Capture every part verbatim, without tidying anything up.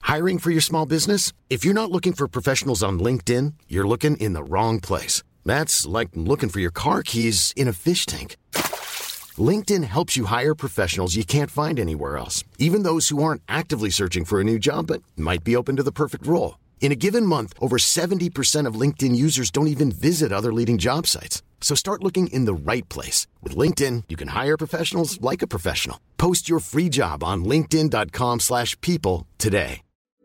Hiring for your small business? If you're not looking for professionals on LinkedIn, you're looking in the wrong place. That's like looking for your car keys in a fish tank. LinkedIn helps you hire professionals you can't find anywhere else, even those who aren't actively searching for a new job but might be open to the perfect role. In a given month, over seventy percent of LinkedIn users don't even visit other leading job sites. So start looking in the right place. With LinkedIn, you can hire professionals like a professional. Post your free job on linkedin.com slash people today.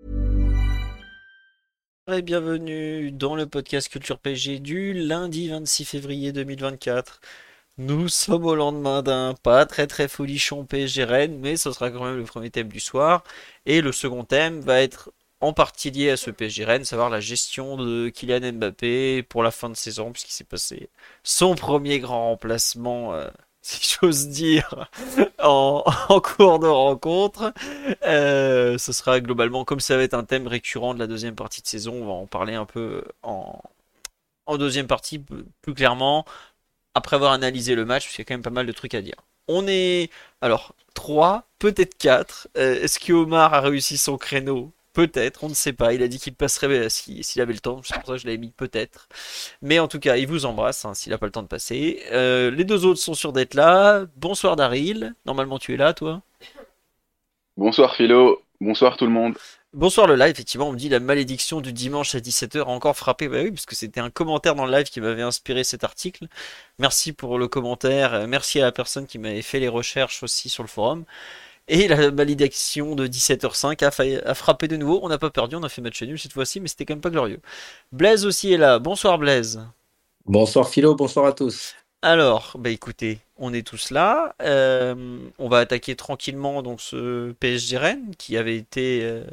Et bienvenue dans le podcast Culture P S G du lundi vingt-six février deux mille vingt-quatre. Nous sommes au lendemain d'un pas très très folichon P S G Rennes, mais ce sera quand même le premier thème du soir. Et le second thème va être en partie lié à ce P S G Rennes, savoir la gestion de Kylian Mbappé pour la fin de saison, puisqu'il s'est passé son premier grand remplacement, euh, si j'ose dire, en, en cours de rencontre. Euh, ce sera globalement, comme ça va être un thème récurrent de la deuxième partie de saison, on va en parler un peu en, en deuxième partie plus clairement, après avoir analysé le match, parce qu'il y a quand même pas mal de trucs à dire. On est, alors, trois, peut-être quatre. Euh, est-ce que Omar a réussi son créneau? Peut-être, on ne sait pas. Il a dit qu'il passerait s'il si, avait le temps. C'est pour ça que je l'avais mis peut-être. Mais en tout cas, il vous embrasse hein, s'il n'a pas le temps de passer. Euh, les deux autres sont sûrs d'être là. Bonsoir Daryl. Normalement, tu es là, toi. Bonsoir Philo. Bonsoir tout le monde. Bonsoir le live. Effectivement, on me dit la malédiction du dimanche à dix-sept heures a encore frappé. Bah oui, parce que c'était un commentaire dans le live qui m'avait inspiré cet article. Merci pour le commentaire. Merci à la personne qui m'avait fait les recherches aussi sur le forum. Et la malédiction de dix-sept heures cinq a, failli, a frappé de nouveau. On n'a pas perdu, on a fait match nul cette fois-ci, mais c'était quand même pas glorieux. Blaise aussi est là. Bonsoir Blaise. Bonsoir Philo, bonsoir à tous. Alors, bah écoutez, on est tous là. Euh, on va attaquer tranquillement donc ce P S G Rennes qui avait été euh,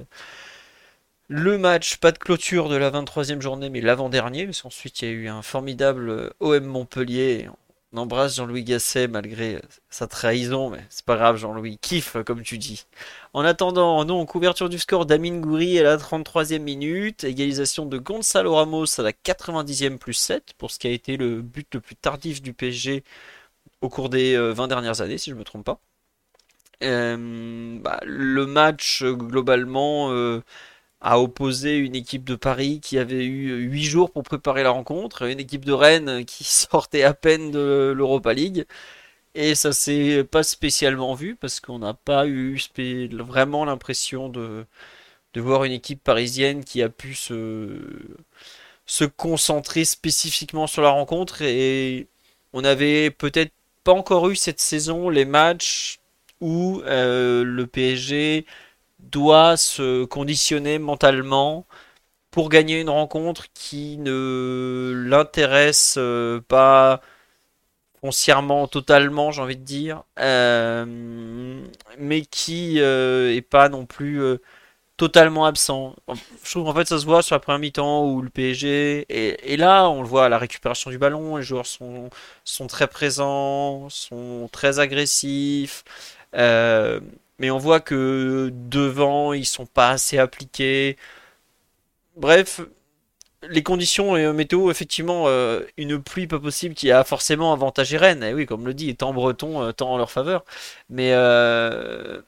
le match, pas de clôture de la vingt-troisième journée, mais l'avant-dernier, parce qu'ensuite il y a eu un formidable O M Montpellier. On embrasse Jean-Louis Gasset malgré sa trahison, mais c'est pas grave, Jean-Louis kiffe comme tu dis. En attendant, non, couverture du score d'Amine Gouiri à la trente-troisième minute, égalisation de Gonzalo Ramos à la quatre-vingt-dixième plus sept, pour ce qui a été le but le plus tardif du P S G au cours des vingt dernières années, si je me trompe pas. Euh, bah, le match, globalement... Euh, a opposé une équipe de Paris qui avait eu huit jours pour préparer la rencontre, une équipe de Rennes qui sortait à peine de l'Europa League, et ça s'est pas spécialement vu parce qu'on n'a pas eu vraiment l'impression de, de voir une équipe parisienne qui a pu se, se concentrer spécifiquement sur la rencontre, et on avait peut-être pas encore eu cette saison les matchs où euh, le P S G doit se conditionner mentalement pour gagner une rencontre qui ne l'intéresse pas foncièrement, totalement, j'ai envie de dire, euh, mais qui euh, est pas non plus euh, totalement absent. Je trouve qu'en fait ça se voit sur la première mi-temps où le P S G et, et là on le voit à la récupération du ballon, les joueurs sont, sont très présents, sont très agressifs. Euh, mais on voit que devant ils sont pas assez appliqués. Bref, les conditions euh, météo, effectivement, euh, une pluie pas possible qui a forcément avantagé Rennes. Et oui, comme le dit, étant breton, euh, tant en leur faveur. Mais euh,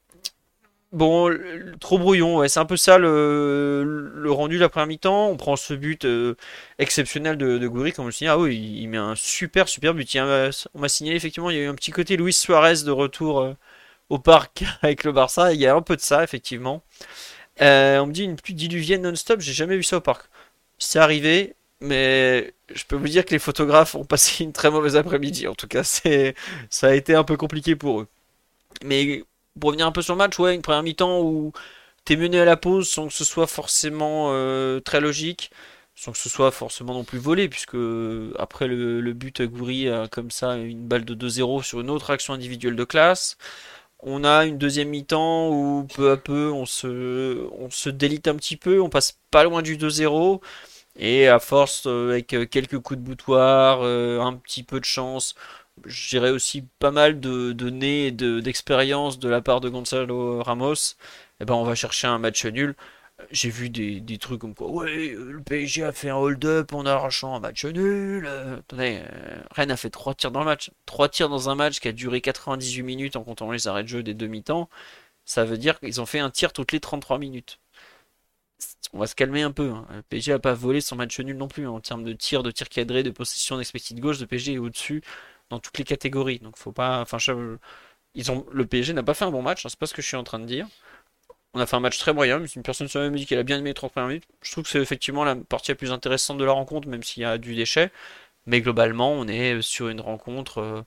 bon, le- trop brouillon. Ouais, c'est un peu ça le, le rendu de la première mi-temps. On prend ce but euh, exceptionnel de, de Gouiri, comme je me suis dit. Ah oui, il, il met un super super but. Il y a un- on m'a signalé effectivement, il y a eu un petit côté Luis Suarez de retour euh, au parc avec le Barça. Il y a un peu de ça, effectivement. Euh, on me dit une pluie diluvienne non-stop. J'ai jamais vu ça au parc. C'est arrivé, mais je peux vous dire que les photographes ont passé une très mauvaise après-midi. En tout cas, c'est, ça a été un peu compliqué pour eux. Mais pour revenir un peu sur le match, ouais, une première mi-temps où t'es mené à la pause sans que ce soit forcément euh, très logique, sans que ce soit forcément non plus volé, puisque euh, après le, le but Gouiri a comme ça une balle de deux zéro sur une autre action individuelle de classe. On a une deuxième mi-temps où peu à peu on se, on se délite un petit peu, on passe pas loin du deux zéro. Et à force, euh, avec euh, quelques coups de boutoir, euh, un petit peu de chance, je dirais aussi pas mal de, de nez et de, d'expérience de la part de Gonzalo Ramos, et ben on va chercher un match nul. J'ai vu des, des trucs comme quoi, ouais, euh, le P S G a fait un hold-up en arrachant un match nul. Euh, attendez, euh, Rennes a fait trois tirs dans le match. Trois tirs dans un match qui a duré quatre-vingt-dix-huit minutes en comptant les arrêts de jeu des demi-temps. Ça veut dire qu'ils ont fait un tir toutes les trente-trois minutes. on va se calmer un peu, hein. Le P S G a pas volé son match nul non plus, hein, en termes de tir, de tir cadré, de possession d'expected goal. Le P S G est au-dessus dans toutes les catégories. Donc faut pas. Enfin, je- ils ont, le P S G n'a pas fait un bon match, hein, c'est pas ce que je suis en train de dire. On a fait un match très moyen, mais une personne sur la me dit qu'elle a bien aimé les trente premières minutes. Je trouve que c'est effectivement la partie la plus intéressante de la rencontre, même s'il y a du déchet. Mais globalement, on est sur une rencontre euh,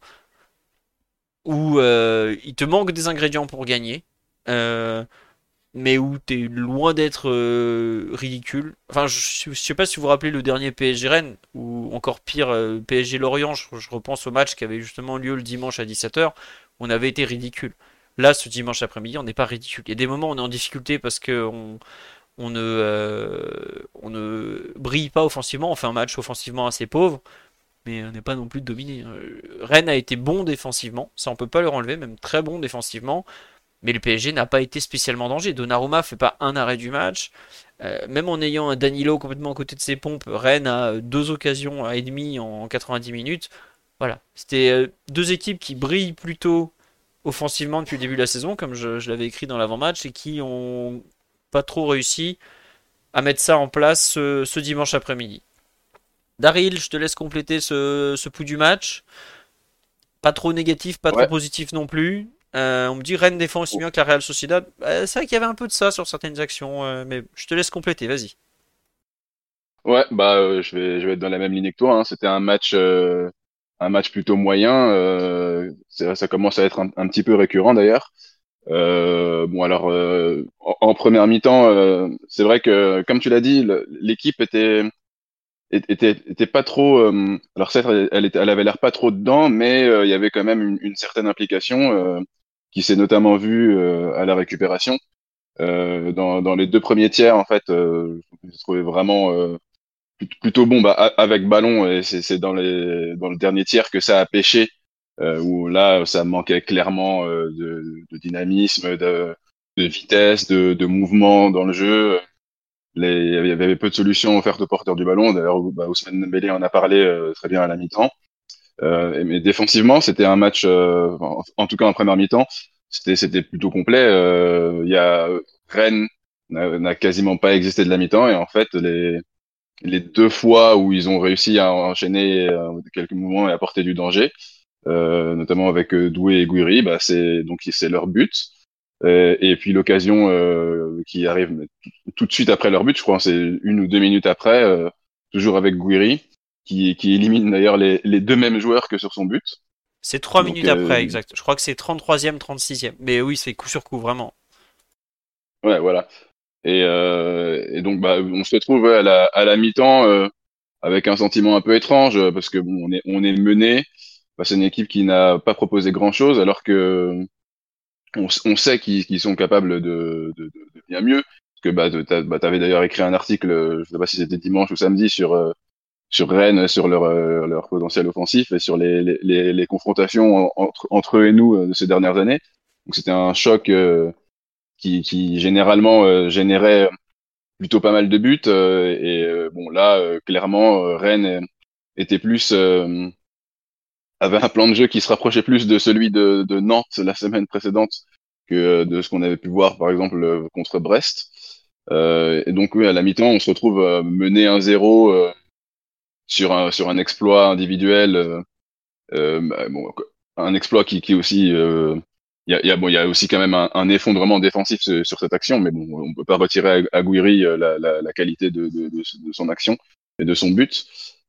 où euh, il te manque des ingrédients pour gagner. Euh, mais où t'es loin d'être euh, ridicule. Enfin, je, je sais pas si vous vous rappelez le dernier P S G Rennes, ou encore pire, euh, P S G Lorient, je, je repense au match qui avait justement lieu le dimanche à dix-sept heures, on avait été ridicule. Là, ce dimanche après-midi, on n'est pas ridicule. Il y a des moments où on est en difficulté parce que on, on ne, euh, on ne brille pas offensivement, on fait un match offensivement assez pauvre, mais on n'est pas non plus dominé. Rennes a été bon défensivement, ça on peut pas leur enlever, même très bon défensivement. Mais le P S G n'a pas été spécialement en danger. Donnarumma fait pas un arrêt du match. Euh, même en ayant un Danilo complètement à côté de ses pompes, Rennes a deux occasions à et demi en quatre-vingt-dix minutes. Voilà. C'était euh, deux équipes qui brillent plutôt offensivement depuis le début de la saison, comme je, je l'avais écrit dans l'avant-match, et qui ont pas trop réussi à mettre ça en place ce, ce dimanche après-midi. Daryl, je te laisse compléter ce, ce pouls du match. Pas trop négatif, pas trop Ouais. positif non plus. Euh, on me dit Rennes défend aussi bien que la Real Sociedad. Euh, c'est vrai qu'il y avait un peu de ça sur certaines actions, euh, mais je te laisse compléter, vas-y. Ouais, bah euh, je vais je vais être dans la même ligne que toi, hein. C'était un match euh, un match plutôt moyen. Euh, c'est- ça commence à être un, un petit peu récurrent d'ailleurs. Euh, bon alors euh, en, en première mi-temps, euh, c'est vrai que comme tu l'as dit, le- l'équipe était était était pas trop. Euh, alors certes, elle, elle était, elle avait l'air pas trop dedans, mais euh, il y avait quand même une, une certaine implication euh, qui s'est notamment vue euh, à la récupération. Euh, dans, dans les deux premiers tiers, en fait, euh, je trouvais vraiment euh, plut- plutôt bon bah, a- avec ballon. Et c'est c'est dans les dans le dernier tiers que ça a pêché, euh, où là, ça manquait clairement euh, de, de dynamisme, de, de vitesse, de, de mouvement dans le jeu. Les, il y avait peu de solutions offertes aux porteurs du ballon. D'ailleurs, bah, Ousmane Dembélé en a parlé euh, très bien à la mi-temps. Euh, mais défensivement, c'était un match, euh, en, en tout cas en première mi-temps, c'était c'était plutôt complet. Euh, Il y a Rennes n'a n'a quasiment pas existé de la mi-temps et en fait les les deux fois où ils ont réussi à enchaîner euh, quelques mouvements et apporter du danger, euh, notamment avec euh, Doué et Gouiri, bah c'est donc c'est leur but. Euh, et puis l'occasion euh, qui arrive mais tout, tout de suite après leur but, je crois, c'est une ou deux minutes après, euh, toujours avec Gouiri, qui, qui élimine d'ailleurs les, les deux mêmes joueurs que sur son but. C'est trois Donc minutes après, euh, exact. Je crois que c'est trente-troisième, trente-sixième. Mais oui, c'est coup sur coup, vraiment. ouais, voilà. Et, euh, et donc bah on se retrouve ouais, à la, à la mi-temps euh, avec un sentiment un peu étrange euh, parce que bon, on est on est mené. Bah, c'est une équipe qui n'a pas proposé grand-chose alors que on, s- on sait qu'ils qu'ils sont capables de, de, de, de bien mieux. Parce que bah, de- t'as- bah, t'avais d'ailleurs écrit un article, euh, je sais pas si c'était dimanche ou samedi, sur, euh, sur Rennes, sur leur, euh, leur potentiel offensif et sur les, les, les, les confrontations en- entre, entre eux et nous euh, de ces dernières années. Donc c'était un choc euh, qui, qui généralement euh, générait plutôt pas mal de buts. Euh, et euh, bon là, euh, clairement, euh, Rennes euh, était plus euh, avait un plan de jeu qui se rapprochait plus de celui de, de Nantes la semaine précédente que euh, de ce qu'on avait pu voir par exemple euh, contre Brest. Euh, et donc oui, à la mi-temps, on se retrouve euh, mené un zéro euh, sur un sur un exploit individuel. Euh, euh, bah, bon, un exploit qui qui aussi euh, il y a, il y a bon il y a aussi quand même un, un effondrement défensif sur, sur cette action, mais bon on peut pas retirer à, à Gouiri euh, la, la, la qualité de, de, de, de son action et de son but.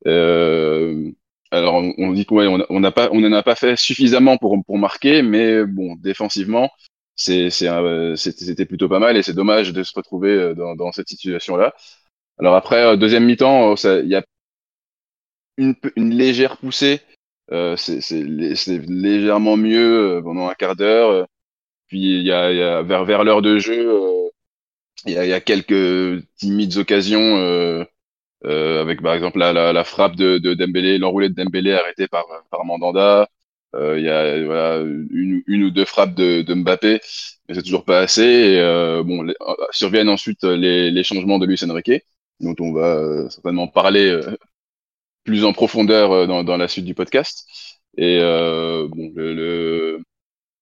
Euh, alors on, on dit qu'on ouais, on on n'a pas on en a pas fait suffisamment pour pour marquer, mais bon défensivement c'est c'est un- c'était c'était plutôt pas mal et c'est dommage de se retrouver euh, dans dans cette situation-là. Alors après euh, deuxième mi-temps, euh, ça- il y a une, pe- une légère poussée. Euh, c'est c'est lé- c'est légèrement mieux euh, pendant un quart d'heure. euh, Puis il y a, il y a vers vers l'heure de jeu, euh, il y a, il y a quelques timides occasions euh, euh, avec par exemple la, la, la frappe de, de Dembélé, l'enroulé de Dembélé arrêté par par Mandanda. Euh, Il y a voilà une, une ou deux frappes de, de Mbappé, mais c'est toujours pas assez. Et, euh, bon, les- euh, surviennent ensuite les, les changements de Luis Enrique, dont on va euh, certainement parler euh, plus en profondeur euh, dans, dans la suite du podcast. Et euh, bon, le, le-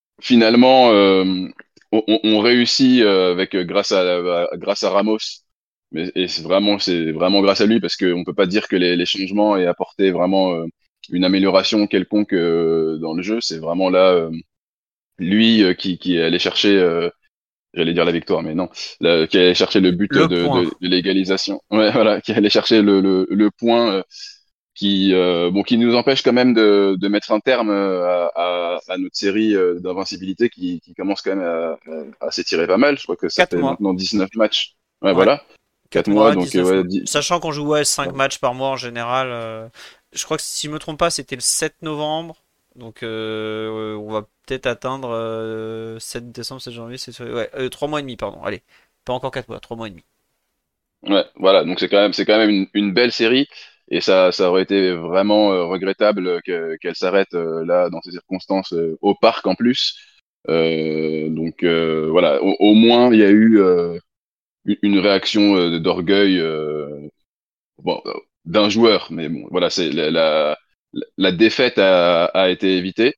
finalement, euh, on, on- on réussit euh, avec grâce à, à- grâce à Ramos mais et c'est vraiment, c'est vraiment grâce à lui parce qu'on peut pas dire que les, les changements aient apporté vraiment euh, une amélioration quelconque euh, dans le jeu. C'est vraiment là euh, lui euh, qui, qui est allé chercher, euh, j'allais dire la victoire, mais non, là, qui est allé chercher le but de, Le de, point. de l'égalisation. Ouais, voilà, qui est allé chercher le, le, le point euh, qui, euh, bon, qui nous empêche quand même de, de mettre un terme euh, à, à, à notre série euh, d'invincibilité qui, qui commence quand même à, à, à s'étirer pas mal. Je crois que ça quatre fait mois. maintenant dix-neuf matchs. Ouais, Ouais. voilà. quatre quatre mois, mois, donc euh, dix-neuf ouais, mois. dix- Sachant qu'on joue ouais, cinq matchs par mois en général. euh, je crois que si je me trompe pas, c'était le sept novembre. Donc euh, on va peut-être atteindre euh, sept décembre, sept janvier, c'est ouais, euh, trois mois et demi, pardon. Allez, pas encore quatre mois, trois mois et demi. ouais, voilà. Donc c'est quand même, c'est quand même une, une belle série et ça, ça aurait été vraiment euh, regrettable que, qu'elle s'arrête euh, là dans ces circonstances euh, au parc en plus. Euh, donc euh, voilà, au, au moins il y a eu euh, une une réaction euh, d'orgueil euh, bon, euh, d'un joueur, mais bon, voilà, c'est la, la, la défaite a, a été évitée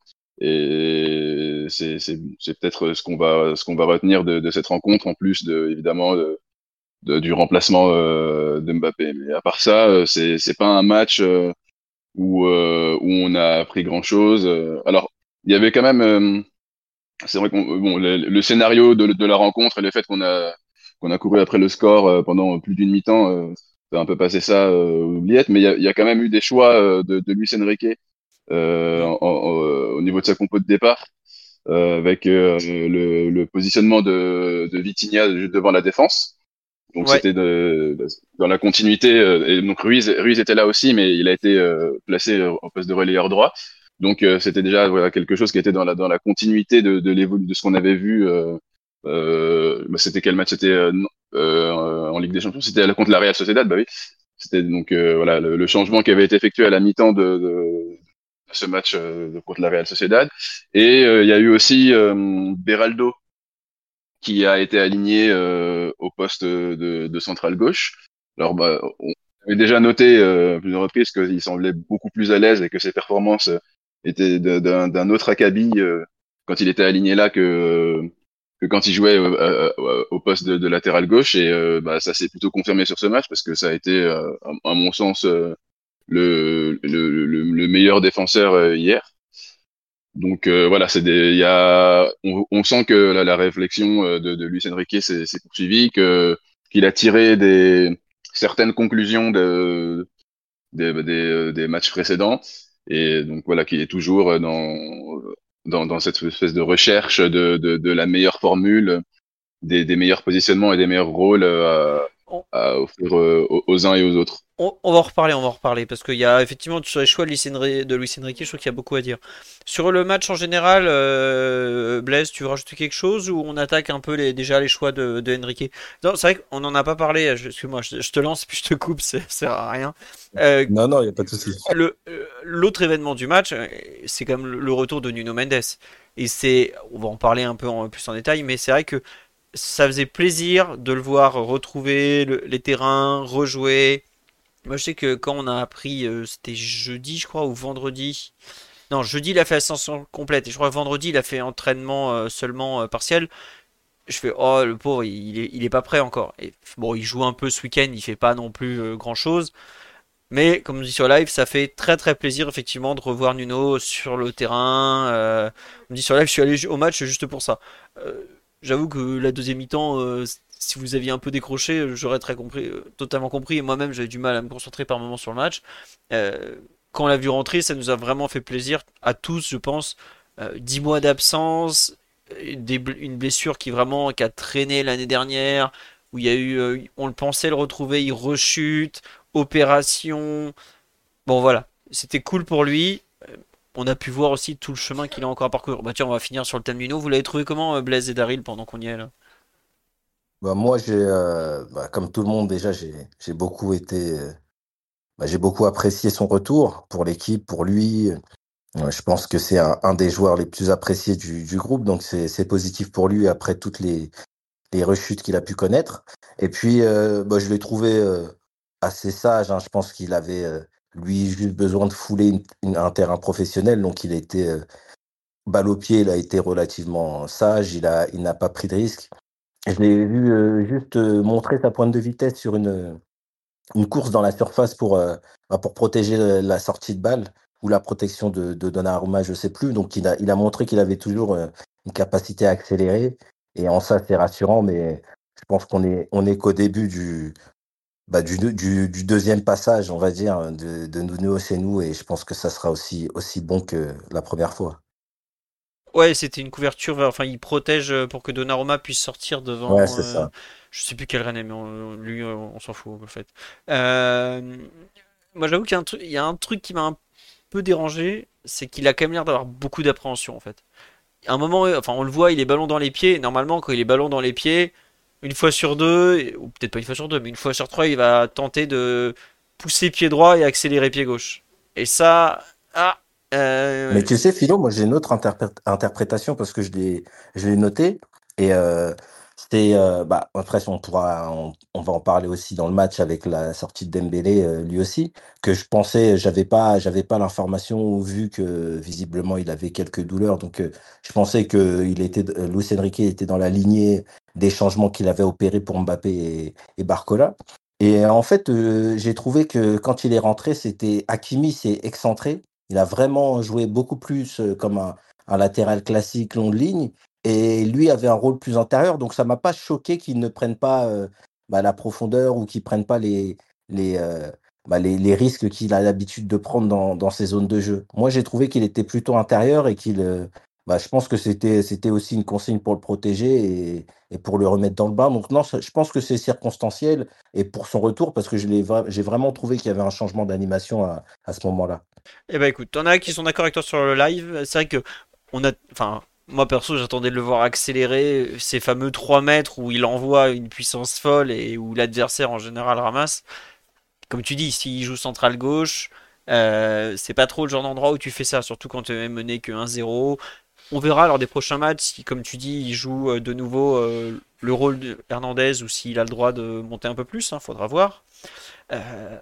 et c'est c'est c'est peut-être ce qu'on va ce qu'on va retenir de, de cette rencontre en plus de évidemment de, de- du remplacement euh, de Mbappé. Mais à part ça, euh, c'est c'est pas un match euh, où euh, où on a appris grand-chose. Euh, Alors il y avait quand même euh, c'est vrai qu'on bon le, le scénario de, de la rencontre et le fait qu'on a qu'on a couru après le score euh, pendant plus d'une mi-temps, euh, ça a un peu passé ça euh, aux oubliettes, mais il y a, il y a quand même eu des choix euh, de, de Luis Enrique euh, Hmm. en- en- euh, au niveau de sa compo de départ, euh, avec euh, le, le positionnement de, de Vitinha juste devant la défense. Donc Ouais, c'était de, de- dans la continuité. Euh, et donc Ruiz, Ruiz était là aussi, mais il a été euh, placé euh, en poste de relayeur droit. Donc euh, c'était déjà voilà, quelque chose qui était dans la dans la continuité de de l'évolu de ce qu'on avait vu. Euh, euh, bah, c'était quel match? C'était euh, non- euh, en Ligue des Champions. C'était contre la Real Sociedad. Bah oui. C'était donc euh, voilà le, le changement qui avait été effectué à la mi-temps de, de ce match euh, contre la Real Sociedad. Et euh, il y a eu aussi euh, Beraldo qui a été aligné euh, au poste de, de central gauche. Alors, bah, on avait déjà noté euh, à plusieurs reprises qu'il semblait beaucoup plus à l'aise et que ses performances euh, étaient de- d'un d'un autre acabit euh, quand il était aligné là que, que quand il jouait euh, euh, euh, au poste de, de latéral gauche. Et euh, bah, ça s'est plutôt confirmé sur ce match parce que ça a été, euh, à, à mon sens, euh, le, le, le, le meilleur défenseur euh, hier. Donc euh, voilà, c'est des, il y a, on, on sent que la, la réflexion euh, de, de Luis Enrique s'est s'est poursuivie, que qu'il a tiré des certaines conclusions de, des, des, euh, des matchs précédents, et donc voilà, qu'il est toujours dans dans, dans cette espèce de recherche de, de, de la meilleure formule, des, des meilleurs positionnements et des meilleurs rôles euh, on, à, à offrir euh, aux, aux uns et aux autres. on- on va en reparler, on va en reparler, parce qu'il y a effectivement sur les choix de Luis Enrique, de Luis Enrique, je trouve qu'il y a beaucoup à dire. Sur le match en général, euh, Blaise, tu veux rajouter quelque chose ou on attaque un peu les, déjà les choix de, de Enrique? Non, c'est vrai qu'on n'en a pas parlé, je- excuse-moi, je, je te lance puis je te coupe, ça sert à rien. Euh, Non, non, il n'y a pas de souci. le, euh, l'autre événement du match, euh, c'est quand même le, le retour de Nuno Mendes. Et c'est, on va en parler un peu en, plus en détail, mais c'est vrai que ça faisait plaisir de le voir retrouver le- les terrains, rejouer. Moi, je sais que quand on a appris, euh, c'était jeudi, je crois, ou vendredi. Non, jeudi, il a fait ascension complète. Et je crois que vendredi, il a fait entraînement euh, seulement euh, partiel. Je fais, oh, le pauvre, il est, il est pas prêt encore. Et bon, il joue un peu ce week-end, il fait pas non plus euh, grand-chose. Mais comme on dit sur live, ça fait très très plaisir effectivement de revoir Nuno sur le terrain. Euh, on me dit sur live, je suis allé au match juste pour ça. Euh, J'avoue que la deuxième mi-temps, euh, si vous aviez un peu décroché, j'aurais très compris, euh, totalement compris. Et moi-même, j'avais du mal à me concentrer par moments sur le match. Euh, quand on l'a vu rentrer, ça nous a vraiment fait plaisir à tous, je pense. Euh, dix mois d'absence, euh, des bl- une blessure qui vraiment qui a traîné l'année dernière, où il y a eu, euh, on le pensait le retrouver, il rechute opération. Bon voilà, c'était cool pour lui. Euh, On a pu voir aussi tout le chemin qu'il a encore à parcourir. Bah tiens, on va finir sur le thème Nuno. Vous l'avez trouvé comment, euh, Blaise et Daryl, pendant qu'on y est là? Bah, moi, j'ai, euh, bah, comme tout le monde, déjà, j'ai, j'ai beaucoup été, euh, bah, j'ai beaucoup apprécié son retour pour l'équipe, pour lui. Euh, je pense que c'est un, un des joueurs les plus appréciés du, du groupe, donc c'est, c'est positif pour lui après toutes les, les rechutes qu'il a pu connaître. Et puis, euh, bah, je l'ai trouvé euh, assez sage, hein. Je pense qu'il avait, euh, lui, juste besoin de fouler une- une- un terrain professionnel, donc il a été balle au pied, il a été relativement sage, il a, il n'a pas pris de risque. Je l'ai vu euh, juste euh, montrer sa pointe de vitesse sur une, une course dans la surface pour, euh, bah, pour protéger le- la sortie de balle ou la protection de, de Donnarumma, je sais plus. Donc il a, il a montré qu'il avait toujours euh, une capacité à accélérer. Et en ça, c'est rassurant, mais je pense qu'on est, on est qu'au début du, bah, du, du, du deuxième passage, on va dire, de, de Nuno chez nous. Et je pense que ça sera aussi, aussi bon que la première fois. Ouais, c'était une couverture, vers- enfin il protège euh, pour que Donnarumma puisse sortir Ouais, devant, c'est euh, ça. je sais plus quel Rennais, mais on- lui euh, on s'en fout en fait. Euh, Moi j'avoue qu'il y a un truc, il y a un truc qui m'a un peu dérangé, c'est qu'il a quand même l'air d'avoir beaucoup d'appréhension en fait. À un moment, euh, enfin on le voit, il est ballon dans les pieds. Normalement, quand il est ballon dans les pieds, une fois sur deux, et- ou peut-être pas une fois sur deux, mais une fois sur trois, il va tenter de pousser pied droit et accélérer pied gauche. Et ça, ah, Mais euh, tu sais, Philo, moi j'ai une autre interpré- interprétation parce que je l'ai, je l'ai noté. Et euh, c'était, euh, bah, après, on pourra, on, on va en parler aussi dans le match avec la sortie de Dembélé, euh, lui aussi, que je pensais, j'avais pas, j'avais pas l'information vu que visiblement il avait quelques douleurs. Donc euh, je pensais que il était, euh, Luis Enrique était dans la lignée des changements qu'il avait opérés pour Mbappé et, et Barcola. Et en fait, euh, j'ai trouvé que quand il est rentré, c'était Hakimi s'est excentré. Il a vraiment joué beaucoup plus euh, comme un, un latéral classique long de ligne et lui avait un rôle plus intérieur. Donc ça m'a pas choqué qu'il ne prenne pas euh, bah, la profondeur ou qu'il prenne pas les, les, euh, bah, les, les risques qu'il a l'habitude de prendre dans, dans ses zones de jeu. Moi, j'ai trouvé qu'il était plutôt intérieur et qu'il, euh, bah, je pense que c'était, c'était aussi une consigne pour le protéger et, et pour le remettre dans le bain. Donc non, ça- je pense que c'est circonstanciel et pour son retour parce que je l'ai, vra- j'ai vraiment trouvé qu'il y avait un changement d'animation à, à ce moment-là. eh ben écoute, t'en as qui sont d'accord avec toi sur le live. C'est vrai que on a, enfin, moi perso, j'attendais de le voir accélérer ces fameux trois mètres où il envoie une puissance folle et où l'adversaire en général ramasse. Comme tu dis, s'il joue central gauche, euh, c'est pas trop le genre d'endroit où tu fais ça, surtout quand tu es mené que un zéro. On verra lors des prochains matchs si, comme tu dis, il joue euh, de nouveau euh, le rôle de Hernandez ou s'il a le droit de monter un peu plus, hein, faudra voir. Euh,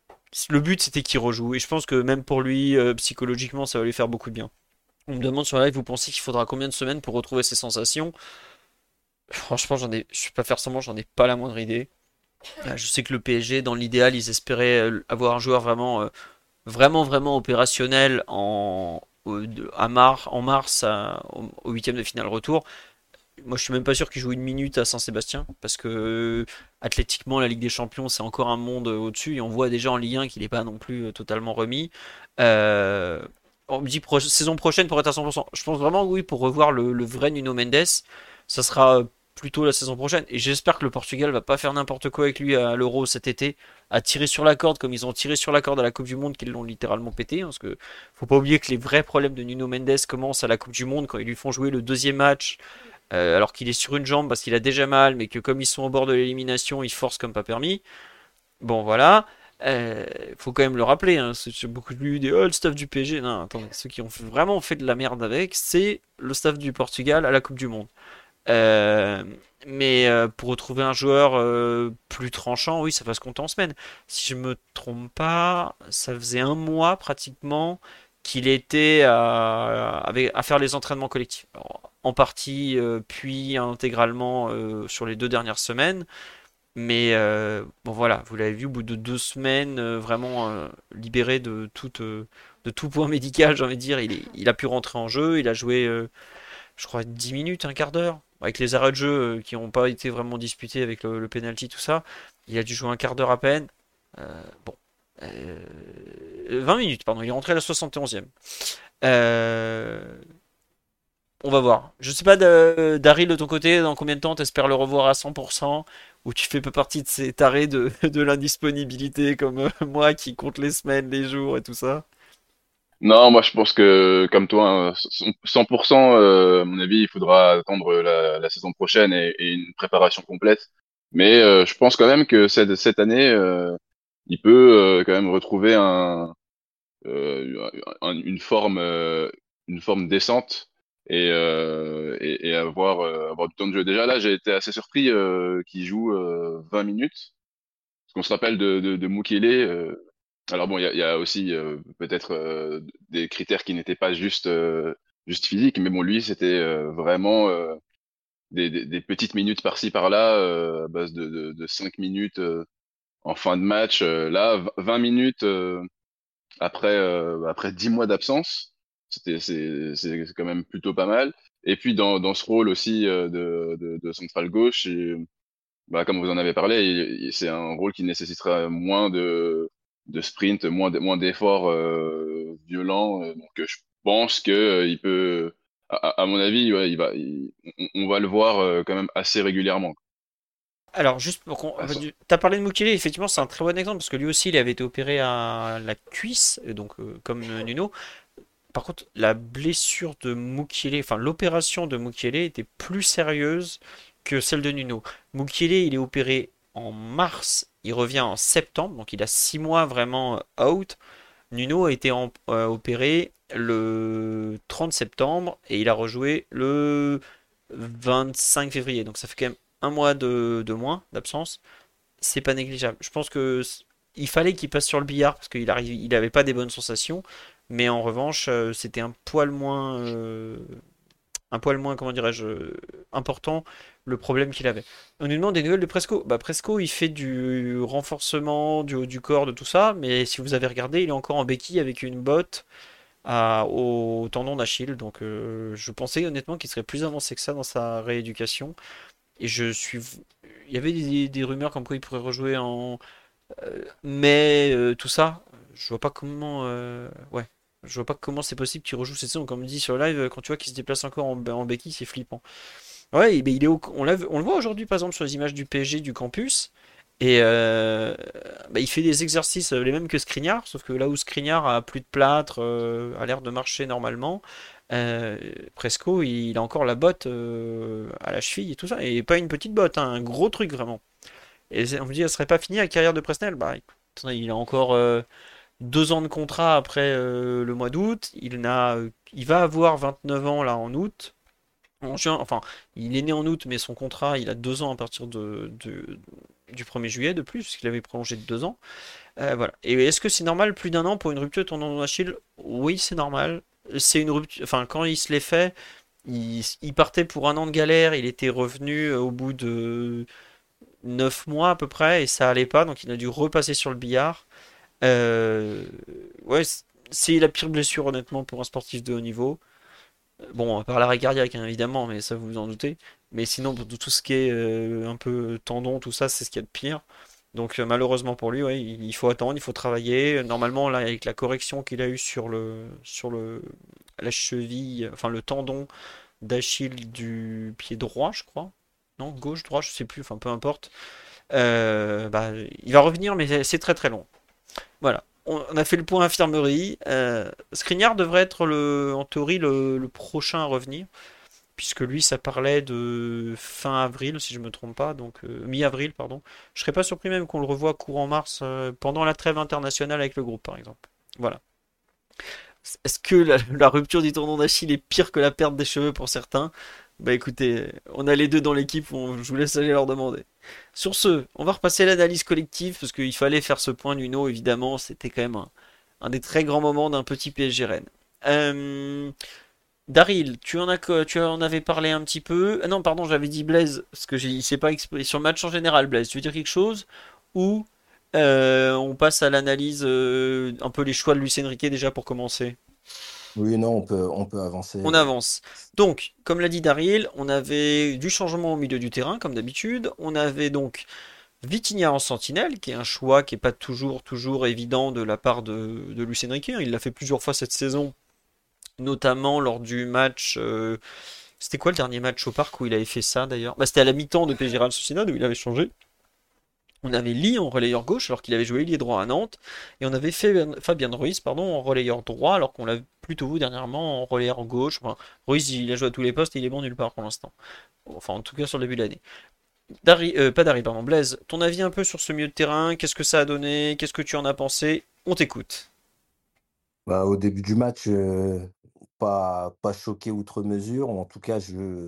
le but c'était qu'il rejoue et je pense que même pour lui, euh, psychologiquement, ça va lui faire beaucoup de bien. On me demande sur la live, vous pensez qu'il faudra combien de semaines pour retrouver ses sensations? Franchement, j'en ai, je vais pas faire semblant, j'en ai pas la moindre idée. Euh, Je sais que le P S G, dans l'idéal, ils espéraient euh, avoir un joueur vraiment, euh, vraiment, vraiment opérationnel en, au- de- à mar- en mars à- au au huitième de finale retour. Moi, je suis même pas sûr qu'il joue une minute à Saint-Sébastien parce que euh, athlétiquement, la Ligue des Champions, c'est encore un monde euh, au-dessus et on voit déjà en Ligue un qu'il n'est pas non plus euh, totalement remis. Euh, on me dit pro- saison prochaine pour être à cent pour cent. Je pense vraiment oui pour revoir le, le vrai Nuno Mendes, ça sera euh, plutôt la saison prochaine et j'espère que le Portugal va pas faire n'importe quoi avec lui à l'Euro cet été, à tirer sur la corde comme ils ont tiré sur la corde à la Coupe du Monde qu'ils l'ont littéralement pété, hein, parce que faut pas oublier que les vrais problèmes de Nuno Mendes commencent à la Coupe du Monde quand ils lui font jouer le deuxième match euh, alors qu'il est sur une jambe parce qu'il a déjà mal, mais que comme ils sont au bord de l'élimination, ils forcent comme pas permis. Bon, voilà. Euh, faut quand même le rappeler, hein, c'est beaucoup de des oh, le staff du P S G. Non, attendez, ceux qui ont vraiment fait de la merde avec, c'est le staff du Portugal à la Coupe du Monde. Euh, mais euh, pour retrouver un joueur euh, plus tranchant, oui, ça va se compter en semaines. Si je me trompe pas, ça faisait un mois pratiquement qu'il était à, avec- à faire les entraînements collectifs. Alors, en partie, euh, puis intégralement euh, sur les deux dernières semaines. Mais euh, bon voilà, vous l'avez vu, au bout de deux semaines, euh, vraiment euh, libéré de tout, euh, de tout point médical, j'ai envie de dire, il, est- il a pu rentrer en jeu, il a joué euh, je crois, dix minutes, un quart d'heure. Avec les arrêts de jeu euh, qui n'ont pas été vraiment disputés avec le, le penalty, tout ça. Il a dû jouer un quart d'heure à peine. Euh, bon. Euh, vingt minutes, pardon. Il est rentré à la soixante et onzième. Euh, on va voir. Je sais pas, de- Daryl, de ton côté, dans combien de temps t'espères le revoir à cent pour cent? Ou tu fais pas partie de ces tarés de, de l'indisponibilité comme euh, moi qui compte les semaines, les jours et tout ça? Non, moi je pense que comme toi, hein, cent pour cent, euh, à mon avis, il faudra attendre la, la saison prochaine et, et une préparation complète. Mais euh, je pense quand même que cette, cette année, euh, il peut euh, quand même retrouver un, euh, un- une forme, euh, une forme décente et, euh, et, et avoir, euh, avoir du temps de jeu. Déjà là, j'ai été assez surpris euh, qu'il joue euh, vingt minutes. Parce qu'on se rappelle de, de, de Mukele. euh, alors bon, il y a, il y a aussi euh, peut-être euh, des critères qui n'étaient pas juste, euh, juste physiques, mais bon, lui, c'était euh, vraiment, euh, des, des, des petites minutes par-ci par-là, euh, à base de, de, de cinq minutes euh, en fin de match. Euh, là, v- vingt minutes euh, après, euh, après dix mois d'absence, c'était, c'est, c'est c'est quand même plutôt pas mal. Et puis dans, dans ce rôle aussi euh, de, de, de central gauche, et, bah, comme vous en avez parlé, il- il- c'est un rôle qui nécessitera moins de, de sprint, moins de- moins d'efforts euh, violents. Euh, Donc euh, je pense que euh, il peut, à, à- à mon avis, ouais, il va, il- on, on va le voir euh, quand même assez régulièrement. Alors, juste pour qu'on. Ah, ça. T'as parlé de Mukele, effectivement, c'est un très bon exemple parce que lui aussi, il avait été opéré à la cuisse, et donc euh, comme euh, Nuno. Par contre, la blessure de Mukiele, enfin l'opération de Mukiele était plus sérieuse que celle de Nuno. Mukiele, il est opéré en mars, il revient en septembre, donc il a six mois vraiment out. Nuno a été en- euh, opéré le trente septembre et il a rejoué le vingt-cinq février. Donc ça fait quand même un mois de, de moins d'absence. C'est pas négligeable. Je pense que c- il fallait qu'il passe sur le billard parce qu'il arrive, il avait pas des bonnes sensations. Mais en revanche, euh, c'était un poil moins, euh, un poil moins, comment dirais-je, euh, important le problème qu'il avait. On nous demande des nouvelles de Presco. Bah, Presco, il fait du renforcement du haut du corps, de tout ça, mais si vous avez regardé, il est encore en béquille avec une botte à- au tendon d'Achille. Donc, euh, je pensais honnêtement qu'il serait plus avancé que ça dans sa rééducation. Et je suis, il y avait des, des rumeurs comme quoi il pourrait rejouer en euh, mai, euh, tout ça. Je vois pas comment, euh, ouais. Je vois pas comment c'est possible qu'il rejoue cette saison. Comme dit sur le live, quand tu vois qu'il se déplace encore en, en béquille, c'est flippant. Ouais, mais il est au- on, l'a- on le voit aujourd'hui, par exemple, sur les images du P S G du campus. Et euh, bah, il fait des exercices euh, les mêmes que Skriniar, sauf que là où Skriniar a plus de plâtre, euh, a l'air de marcher normalement, euh, Presco, il a encore la botte euh, à la cheville et tout ça. Et pas une petite botte, hein, un gros truc vraiment. Et c'est- on me dit, elle serait pas finie la carrière de Presnel? Bah, écoute, attendez, il a encore euh, deux ans de contrat après euh, le mois d'août. Il n'a, euh, il va avoir vingt-neuf ans là en août. En juin, enfin, il est né en août, mais son contrat, il a deux ans à partir de, de- du premier juillet de plus, puisqu'il avait prolongé de deux ans. Euh, voilà. Et est-ce que c'est normal plus d'un an pour une rupture de tendon d'Achille? Oui, c'est normal. C'est une rupture. Enfin, quand il se l'est fait, il, il partait pour un an de galère. Il était revenu euh, au bout de neuf mois à peu près et ça allait pas, donc il a dû repasser sur le billard. Euh, ouais, c- c'est la pire blessure honnêtement pour un sportif de haut niveau. Bon, à part l'arrêt cardiaque hein, évidemment, mais ça vous vous en doutez. Mais sinon, pour tout ce qui est euh, un peu tendon, tout ça, c'est ce qu'il y a de pire. Donc euh, malheureusement pour lui, ouais, il il faut attendre, il faut travailler. Normalement, là, avec la correction qu'il a eue sur le, sur le, la cheville, enfin le tendon d'Achille du pied droit, je crois. Non, gauche, droit, je sais plus, enfin peu importe. Euh, bah, il va revenir, mais c'est très très long. Voilà. On on a fait le point infirmerie. Euh, Skriniar devrait être le, en théorie le, le prochain à revenir, puisque lui, ça parlait de fin avril, si je me trompe pas, donc euh, mi-avril, pardon. Je serais pas surpris même qu'on le revoie courant mars, euh, pendant la trêve internationale avec le groupe, par exemple. Voilà. Est-ce que la, la rupture du tendon d'Achille est pire que la perte des cheveux pour certains? Bah écoutez, on a les deux dans l'équipe, on- je vous laisse aller leur demander. Sur ce, on va repasser à l'analyse collective, parce qu'il fallait faire ce point du no, évidemment, c'était quand même un, un des très grands moments d'un petit P S G Rennes. Euh, Daryl, tu en as, que- tu en avais parlé un petit peu. Ah non, pardon, j'avais dit Blaise, parce que j'ai, il s'est pas exprimé sur le match en général, Blaise. Tu veux dire quelque chose? Ou euh, on passe à l'analyse, euh, un peu les choix de Luis Enrique déjà pour commencer? Oui, non, on peut, on peut avancer. On euh. avance. Donc, comme l'a dit Daryl, on avait du changement au milieu du terrain, comme d'habitude. On avait donc Vitinha en sentinelle, qui est un choix qui n'est pas toujours, toujours évident de la part de, de Luis Enrique. Il l'a fait plusieurs fois cette saison, notamment lors du match. euh, C'était quoi le dernier match au parc où il avait fait ça d'ailleurs? Bah, c'était à la mi-temps de P S G Real Sociedad où il avait changé. On avait Lee en relayeur gauche alors qu'il avait joué ailier droit à Nantes. Et on avait Fabien, Fabien Ruiz pardon, en relayeur droit alors qu'on l'a plutôt vu dernièrement en relayeur gauche. Enfin, Ruiz il a joué à tous les postes et il est bon nulle part pour l'instant. Enfin en tout cas sur le début de l'année. Dari, euh, pas Dari, pardon, Blaise, ton avis un peu sur ce milieu de terrain, qu'est-ce que ça a donné, qu'est-ce que tu en as pensé? On t'écoute. Bah, au début du match, euh, pas, pas choqué outre mesure. En tout cas, je,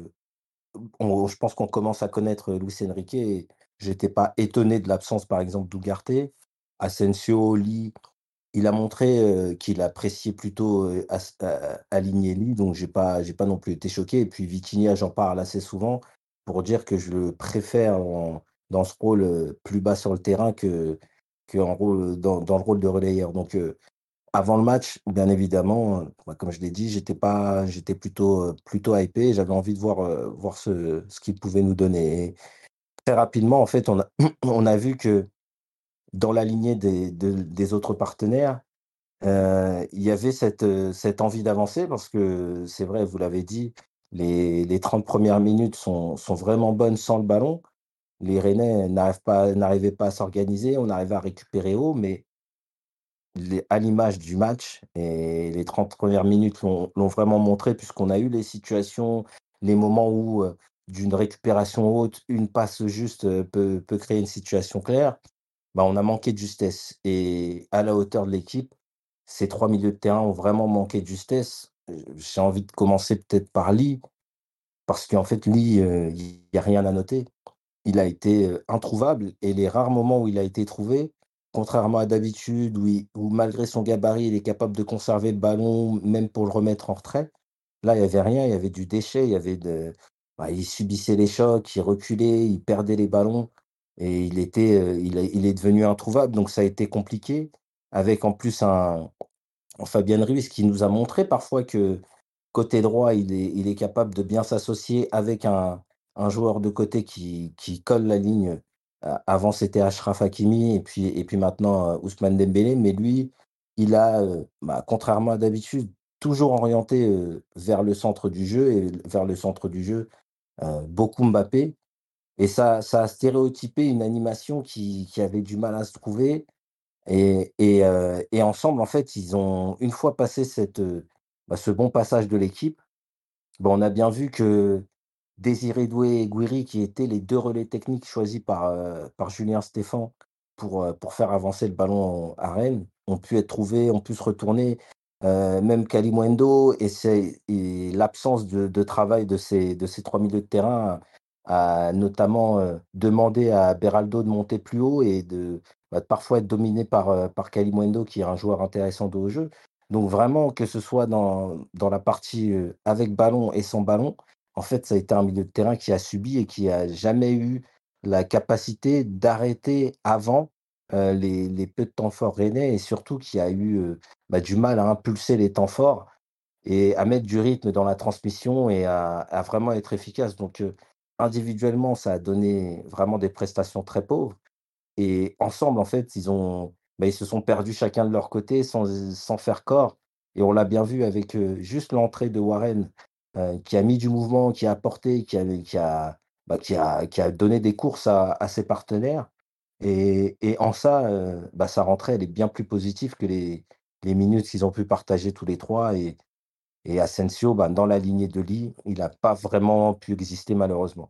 on- je pense qu'on commence à connaître Luis Enrique et j'étais pas étonné de l'absence, par exemple, d'Ugarte. Asensio, Lee, il a montré euh, qu'il appréciait plutôt euh, as- euh, aligner Lee, donc j'ai pas, j'ai pas non plus été choqué. Et puis Vitinha, j'en parle assez souvent. pour dire que je le préfère en- dans ce rôle euh, plus bas sur le terrain que, que en rôle, dans, dans le rôle de relayeur. Donc, euh, avant le match, bien évidemment, euh, bah, comme je l'ai dit, j'étais pas, j'étais plutôt, euh, plutôt hypé. J'avais envie de voir, euh, voir ce, ce qu'il pouvait nous donner. Et très rapidement, en fait, on a, on a vu que dans la lignée des, de- des autres partenaires, euh, il y avait cette, euh, cette envie d'avancer parce que c'est vrai, vous l'avez dit, les, les trente premières minutes sont, sont vraiment bonnes sans le ballon. Les Rennais n'arrivent pas, n'arrivaient pas à s'organiser, on arrivait à récupérer haut, mais les à l'image du match et les trente premières minutes l'ont l'ont vraiment montré puisqu'on a eu les situations, les moments où, heu, d'une récupération haute, une passe juste, heu, peut peut créer une situation claire. Bah, on a manqué de justesse et à la hauteur de l'équipe, ces trois milieux de terrain ont vraiment manqué de justesse. Heu, j'ai envie de commencer peut-être par Lee parce qu'en fait Lee, heu, il y a rien à noter. Il a été, heu, introuvable et les rares moments où il a été trouvé, contrairement à d'habitude où il où malgré son gabarit, il est capable de conserver le ballon, même pour le remettre en retrait. Là, il y avait rien, il y avait du déchet, il y avait de bah, il subissait les chocs, il reculait, il perdait les ballons et il était, heu, il est il est devenu introuvable, donc ça a été compliqué avec en plus un Fabien Ruiz qui nous a montré parfois que côté droit, il est il est capable de bien s'associer avec un un joueur de côté qui qui colle la ligne. Heu, avant, c'était Achraf Hakimi et puis et puis maintenant, heu, Ousmane Dembélé. Mais lui, il a, heu, bah, contrairement à d'habitude, toujours orienté, heu, vers le centre du jeu et vers le centre du jeu, heu, beaucoup Mbappé et ça ça a stéréotypé une animation qui qui avait du mal à se trouver et et heu et ensemble, en fait, ils ont une fois passé cette, heu, bah, ce bon passage de l'équipe, bah, on a bien vu que Désiré Doué et Gouiri, qui étaient les deux relais techniques choisis par, heu, par Julien Stéphan pour, heu, pour faire avancer le ballon à Rennes, ont pu être trouvés, ont pu se retourner. Heu, même Kalimuendo et c'est et l'absence de de travail de ces de ces trois milieux de terrain a notamment, heu, demandé à Beraldo de monter plus haut et de, bah, de parfois être dominé par, heu, par Kalimuendo qui est un joueur intéressant de haut jeu. Donc vraiment, que ce soit dans dans la partie, heu, avec ballon et sans ballon, en fait, ça a été un milieu de terrain qui a subi et qui a jamais eu la capacité d'arrêter avant, heu, les les peu de temps forts rennais et surtout qui a eu, heu, bah, du mal à impulser les temps forts et à mettre du rythme dans la transmission et à à vraiment être efficace. Donc, heu, individuellement, ça a donné vraiment des prestations très pauvres et ensemble, en fait, ils ont bah, ils se sont perdus chacun de leur côté sans sans faire corps et on l'a bien vu avec, heu, juste l'entrée de Warren, heu, qui a mis du mouvement, qui a apporté, qui a qui a, bah, qui a qui a donné des courses à à ses partenaires et et en ça, heu, bah, sa rentrée, elle est bien plus positive que les les minutes qu'ils ont pu partager tous les trois et et Asensio, bah, dans la lignée de Ly, il a pas vraiment pu exister malheureusement.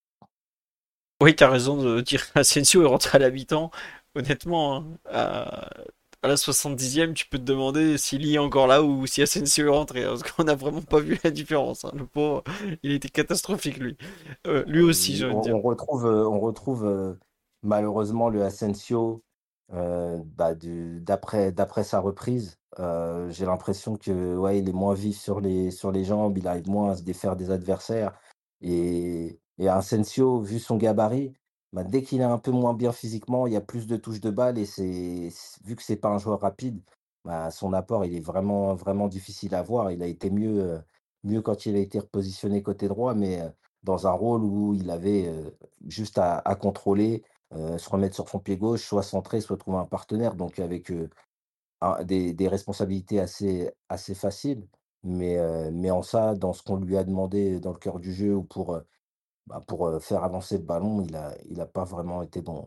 Oui, t'as raison de dire Asensio est rentré à la mi-temps. Honnêtement, hein, à, à la soixante-dixième, tu peux te demander s'il y est encore là ou si Asensio est rentré, hein, parce qu'on n'a vraiment pas vu la différence, hein. Le pauvre, il était catastrophique, lui. Euh, lui aussi, Heu, j'ai envie de dire. on on retrouve, heu, on retrouve, heu, malheureusement le Asensio, heu, bah, de d'après d'après sa reprise. Heu, j'ai l'impression que, ouais, il est moins vif sur les sur les jambes, il arrive moins à se défaire des adversaires et et Asensio, vu son gabarit, bah, dès qu'il est un peu moins bien physiquement, il y a plus de touches de balle et c'est c vu que c'est pas un joueur rapide, bah, son apport, il est vraiment vraiment difficile à voir. Il a été mieux, heu, mieux quand il a été repositionné côté droit, mais, heu, dans un rôle où il avait, heu, juste à à contrôler, heu, se remettre sur son pied gauche, soit centrer, soit trouver un partenaire. Donc avec, heu, un des des responsabilités assez assez faciles. Mais, heu, mais en ça, dans ce qu'on lui a demandé dans le cœur du jeu ou pour, heu, bah, pour, heu, faire avancer le ballon, il a il a pas vraiment été bon.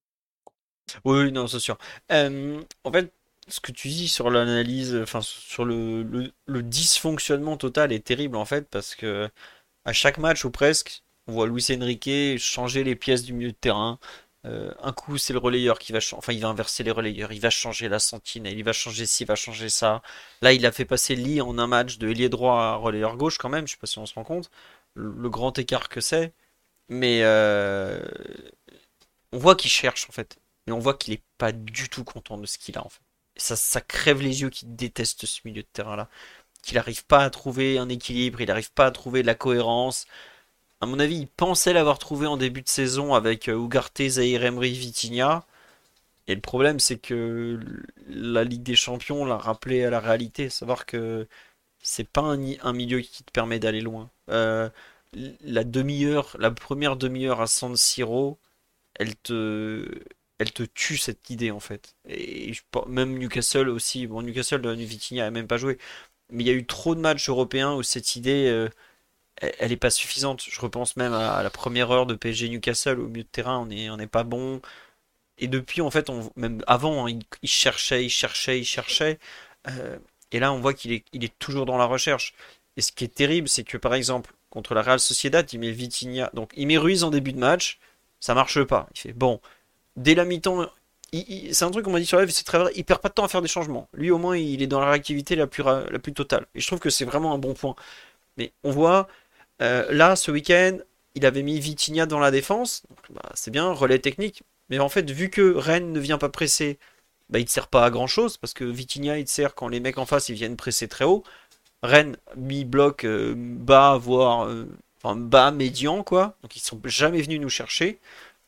Oui, oui, non, c'est sûr. Euh, en fait, ce que tu dis sur l'analyse, enfin, sur le, le, le dysfonctionnement total est terrible, en fait, parce que à chaque match ou presque, on voit Luis Enrique changer les pièces du milieu de terrain. Euh, un coup, c'est le relayeur qui va changer, enfin, il va inverser les relayeurs, il va changer la sentinelle, il va changer ci, il va changer ça. Là, il a fait passer Lee en un match de ailier droit à relayeur gauche, quand même, je sais pas si on se rend compte, le, le grand écart que c'est. Mais euh, on voit qu'il cherche, en fait. Mais on voit qu'il est pas du tout content de ce qu'il a, en fait. Et ça, ça crève les yeux qu'il déteste ce milieu de terrain-là. Qu'il n'arrive pas à trouver un équilibre, il n'arrive pas à trouver de la cohérence. À mon avis, il pensait l'avoir trouvé en début de saison avec euh, Ugarte, Zahir Emery, Vitinha. Et le problème, c'est que la Ligue des Champions l'a rappelé à la réalité. Savoir que c'est pas un, un milieu qui te permet d'aller loin. Euh, la demi-heure, la première demi-heure à San Siro, elle te, elle te tue cette idée en fait. Et je pense- même Newcastle aussi. Bon, Newcastle, euh, Vitinha a même pas joué. Mais il y a eu trop de matchs européens où cette idée, euh, elle, elle est pas suffisante. Je repense même à, à la première heure de P S G Newcastle au milieu de terrain, on est, on n'est pas bon. Et depuis, en fait, on, même avant, hein, il, il cherchait, il cherchait, il cherchait. Euh, et là, on voit qu'il est, il est toujours dans la recherche. Et ce qui est terrible, c'est que par exemple, contre la Real Sociedad, il met Vitinha. Donc, il met Ruiz en début de match. Ça marche pas. Il fait bon. Dès la mi-temps, il- il- c'est un truc qu'on m'a dit sur live, c'est très vrai. Il perd pas de temps à faire des changements. Lui, au moins, il est dans la réactivité la plus, ra- la plus totale. Et je trouve que c'est vraiment un bon point. Mais on voit, euh, là, ce week-end, il avait mis Vitinha dans la défense. Donc, bah, c'est bien, relais technique. Mais en fait, vu que Rennes ne vient pas presser, bah, il ne sert pas à grand chose. Parce que Vitinha, il te sert quand les mecs en face ils viennent presser très haut. Rennes, mi-bloc euh, bas, voire euh, enfin, bas, médian, quoi. Donc ils sont jamais venus nous chercher.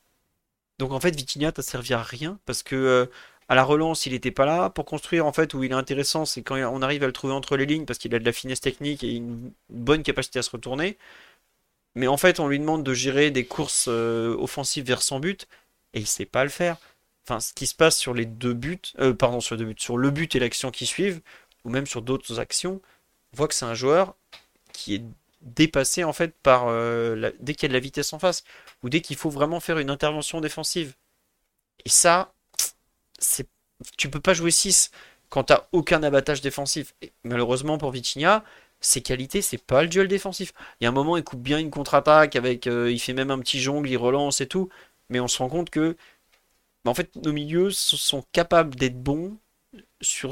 Donc en fait, Vitinha t'a servi à rien. Parce que euh, à la relance, il n'était pas là. Pour construire, en fait, où il est intéressant, c'est quand on arrive à le trouver entre les lignes. Parce qu'il a de la finesse technique et une bonne capacité à se retourner. Mais en fait, on lui demande de gérer des courses euh, offensives vers son but, et il sait pas le faire. Enfin, ce qui se passe sur les deux buts, euh, pardon, sur les deux buts, sur le but et l'action qui suivent, ou même sur d'autres actions, on voit que c'est un joueur qui est dépassé en fait par euh, la- dès qu'il y a de la vitesse en face, ou dès qu'il faut vraiment faire une intervention défensive. Et ça, c'est, tu peux pas jouer six quand t'as aucun abattage défensif. Et malheureusement pour Vitinha, ses qualités, c'est pas le duel défensif. Il y a un moment, il coupe bien une contre-attaque avec, euh, il fait même un petit jongle, il relance et tout. Mais on se rend compte que, bah, en fait, nos milieux sont capables d'être bons sur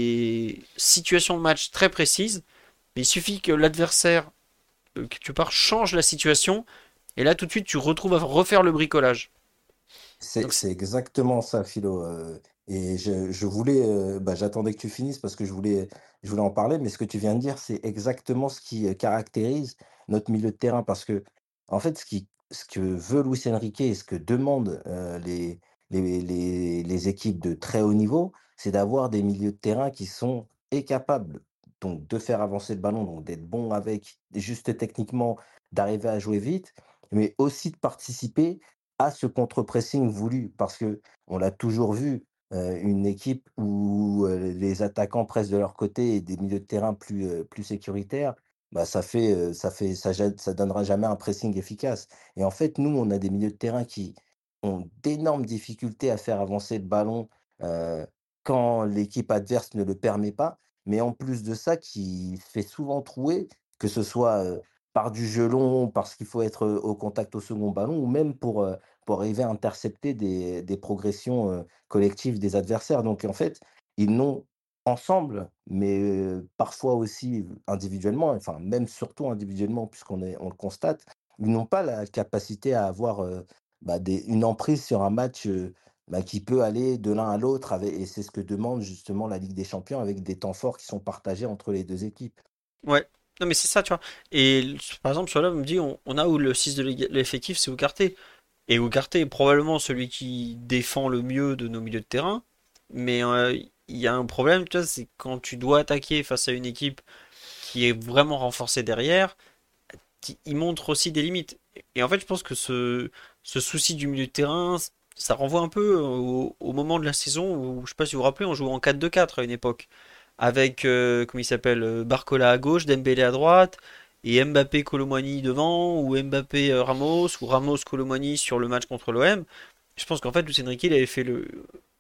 des situations de match très précises. Mais il suffit que l'adversaire, euh, quelque part, change la situation. Et là, tout de suite, tu retrouves à refaire le bricolage. C'est Donc, c'est- c'est exactement ça, Philo. euh, et je, je voulais, euh, bah, j'attendais que tu finisses parce que je voulais, je voulais en parler, mais ce que tu viens de dire, c'est exactement ce qui euh, caractérise notre milieu de terrain. Parce que, en fait, ce qui, ce que veut Luis Enrique et ce que demandent euh, les, les, les, les équipes de très haut niveau, c'est d'avoir des milieux de terrain qui sont et capables donc, de faire avancer le ballon, donc d'être bons avec, juste techniquement, d'arriver à jouer vite, mais aussi de participer à ce contre-pressing voulu. Parce que on l'a toujours vu, heu, une équipe où, heu, les attaquants pressent de leur côté et des milieux de terrain plus, heu, plus sécuritaires, bah, ça fait, heu, ça fait ça ja ça donnera jamais un pressing efficace. Et en fait, nous, on a des milieux de terrain qui ont d'énormes difficultés à faire avancer le ballon, heu, quand l'équipe adverse ne le permet pas. Mais en plus de ça, qui fait souvent trouer, que ce soit, heu, par du jeu long, parce qu'il faut être, heu, au contact au second ballon ou même pour, heu, pour arriver à intercepter des des progressions, heu, collectives des adversaires. Donc en fait, ils n'ont ensemble, mais heu, parfois aussi individuellement, enfin même surtout individuellement puisqu'on est on le constate, ils n'ont pas la capacité à avoir, heu, bah, des une emprise sur un match, heu, bah, qui peut aller de l'un à l'autre avec, et c'est ce que demande justement la Ligue des Champions avec des temps forts qui sont partagés entre les deux équipes. Ouais. Non, mais c'est ça, tu vois. Et l- par exemple, sur là, on me dit, on, on a où le six de l'ég- l'effectif, c'est Ugarte. Et Ugarte est probablement celui qui défend le mieux de nos milieux de terrain. Mais euh, il y a un problème, tu vois, c'est quand tu dois attaquer face à une équipe qui est vraiment renforcée derrière, qui- il montre aussi des limites. Et en fait, je pense que ce, ce souci du milieu de terrain, ça renvoie un peu au, au moment de la saison où, je sais pas si vous vous rappelez, on jouait en quatre deux quatre à une époque. Avec, euh, comment il s'appelle, euh, Barcola à gauche, Dembélé à droite, et Mbappé Colomwani devant, ou Mbappé euh, Ramos, ou Ramos Colomwani sur le match contre l'O M. Je pense qu'en fait, Luis Enrique, il avait fait le,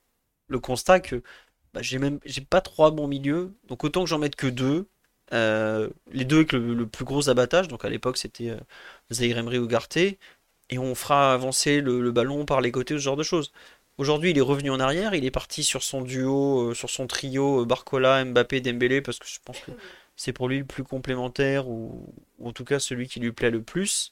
le constat que bah, j'ai même j'ai pas trois bons milieux, donc autant que j'en mette que deux. Euh, les deux avec le, le plus gros abattage, donc à l'époque c'était euh, Zaïre Emery ou Garté, et on fera avancer le, le ballon par les côtés, ce genre de choses. Aujourd'hui, il est revenu en arrière, il est parti sur son duo, euh, sur son trio euh, Barcola, Mbappé, Dembélé, parce que je pense que c'est pour lui le plus complémentaire, ou, ou en tout cas celui qui lui plaît le plus.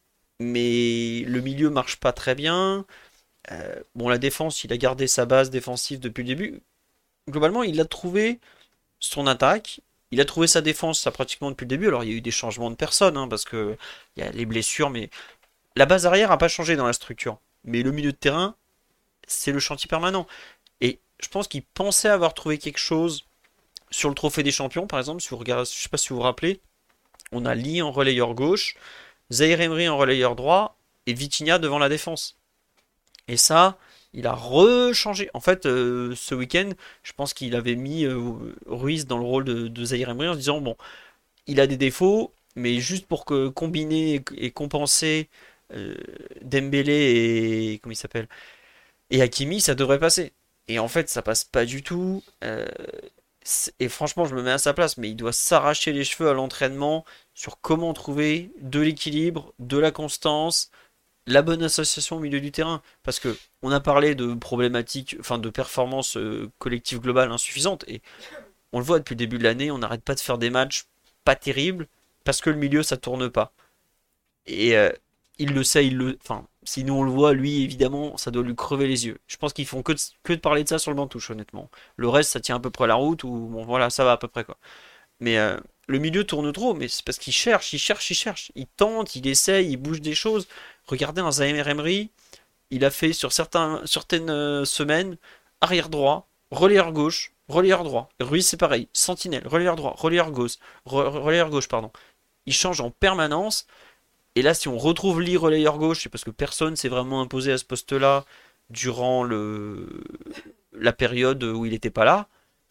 Mais le milieu marche pas très bien. Euh, bon, la défense, il a gardé sa base défensive depuis le début. Globalement, il a trouvé son attaque. Il a trouvé sa défense, ça pratiquement depuis le début. Alors il y a eu des changements de personnes, hein, parce que il y a les blessures, mais la base arrière a pas changé dans la structure. Mais le milieu de terrain, c'est le chantier permanent. Et je pense qu'il pensait avoir trouvé quelque chose sur le trophée des champions, par exemple. Si vous regardez, je sais pas si vous vous rappelez, on a Lee en relayeur gauche, Zaire Emery en relayeur droit et Vitinha devant la défense. Et ça, il a rechangé. En fait, euh, ce week-end, je pense qu'il avait mis euh, Ruiz dans le rôle de, de Zaire Emery en se disant, bon, il a des défauts, mais juste pour que combiner et compenser euh, Dembélé et comment il s'appelle et Hakimi, ça devrait passer. Et en fait, ça passe pas du tout. Euh, et franchement, je me mets à sa place, mais il doit s'arracher les cheveux à l'entraînement sur comment trouver de l'équilibre, de la constance, la bonne association au milieu du terrain. Parce que on a parlé de problématiques, enfin de performances euh, collectives globales insuffisantes, et on le voit depuis le début de l'année, on n'arrête pas de faire des matchs pas terribles parce que le milieu ça tourne pas. Et euh, il le sait, il le. Enfin, si nous on le voit, lui évidemment, ça doit lui crever les yeux. Je pense qu'ils font que de, que de parler de ça sur le banc de touche, honnêtement. Le reste, ça tient à peu près la route, ou bon voilà, ça va à peu près quoi. Mais euh, le milieu tourne trop, mais c'est parce qu'il cherche, il cherche, il cherche. Il tente, il essaye, il bouge des choses. Regardez un Zaire Emery, il a fait sur certains, certaines euh, semaines arrière droit, relayeur gauche, relayeur droit. Ruiz c'est pareil, sentinelle, relayeur droit, relayeur gauche, re- relayeur gauche pardon. Il change en permanence. Et là, si on retrouve Lee relayeur gauche, c'est parce que personne s'est vraiment imposé à ce poste-là durant le la période où il n'était pas là.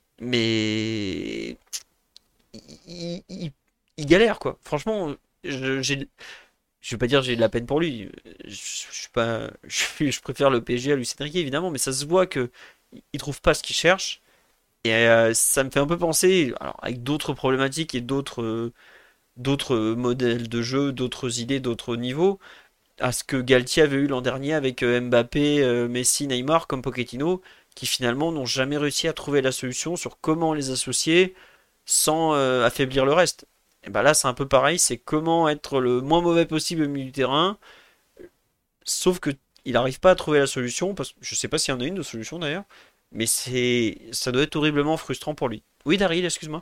Mais il, il- il galère quoi. Franchement, je, j'ai, je vais pas dire que j'ai de la peine pour lui. Je, je suis pas, je, suis- je préfère le P S G à Luis Enrique évidemment, mais ça se voit que il trouve pas ce qu'il cherche. Et euh, ça me fait un peu penser, alors avec d'autres problématiques et d'autres euh, d'autres modèles de jeu, d'autres idées, d'autres niveaux, à ce que Galtier avait eu l'an dernier avec euh, Mbappé, euh, Messi, Neymar, comme Pochettino, qui finalement n'ont jamais réussi à trouver la solution sur comment les associer sans euh, affaiblir le reste. Et ben là, c'est un peu pareil, c'est comment être le moins mauvais possible au milieu du terrain, sauf que il n'arrive pas à trouver la solution, parce que je sais pas s'il y en a une de solution d'ailleurs, mais c'est ça doit être horriblement frustrant pour lui. Oui, Daryl, excuse-moi.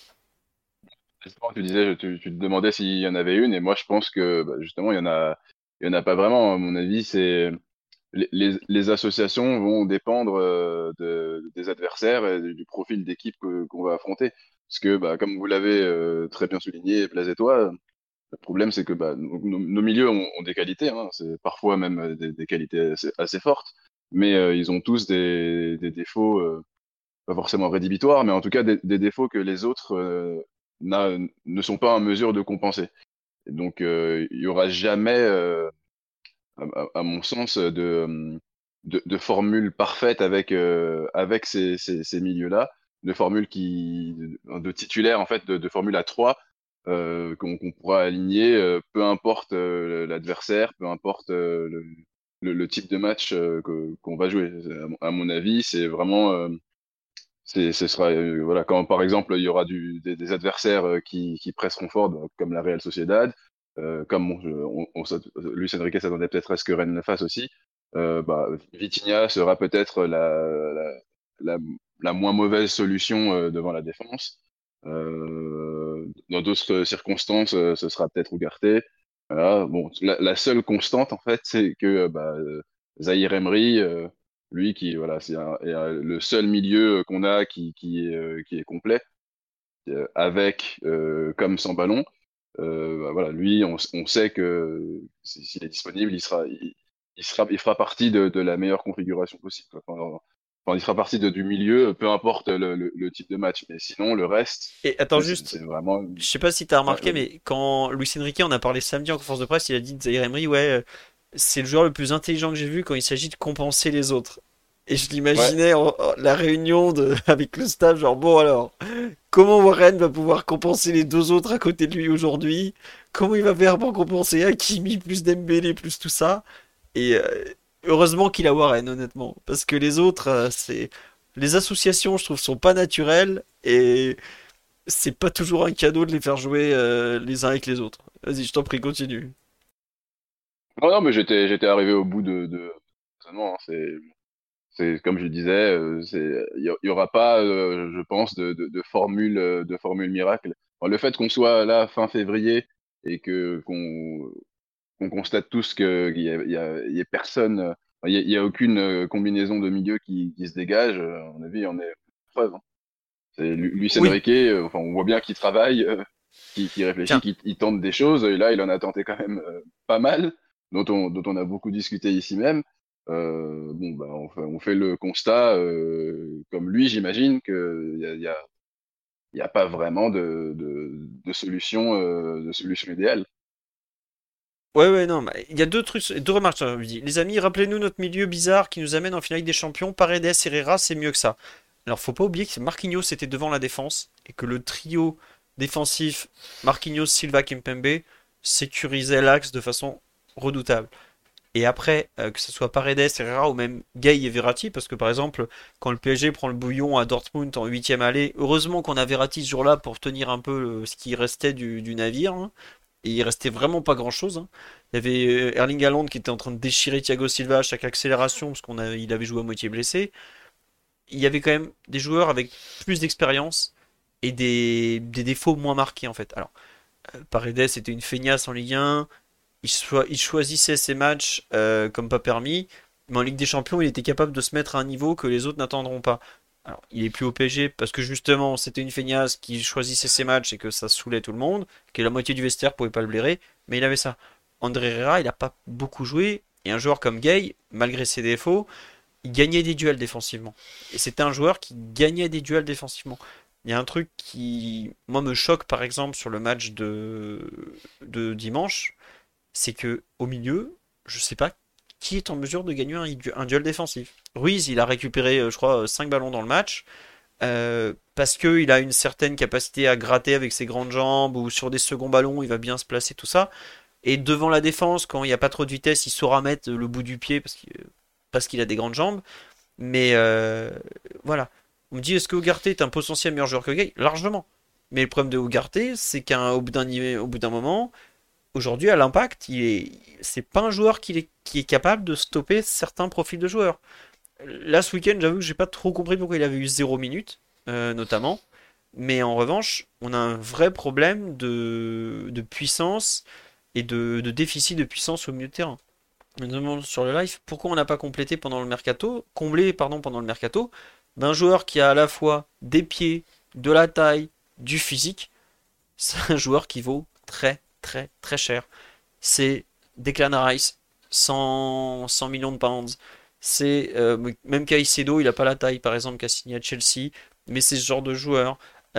Justement, tu disais, tu, tu te demandais s'il y en avait une, et moi je pense que bah, justement il y en a, il y en a pas vraiment. À mon avis, c'est les, les, les associations vont dépendre euh, de, des adversaires et du profil d'équipe que- qu'on va affronter. Parce que, bah, comme vous l'avez euh, très bien souligné, Blaise et toi, le problème c'est que bah, nos, nos- nos milieux ont, ont des qualités, hein, c'est parfois même euh, des, des qualités assez, assez fortes, mais euh, ils ont tous des, des défauts. Euh, pas forcément rédhibitoires, mais en tout cas des, des défauts que les autres euh, n'a- ne sont pas en mesure de compenser. Et donc, euh, il y aura jamais, euh, à, à- à mon sens, de, de, de formule parfaite avec, euh, avec ces, ces, ces milieux-là, de formules qui, de, de titulaires, en fait, de, de formules à trois, euh, qu'on qu'on pourra aligner, euh, peu importe euh, l'adversaire, peu importe euh, le, le, le type de match euh, que- qu'on va jouer. À mon à mon avis, c'est vraiment euh, c'est, ce sera, euh, voilà, quand par exemple il y aura du, des, des adversaires euh, qui, qui presseront fort, donc, comme la Real Sociedad, euh, comme bon, je- on, on, s'att- Luis Enrique s'attendait peut-être à ce que Rennes le fasse aussi, euh, bah, Vitinha sera peut-être la, la, la, la moins mauvaise solution euh, devant la défense. Euh, dans d'autres circonstances, euh, ce sera peut-être Ugarte. Voilà. Bon, la, la seule constante en fait, c'est que euh, bah, euh, Zahir Emery, euh, lui qui voilà, c'est un- est un- le seul milieu qu'on a qui, qui est, euh, qui est complet, euh, avec euh, comme sans ballon. Euh, bah, voilà, lui, on, on sait que si- s'il est disponible, il sera, il, il sera, il fera partie de, de la meilleure configuration possible, quoi. Enfin, enfin, il fera partie de- du milieu, peu importe le, le- le type de match. Mais sinon, le reste, Et attends euh, c'est juste, c'est vraiment. je sais pas si t'as Ouais, remarqué, vas-y. mais quand Luis Enrique en a parlé samedi en conférence de presse, il a dit de Zaire Emery, ouais, euh, c'est le joueur le plus intelligent que j'ai vu quand il s'agit de compenser les autres. Et je Ouais, l'imaginais en- en- la réunion de, avec le staff, genre bon alors, comment Warren va pouvoir compenser les deux autres à côté de lui aujourd'hui? Comment il va faire pour compenser Hakimi plus Dembélé plus tout ça? Et euh, heureusement qu'il a Warren, honnêtement, parce que les autres, euh, c'est les associations, je trouve, sont pas naturelles et c'est pas toujours un cadeau de les faire jouer euh, les uns avec les autres. Vas-y, je t'en prie, continue. non, non, mais j'étais, j'étais arrivé au bout de, de... raisonnement, hein, c'est C'est comme je disais, euh, c'est il y, a- il y aura pas, euh, je pense, de, de, de formule euh, de formule miracle. Enfin, le fait qu'on soit là fin février et que qu'on qu'on constate tous que qu'il y a, il y a, il y a personne, euh, il y a, il y a aucune euh, combinaison de milieu qui, qui se dégage. euh, À mon avis, on est preuve. Hein. C'est Lu- Luis Oui, Enrique, euh, enfin, on voit bien qu'il travaille, euh, qu'il qu'il réfléchit, tiens. qu'il il tente des choses. Et là, il en a tenté quand même euh, pas mal, dont on, dont on a beaucoup discuté ici même. Euh, bon, bah, on fait, on fait le constat, euh, comme lui, j'imagine, qu'il y a, il y a, il y a pas vraiment de, de, de solution, euh, de solution idéale. Ouais, ouais, non, mais il y a deux trucs, deux remarques. Je me dis, les amis, rappelez-nous notre milieu bizarre qui nous amène en finale des champions. Paredes, Herrera, c'est mieux que ça. Alors, faut pas oublier que Marquinhos était devant la défense et que le trio défensif Marquinhos, Silva, Kimpembe sécurisait l'axe de façon redoutable. Et après, euh, que ce soit Paredes, Herrera ou même Gay et Verratti, parce que par exemple, quand le P S G prend le bouillon à Dortmund en huitième allée, heureusement qu'on a Verratti ce jour-là pour tenir un peu euh, ce qui restait du, du navire, hein. Et il restait vraiment pas grand-chose, hein. Il y avait euh, Erling Haaland qui était en train de déchirer Thiago Silva à chaque accélération, parce qu'on a, il avait joué à moitié blessé. Il y avait quand même des joueurs avec plus d'expérience et des, des défauts moins marqués en fait. Alors, euh, Paredes était une feignasse en Ligue un, il, choi- il choisissait ses matchs euh, comme pas permis, mais en Ligue des Champions, il était capable de se mettre à un niveau que les autres n'atteindront pas. Alors, il est plus au P S G parce que justement, c'était une feignasse qui choisissait ses matchs et que ça saoulait tout le monde, que la moitié du vestiaire pouvait pas le blairer, mais il avait ça. André Herrera, il a pas beaucoup joué, et un joueur comme Gay, malgré ses défauts, il gagnait des duels défensivement. Et c'était un joueur qui gagnait des duels défensivement. Il y a un truc qui, moi, me choque par exemple sur le match de, de dimanche, c'est que au milieu, je sais pas qui est en mesure de gagner un, un duel défensif. Ruiz, il a récupéré, euh, je crois, cinq ballons dans le match. euh, parce qu'il a une certaine capacité à gratter avec ses grandes jambes ou sur des seconds ballons, il va bien se placer, tout ça. Et devant la défense, quand il n'y a pas trop de vitesse, il saura mettre le bout du pied parce qu'il parce qu'il a des grandes jambes. Mais euh, voilà. On me dit, est-ce que Ugarte est un potentiel meilleur joueur que Gay? Largement. Mais le problème de Ugarte, c'est qu'au bout d'un au bout d'un moment, aujourd'hui, à l'impact, il est, c'est pas un joueur qui est, qui est capable de stopper certains profils de joueurs. Là, ce week-end, j'avoue que j'ai pas trop compris pourquoi il avait eu zéro minute, euh, notamment. Mais en revanche, on a un vrai problème de, de puissance et de, de déficit de puissance au milieu de terrain. Je me demande sur le live pourquoi on n'a pas complété pendant le mercato, comblé pardon pendant le mercato, d'un joueur qui a à la fois des pieds, de la taille, du physique. C'est un joueur qui vaut très très très cher. C'est Declan Rice, cent, cent millions de pounds. C'est euh, même Caicedo, il a pas la taille par exemple qu'a signé à Chelsea, mais c'est ce genre de joueur.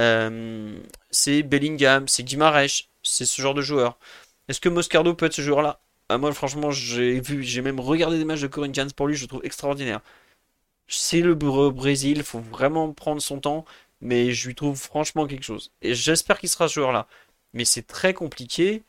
Euh, c'est Bellingham, c'est Guimarães, c'est ce genre de joueur. Est-ce que Moscardo peut être ce joueur-là? Ah, moi, franchement, j'ai vu, j'ai même regardé des matchs de Corinthians pour lui, je le trouve extraordinaire. C'est le Brésil, il faut vraiment prendre son temps, mais je lui trouve franchement quelque chose. Et j'espère qu'il sera ce joueur-là. Mais c'est très compliqué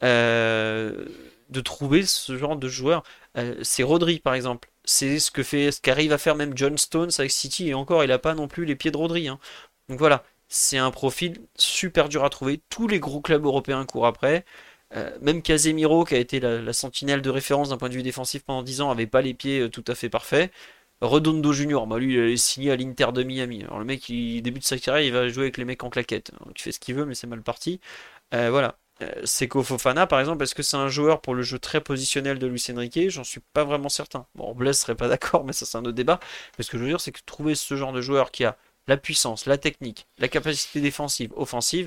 euh, de trouver ce genre de joueur. Euh, c'est Rodri, par exemple. C'est ce que fait, ce qu'arrive à faire même John Stones avec City, et encore, il n'a pas non plus les pieds de Rodri, hein. Donc voilà, c'est un profil super dur à trouver. Tous les gros clubs européens courent après. Euh, même Casemiro, qui a été la, la sentinelle de référence d'un point de vue défensif pendant dix ans, avait pas les pieds euh, tout à fait parfaits. Redondo Junior, bah lui, il est signé à l'Inter de Miami. Alors le mec, il débute sa carrière, il va jouer avec les mecs en claquette. Tu fais ce qu'il veut, mais c'est mal parti. Euh, voilà. Euh, Seko Fofana, par exemple, est-ce que c'est un joueur pour le jeu très positionnel de Luis Enrique? J'en suis pas vraiment certain. Bon, Blaise serait pas d'accord, mais ça c'est un autre débat. Mais ce que je veux dire, c'est que trouver ce genre de joueur qui a la puissance, la technique, la capacité défensive, offensive,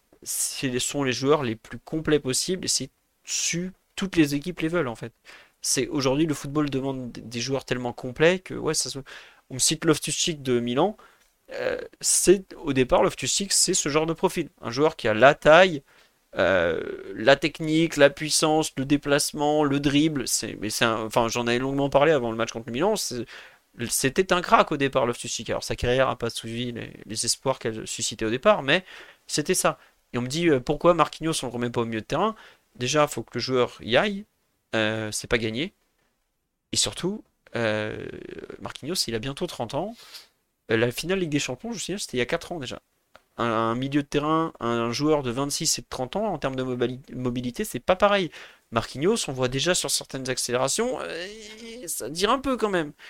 ce sont les joueurs les plus complets possibles et c'est su toutes les équipes les veulent en fait. C'est aujourd'hui le football demande des joueurs tellement complets que ouais ça se... On cite Loftus-Cheek de Milan, euh, c'est au départ Loftus-Cheek c'est ce genre de profil, un joueur qui a la taille, euh, la technique, la puissance, le déplacement, le dribble. C'est mais c'est un... enfin j'en avais longuement parlé avant le match contre le Milan. C'était un crack au départ Loftus-Cheek. Alors sa carrière n'a pas suivi les, les espoirs qu'elle suscitait au départ, mais c'était ça. Et on me dit euh, pourquoi Marquinhos on le remet pas au milieu de terrain. Déjà, il faut que le joueur y aille. Euh, c'est pas gagné. Et surtout, euh, Marquinhos, il a bientôt trente ans. Euh, la finale Ligue des Champions, je me souviens, c'était il y a quatre ans déjà. Un, un milieu de terrain, un, un joueur de vingt-six et de trente ans, en termes de mobili- mobilité, c'est pas pareil. Marquinhos, on voit déjà sur certaines accélérations, euh, ça tire un peu quand même.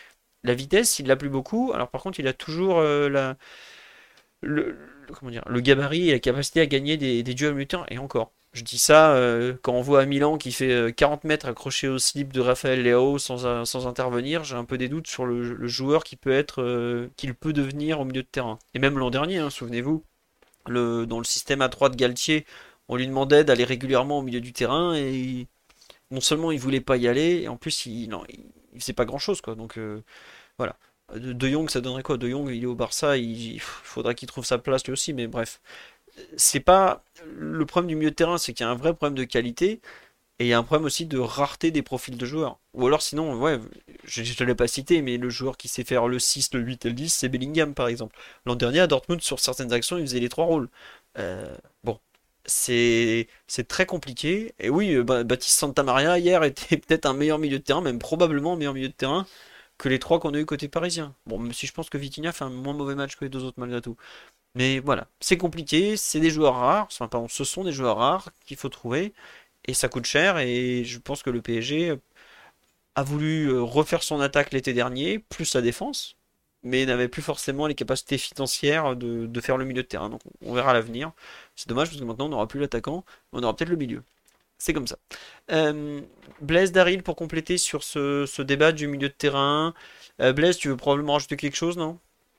La vitesse, il l'a plus beaucoup. Alors par contre, il a toujours euh, la, le, le- comment dire, le gabarit et la capacité à gagner des, des duels mutants. Et encore, je dis ça euh, quand on voit à Milan qui fait euh, quarante mètres accroché au slip de Raphaël Leao sans, euh, sans intervenir, j'ai un peu des doutes sur le, le joueur qui peut être, euh, qu'il peut devenir au milieu de terrain. Et même l'an dernier, hein, souvenez-vous, le, dans le système à trois de Galtier, on lui demandait d'aller régulièrement au milieu du terrain et il- non seulement il voulait pas y aller, et en plus il, non, il, il faisait pas grand-chose quoi. Donc euh, voilà. De, de Jong, ça donnerait quoi? De Jong, il est au Barça, il, il faudra qu'il trouve sa place lui aussi, mais bref. C'est pas le problème du milieu de terrain, c'est qu'il y a un vrai problème de qualité et il y a un problème aussi de rareté des profils de joueurs. Ou alors sinon, ouais, je ne te l'ai pas cité, mais le joueur qui sait faire le six, le huit et le dix, c'est Bellingham par exemple. L'an dernier à Dortmund, sur certaines actions, il faisait les trois rôles. Euh, bon, c'est c'est très compliqué. Et oui, euh, Ba- Baptiste Santamaria hier était peut-être un meilleur milieu de terrain, même probablement un meilleur milieu de terrain que les trois qu'on a eu côté parisien. Bon, même si je pense que Vitinha fait un moins mauvais match que les deux autres malgré tout. Mais voilà, c'est compliqué, c'est des joueurs rares, enfin pardon, ce sont des joueurs rares qu'il faut trouver, et ça coûte cher, et je pense que le P S G a voulu euh, refaire son attaque l'été dernier, plus sa défense, mais n'avait plus forcément les capacités financières de, de faire le milieu de terrain. Donc on verra à l'avenir. C'est dommage parce que maintenant on n'aura plus l'attaquant, mais on aura peut-être le milieu. C'est comme ça. Euh, Blaise Daril pour compléter sur ce, ce débat du milieu de terrain. Euh, Blaise, tu veux probablement rajouter quelque chose, non?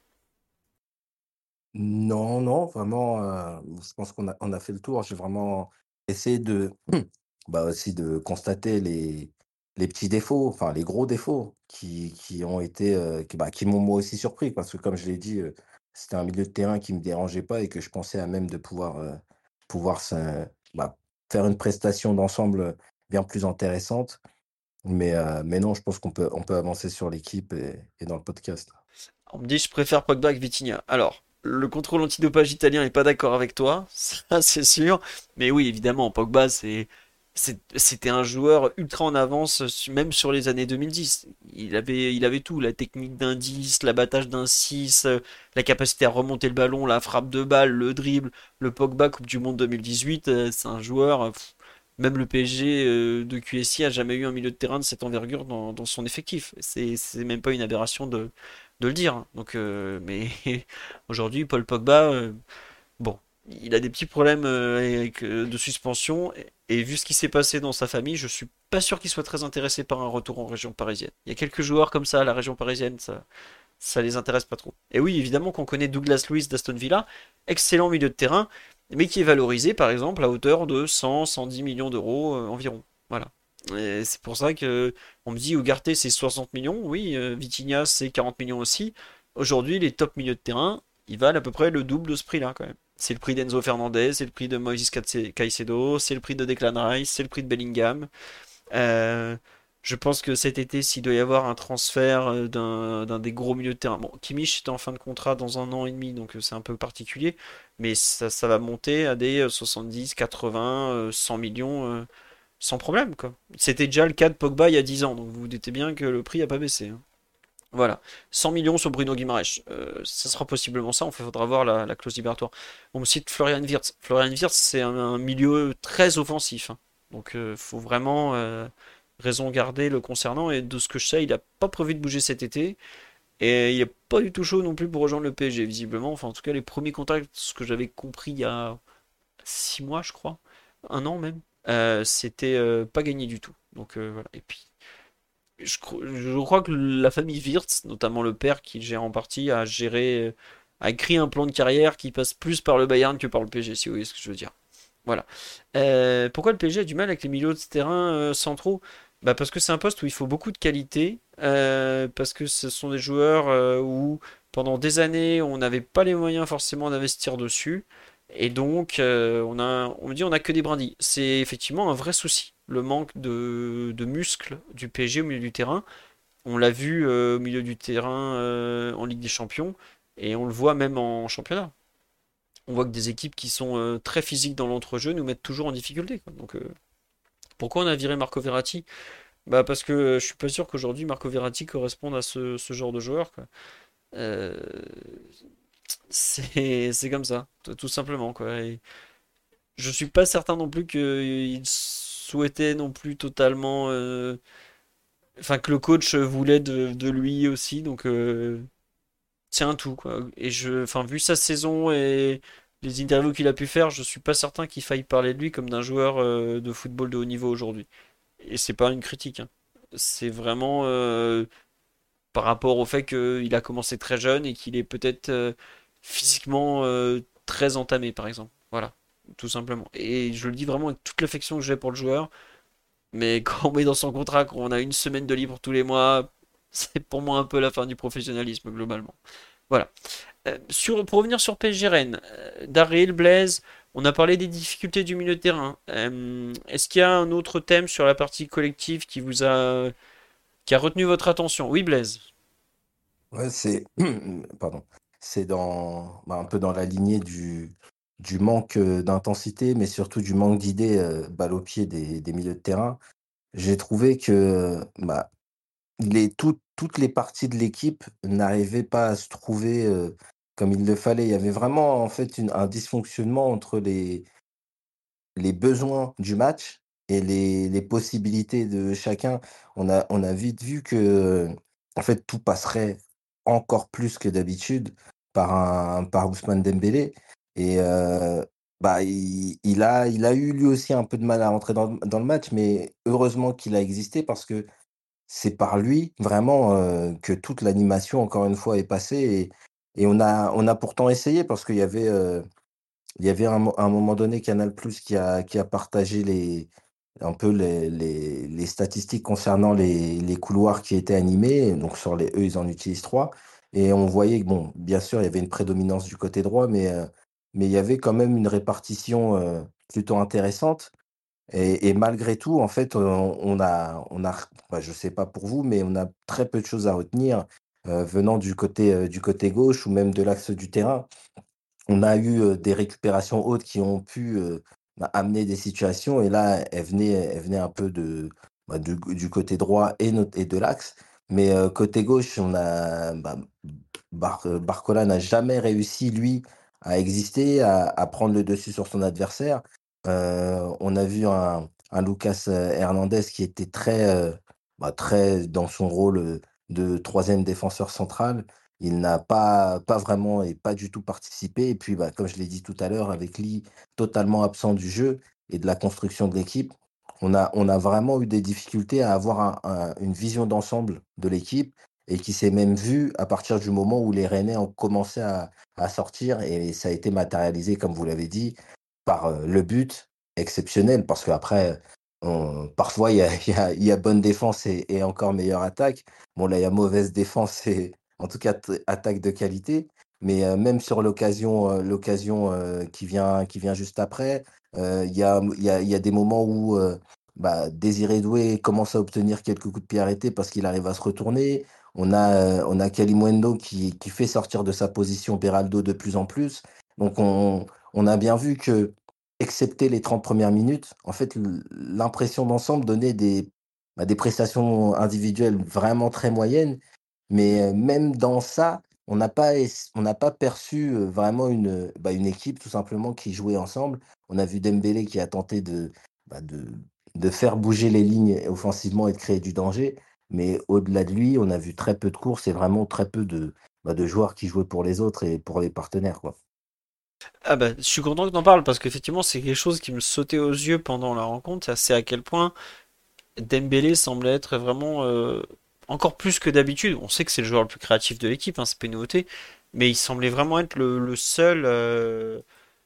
Non, non, vraiment, euh, je pense qu'on a, on a fait le tour. J'ai vraiment essayé de, bah aussi de constater les, les petits défauts, enfin les gros défauts qui, qui ont été, euh, qui, bah, qui m'ont moi aussi surpris parce que comme je l'ai dit, euh, c'était un milieu de terrain qui me dérangeait pas et que je pensais à même de pouvoir, euh, pouvoir se- bah, faire une prestation d'ensemble bien plus intéressante. Mais, euh, mais non, je pense qu'on peut, on peut avancer sur l'équipe et, et dans le podcast. On me dit je préfère Pogba que Vitinha. Alors, le contrôle antidopage italien n'est pas d'accord avec toi, ça c'est sûr. Mais oui, évidemment, Pogba c'est c'est- c'était un joueur ultra en avance, su- même sur les années deux mille dix. Il avait, il avait tout, la technique d'un dix, l'abattage d'un six, euh, la capacité à remonter le ballon, la frappe de balle, le dribble. Le Pogba Coupe du Monde deux mille dix-huit, euh, c'est un joueur, euh, pff, même le P S G euh, de Q S I a jamais eu un milieu de terrain de cette envergure dans, dans son effectif. C'est c'est même pas une aberration de, de le dire, hein. Donc, euh, mais aujourd'hui, Paul Pogba, euh, bon, il a des petits problèmes euh, avec, euh, de suspension. Et, et vu ce qui s'est passé dans sa famille, je suis pas sûr qu'il soit très intéressé par un retour en région parisienne. Il y a quelques joueurs comme ça à la région parisienne, ça, ça les intéresse pas trop. Et oui, évidemment qu'on connaît Douglas Luiz d'Aston Villa, excellent milieu de terrain, mais qui est valorisé par exemple à hauteur de cent, cent dix millions d'euros euh, environ. Voilà. Et c'est pour ça que on me dit Ugarte c'est soixante millions, oui, euh, Vitinha c'est quarante millions aussi. Aujourd'hui, les top milieux de terrain, ils valent à peu près le double de ce prix-là quand même. C'est le prix d'Enzo Fernandez, c'est le prix de Moises Caicedo, c'est le prix de Declan Rice, c'est le prix de Bellingham. Euh, je pense que cet été, s'il doit y avoir un transfert euh, d'un d'un des gros milieux de terrain, bon, Kimmich était en fin de contrat dans un an et demi, donc euh, c'est un peu particulier, mais ça, ça va monter à des euh, soixante-dix, quatre-vingts, euh, cent millions euh, sans problème, quoi. C'était déjà le cas de Pogba il y a dix ans, donc vous vous doutez bien que le prix n'a pas baissé, hein. Voilà. cent millions sur Bruno Guimaraes. Euh, ça sera possiblement ça. Il faudra voir la, la clause libératoire. On me cite Florian Wirtz. Florian Wirtz, c'est un, un milieu très offensif, hein. Donc, il euh, faut vraiment euh, raison garder le concernant. Et de ce que je sais, il n'a pas prévu de bouger cet été. Et il n'est pas du tout chaud non plus pour rejoindre le P S G, visiblement. Enfin, en tout cas, les premiers contacts, ce que j'avais compris il y a six mois, je crois, un an même, euh, c'était euh, pas gagné du tout. Donc, euh, voilà. Et puis, je, cro- je crois que la famille Wirtz, notamment le père qui le gère en partie, a géré, a écrit un plan de carrière qui passe plus par le Bayern que par le P S G, si vous voyez ce que je veux dire. Voilà. Euh, pourquoi le P S G a du mal avec les milieux de terrain euh, centraux? Bah parce que c'est un poste où il faut beaucoup de qualité, euh, parce que ce sont des joueurs euh, où pendant des années on n'avait pas les moyens forcément d'investir dessus, et donc euh, on a, on me dit on a que des brindilles. C'est effectivement un vrai souci, le manque de, de muscles du P S G au milieu du terrain. On l'a vu euh, au milieu du terrain euh, en Ligue des Champions, et on le voit même en championnat. On voit que des équipes qui sont euh, très physiques dans l'entrejeu nous mettent toujours en difficulté, quoi. Donc euh, pourquoi on a viré Marco Verratti? Bah parce que euh, je suis pas sûr qu'aujourd'hui Marco Verratti corresponde à ce, ce genre de joueur, quoi. Euh, c'est c'est comme ça, tout tout simplement, quoi. Et je suis pas certain non plus qu'il souhaitait non plus totalement euh, enfin que le coach voulait de, de lui aussi, donc euh, c'est un tout quoi. Et je, enfin vu sa saison et les interviews qu'il a pu faire, je suis pas certain qu'il faille parler de lui comme d'un joueur euh, de football de haut niveau aujourd'hui. Et c'est pas une critique, hein. C'est vraiment euh, par rapport au fait qu'il a commencé très jeune et qu'il est peut-être euh, physiquement euh, très entamé, par exemple. Voilà, tout simplement. Et je le dis vraiment avec toute l'affection que j'ai pour le joueur, mais quand on met dans son contrat qu'on a une semaine de libre tous les mois, c'est pour moi un peu la fin du professionnalisme globalement. Voilà. Euh, sur, pour revenir sur P S G Rennes, euh, Daryl, Blaise, on a parlé des difficultés du milieu de terrain. Euh, est-ce qu'il y a un autre thème sur la partie collective qui vous a, qui a retenu votre attention? Oui, Blaise. Ouais, c'est pardon, c'est dans bah, un peu dans la lignée du du manque euh, d'intensité, mais surtout du manque d'idées euh, balle au pied des, des milieux de terrain. J'ai trouvé que bah, les, tout- toutes les parties de l'équipe n'arrivaient pas à se trouver euh, comme il le fallait. Il y avait vraiment en fait une- un dysfonctionnement entre les, les besoins du match et les, les possibilités de chacun. On a, on a vite vu que en fait tout passerait encore plus que d'habitude par un par Ousmane Dembélé. Et euh, bah, il, il a, il a eu lui aussi un peu de mal à rentrer dans, le- dans le match, mais heureusement qu'il a existé parce que c'est par lui vraiment euh, que toute l'animation, encore une fois, est passée. Et, et on a, on a pourtant essayé parce qu'il y avait, euh, il y avait un, mo- un moment donné Canal Plus qui a, qui a partagé les, un peu les, les, les statistiques concernant les, les couloirs qui étaient animés. Donc sur les eux, ils en utilisent trois. Et on voyait que, bon, bien sûr, il y avait une prédominance du côté droit, mais, euh, mais il y avait quand même une répartition euh, plutôt intéressante. Et, et malgré tout, en fait, on, on a, on a, bah, je sais pas pour vous, mais on a très peu de choses à retenir euh, venant du côté, euh, du côté gauche ou même de l'axe du terrain. On a eu, heu, des récupérations hautes qui ont pu, heu, bah, amener des situations et là, elles venaient elles venaient un peu de, bah, du du côté droit et not et de l'axe. Mais, heu, côté gauche, on a, bah, Bar heu, Barcola n'a jamais réussi, lui, à exister, à à prendre le dessus sur son adversaire. Heu, on a vu un un Lucas, heu, Hernandez qui était très, heu, bah, très dans son rôle, heu, de troisième défenseur central. Il n'a pas pas vraiment et pas du tout participé et puis, bah, comme je l'ai dit tout à l'heure, avec Ly totalement absent du jeu et de la construction de l'équipe, on a on a vraiment eu des difficultés à avoir un un une vision d'ensemble de l'équipe et qui s'est même vu à partir du moment où les Rennais ont commencé à à sortir et ça a été matérialisé, comme vous l'avez dit, par, heu, le but exceptionnel parce qu'après, on parfois il y a il y a il y a bonne défense et et encore meilleure attaque. Bon là, il y a mauvaise défense et en tout cas t attaque de qualité, mais heu, même sur l'occasion, heu, l'occasion, heu, qui vient qui vient juste après, heu, il y a il y a il y a des moments où, heu, bah, Désiré Doué commence à obtenir quelques coups de pied arrêtés parce qu'il arrive à se retourner. On a, heu, on a Kalimuendo qui qui fait sortir de sa position Beraldo de plus en plus. Donc on on a bien vu que, excepté les trente premières minutes, en fait, l l'impression d'ensemble donnait des, bah, des prestations individuelles vraiment très moyennes. Mais, heu, même dans ça, on n'a pas ess on n'a pas perçu, heu, vraiment une, heu, bah, une équipe tout simplement qui jouait ensemble. On a vu Dembélé qui a tenté de, bah, de de faire bouger les lignes offensivement et de créer du danger. Mais au-delà de lui, on a vu très peu de courses et vraiment très peu de, bah, de joueurs qui jouaient pour les autres et pour les partenaires, quoi. Ah bah, je suis content que tu en parles parce qu'effectivement, c'est quelque chose qui me sautait aux yeux pendant la rencontre. C'est à quel point Dembélé semble être vraiment euh, encore plus que d'habitude. On sait que c'est le joueur le plus créatif de l'équipe, hein, c'est pas une nouveauté, mais il semblait vraiment être le, le seul euh,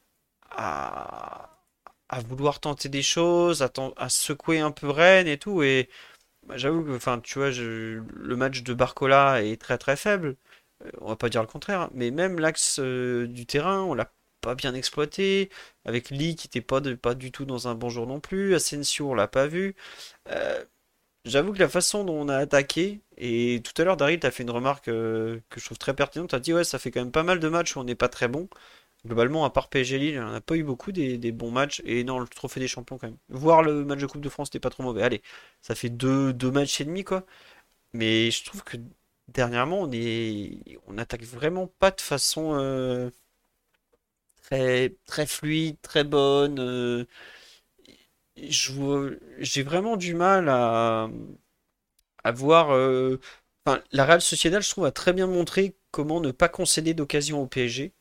à, à vouloir tenter des choses, à, ten- à secouer un peu Rennes et tout. Et bah, j'avoue que, enfin, tu vois, je- le match de Barcola est très très faible. Euh, on va pas dire le contraire, hein, mais même l'axe euh, du terrain, on l'a pas bien exploité. Avec Lee qui était pas, de- pas du tout dans un bon jour non plus. Asensio, on l'a pas vu. Euh, J'avoue que la façon dont on a attaqué, et tout à l'heure, Daryl, t'as fait une remarque euh, que je trouve très pertinente. T'as dit, ouais, ça fait quand même pas mal de matchs où on n'est pas très bon. Globalement, à part P S G Lille, on n'a pas eu beaucoup des, des bons matchs. Et non, le trophée des champions quand même. Voir le match de Coupe de France, c'était pas trop mauvais. Allez, ça fait deux, deux matchs et demi, quoi. Mais je trouve que dernièrement, on est, on attaque vraiment pas de façon euh, très, très fluide, très bonne. euh, je vois- j'ai vraiment du mal à avoir. euh, Enfin, la Real Sociedad, je trouve, a très bien montré comment ne pas concéder d'occasion au P S G.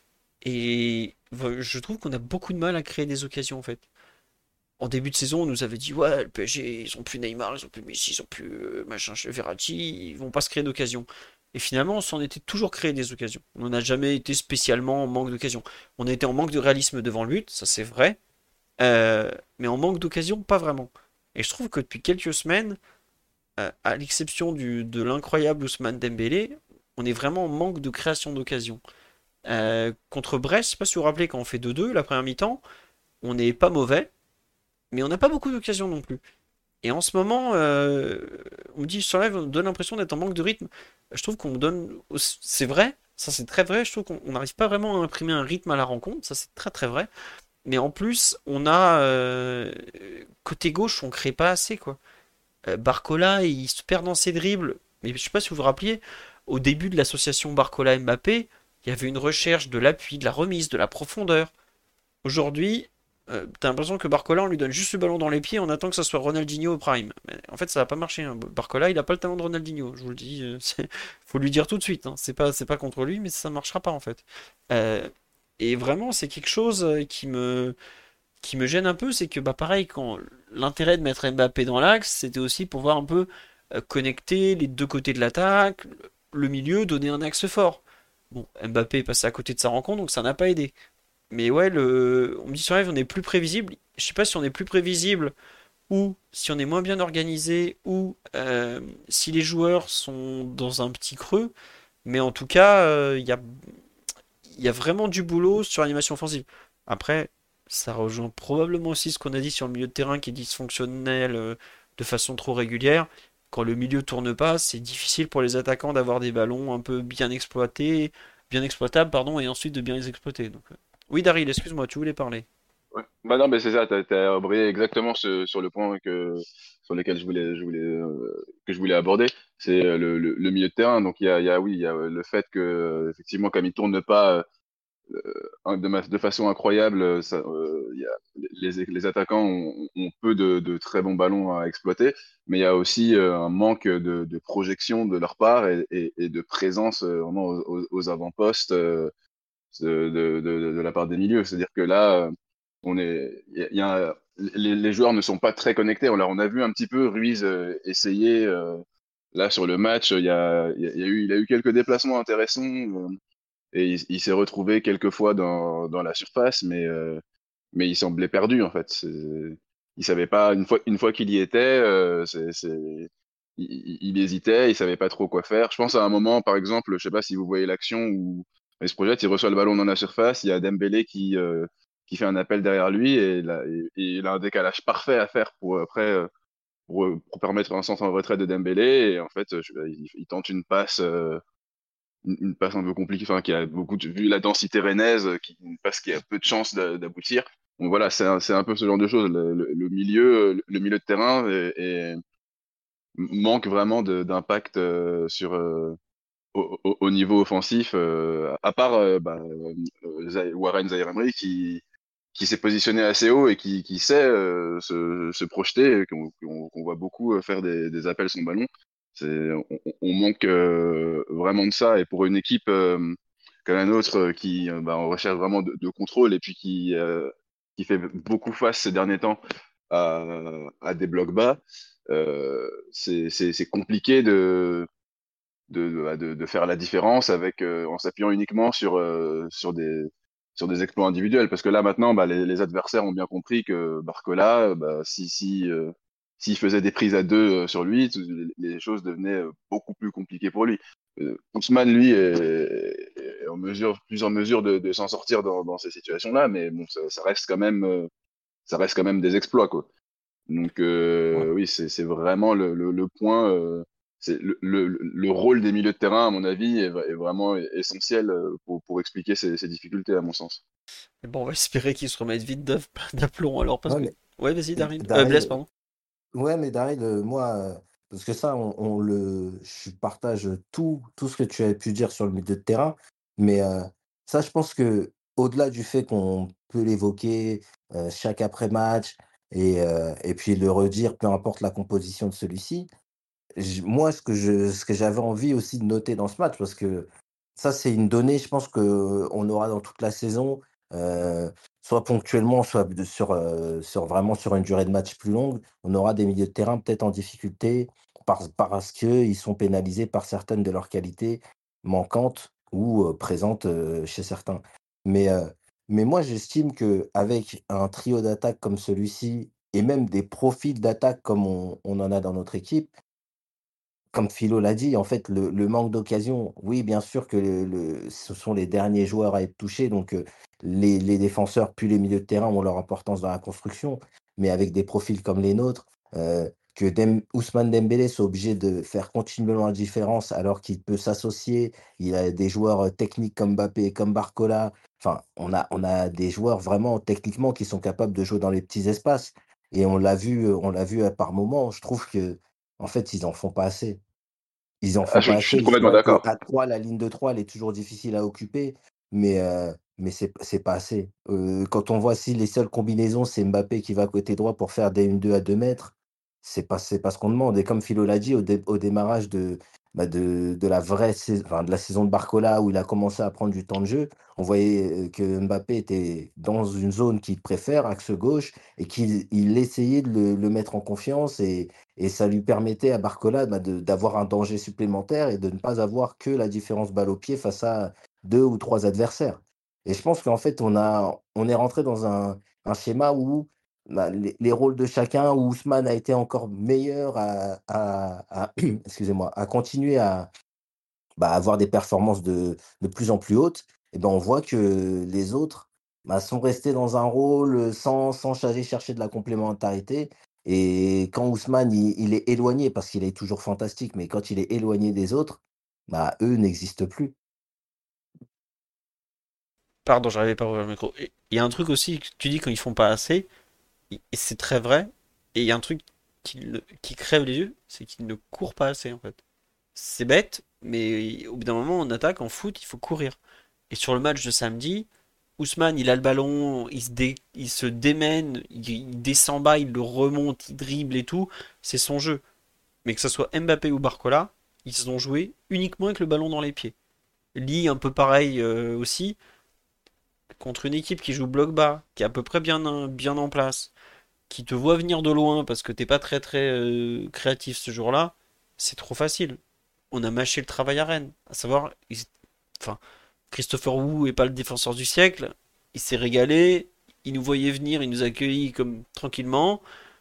Et voilà, je trouve qu'on a beaucoup de mal à créer des occasions en fait. En début de saison, on nous avait dit ouais, le P S G, ils ont plus Neymar, ils ont plus Messi, ils ont plus euh, machin, Verratti, ils vont pas se créer d'occasions. Et finalement, on s'en était toujours créé des occasions. On n'a jamais été spécialement en manque d'occasions. On a été en manque de réalisme devant le but, ça c'est vrai. Euh, mais en manque d'occasion, pas vraiment. Et je trouve que depuis quelques semaines, euh, à l'exception du, de l'incroyable Ousmane Dembélé, on est vraiment en manque de création d'occasion. Euh, contre Brest, je sais pas si vous vous rappelez, quand on fait deux deux la première mi-temps, on n'est pas mauvais, mais on n'a pas beaucoup d'occasions non plus. Et en ce moment, euh, on me dit sur live, on donne l'impression d'être en manque de rythme. Je trouve qu'on donne. C'est vrai, ça c'est très vrai. Je trouve qu'on n'arrive pas vraiment à imprimer un rythme à la rencontre, ça c'est très très vrai. Mais en plus, on a. euh, côté gauche, on crée pas assez quoi. Euh, Barcola, il se perd dans ses dribbles. Mais je sais pas si vous vous rappeliez, au début de l'association Barcola-Mbappé, il y avait une recherche de l'appui, de la remise, de la profondeur. Aujourd'hui, euh, t'as l'impression que Barcola, on lui donne juste le ballon dans les pieds, on attend que ça soit Ronaldinho au prime. Mais en fait, ça va pas marcher, hein. Barcola, il a pas le talent de Ronaldinho, je vous le dis. euh, c'est- faut lui dire tout de suite, hein. C'est pas, c'est pas contre lui, mais ça marchera pas en fait. Euh, et vraiment, c'est quelque chose euh, qui me, qui me gêne un peu, c'est que bah pareil, quand l'intérêt de mettre Mbappé dans l'axe, c'était aussi pour voir un peu euh, connecter les deux côtés de l'attaque, le milieu, donner un axe fort. Bon, Mbappé est passé à côté de sa rencontre, donc ça n'a pas aidé. Mais ouais, le... on me dit sur live, on est plus prévisible. Je sais pas si on est plus prévisible ou si on est moins bien organisé ou euh, si les joueurs sont dans un petit creux. Mais en tout cas, euh, il y a, il y a vraiment du boulot sur l'animation offensive. Après, ça rejoint probablement aussi ce qu'on a dit sur le milieu de terrain qui est dysfonctionnel euh, de façon trop régulière. Quand le milieu tourne pas, c'est difficile pour les attaquants d'avoir des ballons un peu bien exploités, bien exploitables, pardon, et ensuite de bien les exploiter. Donc, euh, oui, Daryl, excuse-moi, tu voulais parler. Ouais. Bah non, mais c'est ça, t'as, t'as brillé exactement ce- sur le point que, sur lequel je voulais, je voulais, euh, que je voulais aborder. C'est euh, le, le, le milieu de terrain. Donc il y a, il y a, oui, il y a euh, le fait que, euh, effectivement, comme il tourne pas euh, de, ma- de façon incroyable, euh, ça, euh, il y a, les, les attaquants ont, ont peu de, de très bons ballons à exploiter, mais il y a aussi euh, un manque de, de projection de leur part et, et, et de présence euh, vraiment aux, aux- aux avant-postes. euh, de, de, de, de la part des milieux. C'est-à-dire que là, euh, on est, il y a, il y a- les, les joueurs ne sont pas très connectés. On, l'a- on a vu un petit peu Ruiz euh, essayer euh, là sur le match. Il y a, il y a, il y a eu, il a eu quelques déplacements intéressants euh, et il, il s'est retrouvé quelques fois dans, dans la surface, mais euh, mais il semblait perdu en fait. C'est- Il savait pas une fois une fois qu'il y était, euh, c'est, c'est- il, il- il hésitait, il savait pas trop quoi faire. Je pense à un moment, par exemple, je sais pas si vous voyez l'action où il se projette, il reçoit le ballon dans la surface, il y a Dembélé qui euh, qui fait un appel derrière lui et, là, et, et il a un décalage parfait à faire pour après euh, pour, pour permettre un centre en retrait de Dembélé et en fait je- il, il tente une passe. euh, une une passe un peu compliquée, enfin, qui a beaucoup de, vu la densité rennaise, euh, qui, une passe qui a peu de chances d'a- d'aboutir. Donc voilà, c'est un, c'est un peu ce genre de choses. Le, le- le milieu, euh, le milieu de terrain est- est- manque vraiment de- d'impact euh, sur euh, au, au- au niveau offensif, euh, à part euh, bah, euh, Zay- Warren Zaïre-Emery qui qui s'est positionné assez haut et qui, qui sait euh, se, se projeter, et qu'on qu'on- qu'on voit beaucoup euh, faire des, des appels sans ballon. C'est, on, on manque euh, vraiment de ça. Et pour une équipe euh, comme la nôtre euh, qui euh, bah, on recherche vraiment de, de contrôle et puis qui, euh, qui fait beaucoup face ces derniers temps à, à des blocs bas, euh, c'est c'est- c'est compliqué de, de, de, bah, de- de faire la différence avec euh, en s'appuyant uniquement sur euh, sur des sur des exploits individuels parce que là maintenant bah, les, les adversaires ont bien compris que Barcola euh, bah, si si euh, s'il faisait des prises à deux euh, sur lui tout- les, les choses devenaient euh, beaucoup plus compliquées pour lui. euh, Ousmane lui est, est en mesure plus en mesure de, de s'en sortir dans, dans ces situations-là mais bon ça, ça reste quand même euh, ça reste quand même des exploits quoi. Donc Ouais. euh, oui, c'est c'est vraiment le, le, le point. Euh, c'est le, le, le rôle des milieux de terrain, à mon avis, est, est vraiment essentiel euh, pour, pour expliquer ces, ces difficultés, à mon sens. Mais bon, on va espérer qu'ils se remettent vite d'av- d'aplomb alors parce Ouais, que. mais Ouais, vas-y, D- Daryl. Euh, Blaise, Daryl, pardon. ouais, mais Daryl, euh, moi, euh, parce que ça, on, on le, je partage tout, tout ce que tu as pu dire sur le milieu de terrain, mais euh, ça, je pense que au-delà du fait qu'on peut l'évoquer euh, chaque après-match et, euh, et puis le redire, peu importe la composition de celui-ci, j- moi, ce que je, ce que j'avais envie aussi de noter dans ce match, parce que ça, c'est une donnée, je pense que on aura dans toute la saison, euh, soit ponctuellement, soit de- sur, euh, sur vraiment sur une durée de match plus longue, on aura des milieux de terrain peut-être en difficulté parce, parce qu'ils sont pénalisés par certaines de leurs qualités manquantes ou euh, présentes euh, chez certains. Mais, euh, mais moi, j'estime que avec un trio d'attaque comme celui-ci, et même des profils d'attaque comme on, on en a dans notre équipe, comme Philo l'a dit, en fait, le le manque d'occasion, oui, bien sûr que le le ce sont les derniers joueurs à être touchés, donc heu, les les défenseurs puis les milieux de terrain ont leur importance dans la construction. Mais avec des profils comme les nôtres, heu, que Dem Ousmane Dembélé soit obligé de faire continuellement la différence alors qu'il peut s'associer. Il a des joueurs, heu, techniques comme Mbappé et comme Barcola. Enfin, on a on a des joueurs vraiment techniquement qui sont capables de jouer dans les petits espaces et on l'a vu, heu, on l'a vu, heu, par moments. Je trouve que en fait, ils en font pas assez. Ils en Ah, font je, pas je suis assez. C'est complètement vrai d'accord. qu'à trois, la ligne de trois, elle est toujours difficile à occuper, mais heu, mais c'est c'est pas assez. Heu, quand on voit si les seules combinaisons, c'est Mbappé qui va côté droit pour faire des un deux à deux mètres, c'est pas c'est pas ce qu'on demande et comme Philo l'a dit au dé au démarrage de, bah, de de la vraie sais enfin, de la saison de Barcola où il a commencé à prendre du temps de jeu, on voyait, heu, que Mbappé était dans une zone qu'il préfère, axe gauche et qu'il il essayait de le le mettre en confiance et et ça lui permettait à Barcola, bah, de d'avoir un danger supplémentaire et de ne pas avoir que la différence balle au pied face à deux ou trois adversaires. Et je pense qu'en fait, on a on est rentré dans un un schéma où, bah, les les rôles de chacun, où Ousmane a été encore meilleur à à à excusez-moi, à continuer à, bah, avoir des performances de de plus en plus hautes et ben, on voit que les autres, bah, sont restés dans un rôle, heu, sans sans aller chercher de la complémentarité et quand Ousmane, il il est éloigné parce qu'il est toujours fantastique, mais quand il est éloigné des autres, bah, eux n'existent plus. Pardon, j'arrivais pas à ouvrir le micro. Et il y a un truc aussi que tu dis quand ils font pas assez, et c'est très vrai. Et il y a un truc qui, le- qui crève les yeux, c'est qu'ils ne courent pas assez en fait. C'est bête, mais au bout d'un moment en attaque, en foot, il faut courir. Et sur le match de samedi, Ousmane, il a le ballon, il se, dé- il se démène, il, il descend bas, il le remonte, il dribble et tout. C'est son jeu. Mais que ce soit Mbappé ou Barcola, ils ont joué uniquement avec le ballon dans les pieds. Lee, un peu pareil euh, aussi, contre une équipe qui joue bloc bas, qui est à peu près bien, bien en place, qui te voit venir de loin parce que t'es pas très très euh, créatif ce jour-là, c'est trop facile. On a mâché le travail à Rennes. À savoir, ils- enfin, Christopher Wu est pas le défenseur du siècle. Il s'est régalé. Il nous voyait venir, il nous accueillit comme tranquillement.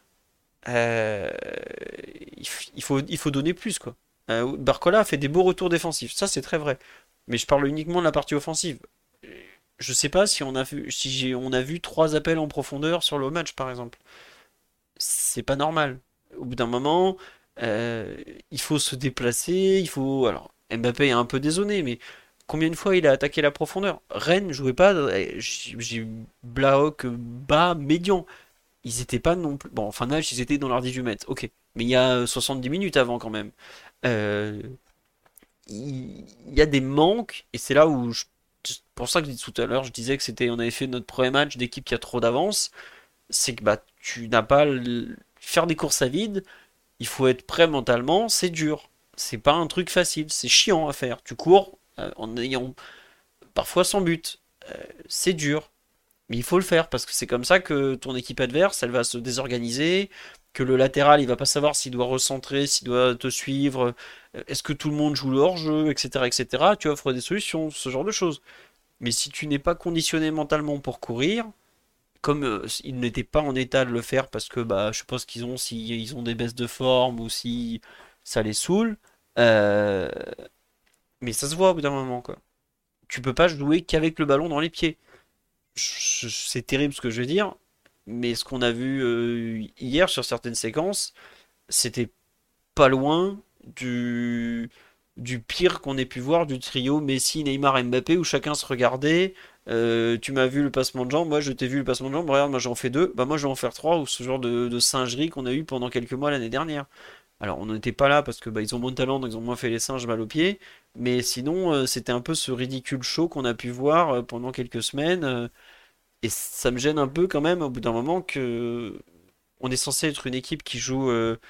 Euh, il, il faut, il faut donner plus quoi. Euh, Barcola a fait des beaux retours défensifs, ça c'est très vrai. Mais je parle uniquement de la partie offensive. Je sais pas si on a vu, si j'ai, on a vu trois appels en profondeur sur le match par exemple. C'est pas normal. Au bout d'un moment, euh, il faut se déplacer, il faut. Alors, Mbappé est un peu dézonné, mais combien de fois il a attaqué la profondeur? Rennes jouait pas. euh, J'ai j'ai Blaok bas, médian. Ils étaient pas non plus. Bon, en fin de match, ils étaient dans leurs dix-huit mètres, ok. Mais il y a soixante-dix minutes avant quand même. Euh, il il y a des manques, et c'est là où. je- c'est pour ça que tout à l'heure, je disais que c'était, on avait fait notre premier match d'équipe qui a trop d'avance. C'est que bah, tu n'as pas. le- Faire des courses à vide, il faut être prêt mentalement, c'est dur. C'est pas un truc facile, c'est chiant à faire. Tu cours euh, en ayant parfois sans but. Euh, c'est dur. Mais il faut le faire parce que c'est comme ça que ton équipe adverse, elle va se désorganiser, que le latéral, il va pas savoir s'il doit recentrer, s'il doit te suivre, euh, est-ce que tout le monde joue leur jeu, et cetera, et cetera. Tu offres des solutions, ce genre de choses. Mais si tu n'es pas conditionné mentalement pour courir, comme euh, ils n'étaient pas en état de le faire parce que bah je suppose qu'ils ont si ils ont des baisses de forme ou si ça les saoule, euh, mais ça se voit au bout d'un moment quoi. Tu peux pas jouer qu'avec le ballon dans les pieds. Je- je- C'est terrible ce que je veux dire, mais ce qu'on a vu euh, hier sur certaines séquences, c'était pas loin du, du pire qu'on ait pu voir du trio Messi, Neymar, Mbappé où chacun se regardait. Euh, tu m'as vu le passement de jambes, moi je t'ai vu le passement de jambes, regarde, moi j'en fais deux, bah moi je vais en faire trois, ou ce genre de, de singerie qu'on a eu pendant quelques mois l'année dernière. Alors on n'était pas là parce que bah, ils ont moins de talent, donc ils ont moins fait les singes mal aux pieds, mais sinon euh, c'était un peu ce ridicule show qu'on a pu voir euh, pendant quelques semaines, euh, et ça me gêne un peu quand même au bout d'un moment que on est censé être une équipe qui joue euh,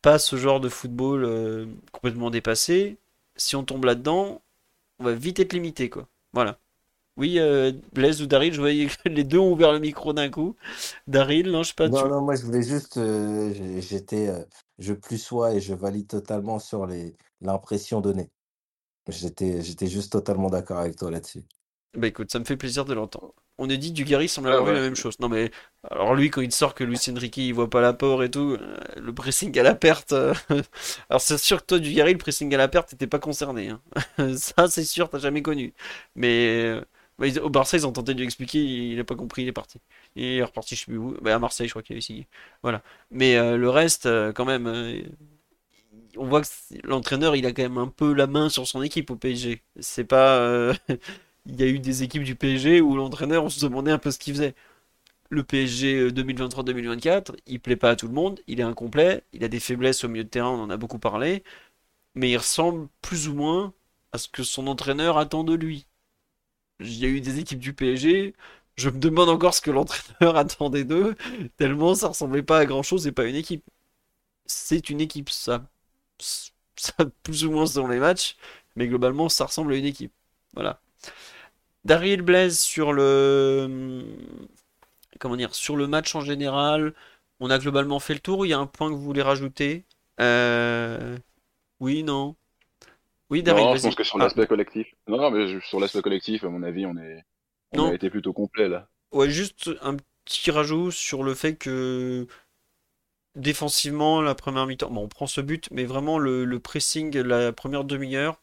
pas ce genre de football euh, complètement dépassé. Si on tombe là-dedans, on va vite être limité, quoi. Voilà. Oui, euh, Blaise ou Daryl, je voyais que les deux ont ouvert le micro d'un coup. Daryl, non, je sais pas, Non, tu... non, moi je voulais juste, euh, j'ai- j'étais, euh, je plus sois et je valide totalement sur les l'impression donnée. J'étais, j'étais juste totalement d'accord avec toi là-dessus. Bah écoute, ça me fait plaisir de l'entendre. On a dit Dugarry semble Ouais, avoir vu ouais. la même chose. Non mais alors lui quand il sort que Luis Enrique il voit pas l'apport et tout, euh, le pressing à la perte. euh, Alors c'est sûr que toi Dugarry le pressing à la perte t'étais pas concerné. Hein. Ça c'est sûr t'as jamais connu. Mais euh, bah, ils- au Barça ils ont tenté de lui expliquer, il a pas compris, il est parti. Il est reparti je sais plus où. Bah, à Marseille je crois qu'il avait signé. Voilà. Mais euh, le reste euh, quand même, euh, on voit que c'est- l'entraîneur il a quand même un peu la main sur son équipe au P S G. C'est pas euh, il y a eu des équipes du P S G où l'entraîneur, on se demandait un peu ce qu'il faisait. Le P S G deux mille vingt-trois deux mille vingt-quatre, il plaît pas à tout le monde, il est incomplet, il a des faiblesses au milieu de terrain, on en a beaucoup parlé, mais il ressemble plus ou moins à ce que son entraîneur attend de lui. Il y a eu des équipes du P S G, je me demande encore ce que l'entraîneur attendait d'eux, tellement ça ressemblait pas à grand chose et pas à une équipe. C'est une équipe, ça. Ça, plus ou moins selon les matchs, mais globalement, ça ressemble à une équipe. Voilà. Daryl Blaise sur le comment dire sur le match en général, on a globalement fait le tour. Ou il y a un point que vous voulez rajouter? Euh, Oui, non. Oui, Daryl, Non, je pense vas-y. que sur Ah, l'aspect collectif. Non, non, mais je- sur l'aspect collectif, à mon avis, on est, on a non. été plutôt complet là. Ouais, juste un petit rajout sur le fait que défensivement, la première mi-temps, bon, on prend ce but, mais vraiment le, le pressing, la première demi-heure,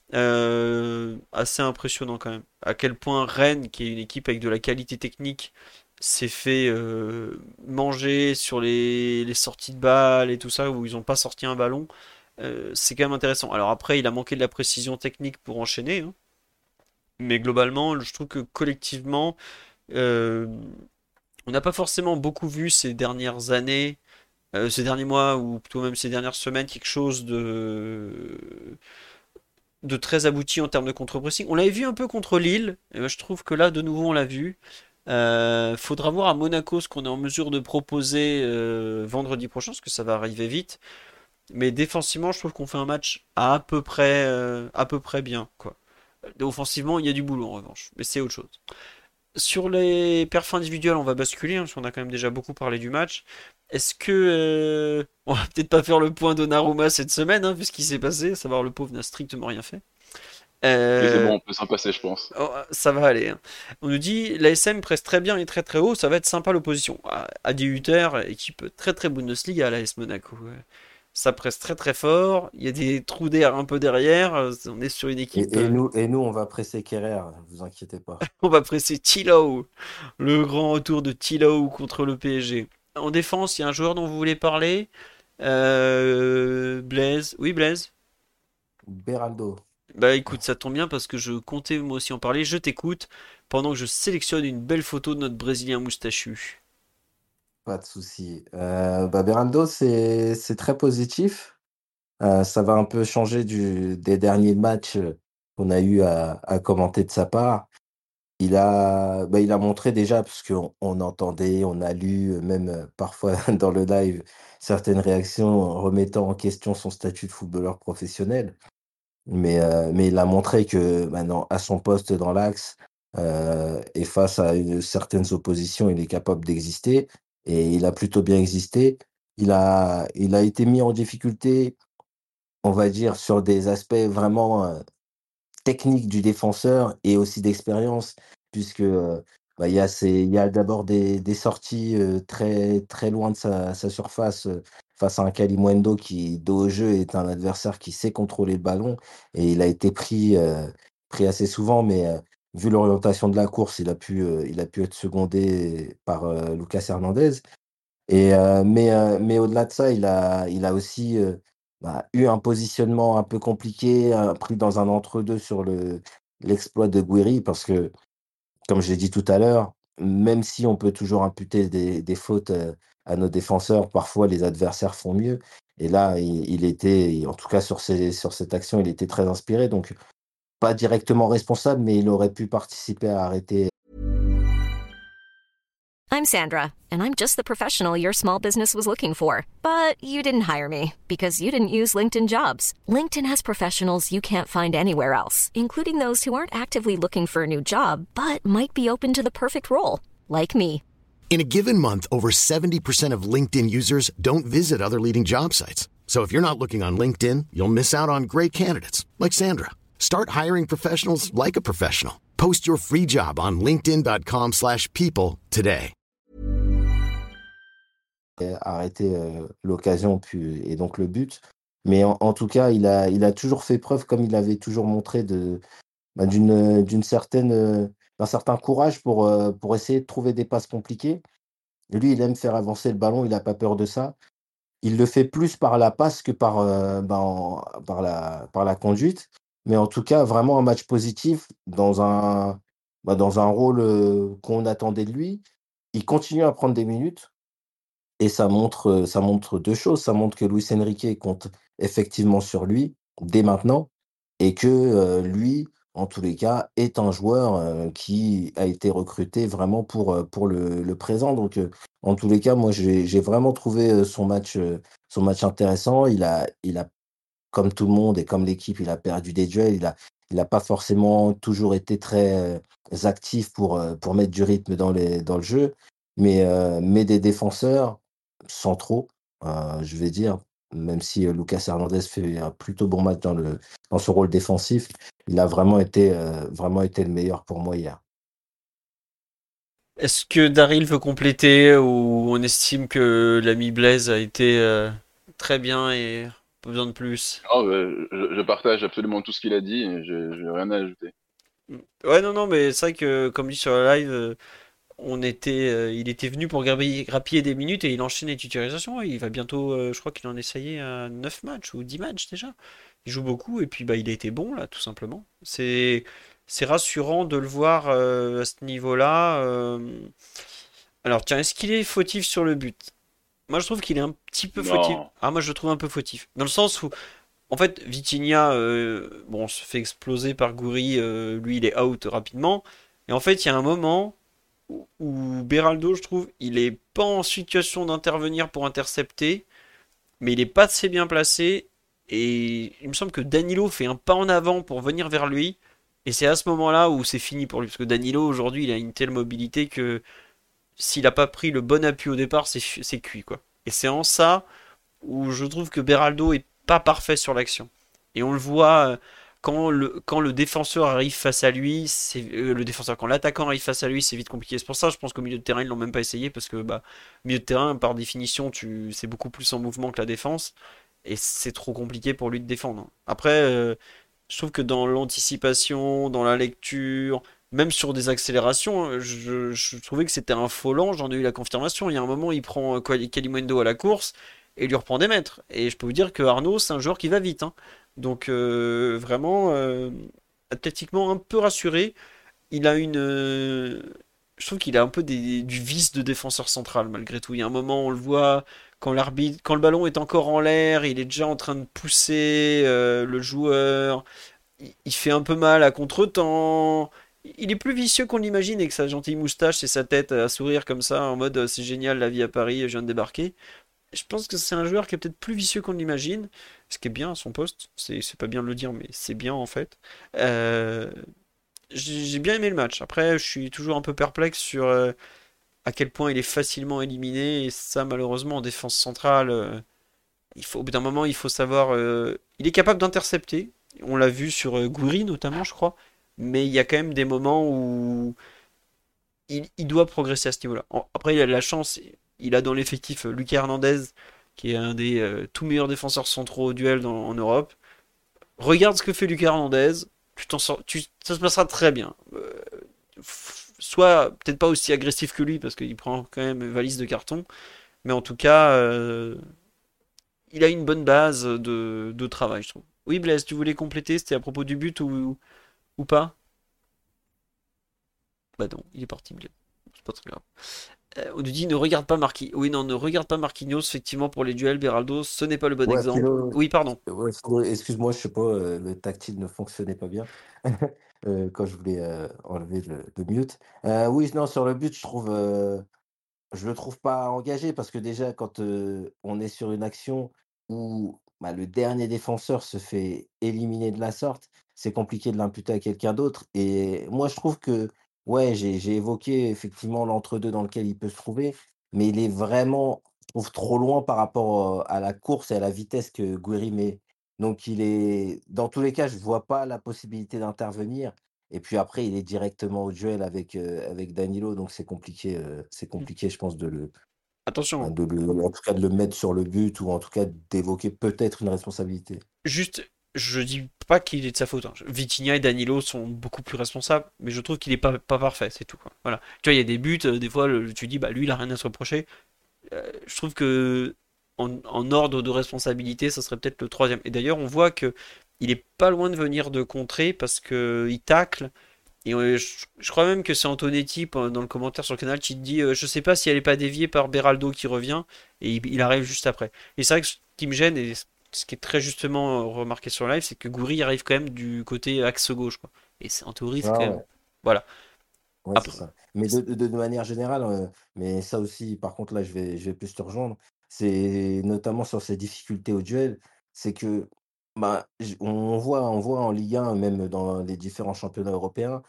euh, assez impressionnant quand même. À quel point Rennes, qui est une équipe avec de la qualité technique, s'est fait euh, manger sur les, les sorties de balles et tout ça, où ils n'ont pas sorti un ballon. Euh, c'est quand même intéressant. Alors après, il a manqué de la précision technique pour enchaîner, hein. Mais globalement, je trouve que collectivement, euh, on n'a pas forcément beaucoup vu ces dernières années, euh, ces derniers mois, ou plutôt même ces dernières semaines, quelque chose de de très abouti en termes de contre-pressing. On l'avait vu un peu contre Lille, et ben, je trouve que là, de nouveau, on l'a vu. Euh, faudra voir à Monaco ce qu'on est en mesure de proposer euh, vendredi prochain, parce que ça va arriver vite. Mais défensivement, je trouve qu'on fait un match à, à peu près, euh, à peu près bien, quoi. Offensivement, il y a du boulot en revanche, mais c'est autre chose. Sur les perfs individuels, on va basculer, hein, parce qu'on a quand même déjà beaucoup parlé du match. Est-ce que euh, on va peut-être pas faire le point Donnarumma cette semaine, hein, vu ce qui s'est passé, à savoir le pauvre n'a strictement rien fait. Oui, c'est Euh, bon, on peut s'en passer, je pense. oh, ça va aller, hein. On nous dit l'A S M presse très bien et très très haut, ça va être sympa l'opposition. À, à dix-huit heures, équipe très très Bundesliga à l'A S Monaco. Ouais. Ça presse très très fort, il y a des trous d'air un peu derrière, euh, on est sur une équipe, Et, et euh, nous, et nous, on va presser Kerrer, ne vous inquiétez pas. on va presser Tilo, le grand retour de Tilo contre le P S G. En défense, il y a un joueur dont vous voulez parler, euh, Blaise. Oui, Blaise. Beraldo, Bah écoute, ça tombe bien parce que je comptais moi aussi en parler. Je t'écoute pendant que je sélectionne une belle photo de notre Brésilien moustachu. pas de souci. Euh, bah, Beraldo, c'est c'est très positif. Euh, ça va un peu changer du, des derniers matchs euh, qu'on a eu à, à commenter de sa part. Il a, bah, il a montré déjà, parce qu'on on entendait, on a lu, euh, même euh, parfois dans le live, certaines réactions remettant en question son statut de footballeur professionnel. Mais, euh, mais il a montré que maintenant, à son poste dans l'axe euh, et face à une- certaines oppositions, il est capable d'exister. Et il a plutôt bien existé. Il a, il a été mis en difficulté, on va dire, sur des aspects vraiment euh, techniques du défenseur et aussi d'expérience, puisque euh, bah, il y a, ces- il y a d'abord des, des sorties euh, très, très loin de sa, sa surface euh, face à un Kalimundo qui, dos au jeu, est un adversaire qui sait contrôler le ballon et il a été pris, euh, pris assez souvent, mais euh, vu l'orientation de la course, il a pu, euh, il a pu être secondé par euh, Lucas Hernandez. Et heu, mais heu, mais au-delà de ça, il a il a aussi, heu, bah, eu un positionnement un peu compliqué, heu, pris dans un entre-deux sur le l'exploit de Guiri parce que, comme je l'ai dit tout à l'heure, même si on peut toujours imputer des des fautes, heu, à nos défenseurs, parfois les adversaires font mieux et là, il il était en tout cas sur ces sur cette action, il était très inspiré donc pas directement responsable, mais il aurait pu participer à arrêter. I'm Sandra, and I'm just the professional your small business was looking for. But you didn't hire me because you didn't use LinkedIn Jobs. LinkedIn has professionals you can't find anywhere else, including those who aren't actively looking for a new job, but might be open to the perfect role, like me. In a given month, over seventy percent of LinkedIn users don't visit other leading job sites. So if you're not looking on LinkedIn, you'll miss out on great candidates like Sandra. Start hiring professionals like a professional. Post your free job on linkedin dot com slash people today. Arrêter euh, l'occasion puis, et donc le but. Mais en, en tout cas, il a, il a toujours fait preuve, comme il avait toujours montré, de, bah, d'une, d'une certaine, euh, d'un certain courage pour, euh, pour essayer de trouver des passes compliquées. Lui, il aime faire avancer le ballon, il n'a pas peur de ça. Il le fait plus par la passe que par, euh, bah, en- par la, par la conduite. Mais en tout cas, vraiment un match positif dans un, bah, dans un rôle euh, qu'on attendait de lui. Il continue à prendre des minutes. Et ça montre, heu, ça montre deux choses. Ça montre que Luis Enrique compte effectivement sur lui, dès maintenant et que, heu, lui, en tous les cas, est un joueur, heu, qui a été recruté vraiment pour, heu, pour le le présent. Donc, heu, en tous les cas, moi, j'ai j'ai vraiment trouvé, heu, son match, heu, son match intéressant. Il a il a comme tout le monde et comme l'équipe, il a perdu des duels. Il a il a pas forcément toujours été très, heu, actif pour, heu, pour mettre du rythme dans les dans le jeu. Mais, heu, mais des défenseurs centraux, heu, je vais dire, même si, heu, Lucas Hernandez fait un plutôt bon match dans le dans son rôle défensif, il a vraiment été, heu, vraiment été le meilleur pour moi hier. Est-ce que Daryl veut compléter ou on estime que l'ami Blaise a été euh, très bien et pas besoin de plus? Non, euh, je, je partage absolument tout ce qu'il a dit, et je j'ai rien à ajouter. Ouais, non, non, mais c'est vrai que comme dit sur la live, euh, on était, euh, il était venu pour grappiller, grappiller des minutes et il enchaîne les titularisations. Ouais, il va bientôt, euh, je crois qu'il en a essayé à neuf matchs ou dix matchs déjà. Il joue beaucoup et puis bah, il a été bon là, tout simplement. C'est, c'est rassurant de le voir euh, à ce niveau-là. euh. Alors tiens, est-ce qu'il est fautif sur le but? Moi je trouve qu'il est un petit peu fautif. Non. Ah, moi je le trouve un peu fautif. Dans le sens où, en fait, Vitinha, euh, bon, se fait exploser par Gouiri, euh, lui il est out rapidement. Et en fait, il y a un moment où, où Beraldo, je trouve, il est pas en situation d'intervenir pour intercepter, mais il est pas assez bien placé. Et il me semble que Danilo fait un pas en avant pour venir vers lui. Et c'est à ce moment-là où c'est fini pour lui. Parce que Danilo, aujourd'hui, il a une telle mobilité que s'il a pas pris le bon appui au départ, c'est c'est cuit, quoi. Et c'est en ça où je trouve que Beraldo est pas parfait sur l'action. Et on le voit euh, quand le, quand le défenseur arrive face à lui, c'est euh, le défenseur quand l'attaquant arrive face à lui, c'est vite compliqué. C'est pour ça, je pense qu'au milieu de terrain ils l'ont même pas essayé parce que bah milieu de terrain par définition, tu c'est beaucoup plus en mouvement que la défense et c'est trop compliqué pour lui de défendre. Après, euh, je trouve que dans l'anticipation, dans la lecture, même sur des accélérations, je, je trouvais que c'était un faux lent. J'en ai eu la confirmation. Il y a un moment, il prend euh, Kalimundo à la course et il lui reprend des mètres. Et je peux vous dire que Arnaud, c'est un joueur qui va vite, hein. Donc euh, vraiment, euh, athlétiquement un peu rassuré. Il a une, euh, je trouve qu'il a un peu des- du vice de défenseur central malgré tout. Il y a un moment, on le voit quand l'arbitre, quand le ballon est encore en l'air, il est déjà en train de pousser euh, le joueur. Il, il fait un peu mal à contre-temps. Il est plus vicieux qu'on l'imagine avec sa gentille moustache et sa tête à sourire comme ça, en mode c'est génial la vie à Paris, je viens de débarquer. Je pense que c'est un joueur qui est peut-être plus vicieux qu'on l'imagine, ce qui est bien à son poste. C'est c'est pas bien de le dire, mais c'est bien en fait. Euh, j'ai j'ai bien aimé le match. Après, je suis toujours un peu perplexe sur euh, à quel point il est facilement éliminé. Et ça, malheureusement, en défense centrale, euh, il faut, au bout d'un moment, il faut savoir. euh, il est capable d'intercepter. On l'a vu sur euh, Gouiri, notamment, je crois. Mais il y a quand même des moments où il, il doit progresser à ce niveau-là. En- Après, il a de la chance. Il a dans l'effectif euh, Lucas Hernandez, qui est un des euh, tout meilleurs défenseurs centraux au duel dans- en Europe. Regarde ce que fait Lucas Hernandez. Tu t'en sors, tu, ça se passera très bien. Euh, soit peut-être pas aussi agressif que lui parce qu'il prend quand même une valise de carton, mais en tout cas, euh, il a une bonne base de, de travail, je trouve. Oui, Blaise, tu voulais compléter, c'était à propos du but ou, ou pas? Bah non, il est parti, Blaise. C'est pas très grave. Euh, on nous dit ne regarde pas Marquinhos. Oui, non, ne regarde pas Marquinhos, effectivement, pour les duels, Beraldo, ce n'est pas le bon Ouais, exemple. Philo, Oui, pardon. ouais, Philo, excuse-moi, je sais pas, heu, le tactile ne fonctionnait pas bien, heu, quand je voulais, heu, enlever le le mute. Heu, oui, non, sur le but, je trouve, heu je le trouve pas engagé parce que déjà quand, heu, on est sur une action où, bah, le dernier défenseur se fait éliminer de la sorte, c'est compliqué de l'imputer à quelqu'un d'autre et moi je trouve que, ouais, j'ai j'ai évoqué effectivement l'entre-deux dans lequel il peut se trouver, mais il est vraiment, je trouve, trop loin par rapport, heu, à la course et à la vitesse que Guéry met. Donc il est dans tous les cas, je vois pas la possibilité d'intervenir et puis après, il est directement au duel avec, heu, avec Danilo, donc c'est compliqué, heu, c'est Mmh. compliqué, je pense, de le bah, Attention, de le en tout cas, de le mettre sur le but ou en tout cas d'évoquer peut-être une responsabilité. juste, je dis pas qu'il est de sa faute, hein. Vitinha et Danilo sont beaucoup plus responsables, mais je trouve qu'il est pas, pas parfait, c'est tout, quoi. Voilà. Tu vois, il y a des buts, euh, des fois, le- tu dis, bah lui, il a rien à se reprocher. Euh, je trouve que en, en ordre de responsabilité, ça serait peut-être le troisième. Et d'ailleurs, on voit que il est pas loin de venir de contrer parce que il tacle. Et euh, je, je crois même que c'est Antonetti euh, dans le commentaire sur le canal qui te dit euh, je sais pas si elle est pas déviée par Beraldo qui revient et il, il arrive juste après. Et c'est vrai que ce qui me gêne et ce qui est très justement euh, remarqué sur le live, c'est que Gouiri arrive quand même du côté axe gauche quoi. Et c'est en théorie c'est quand Ah même ouais, voilà. ouais, c'est Après ça. Mais de de de manière générale, heu, mais ça aussi, par contre, là, je vais je vais plus te rejoindre, c'est notamment sur ces difficultés au duel, c'est que, bah, j on voit on voit en Ligue un, même dans les différents championnats européens.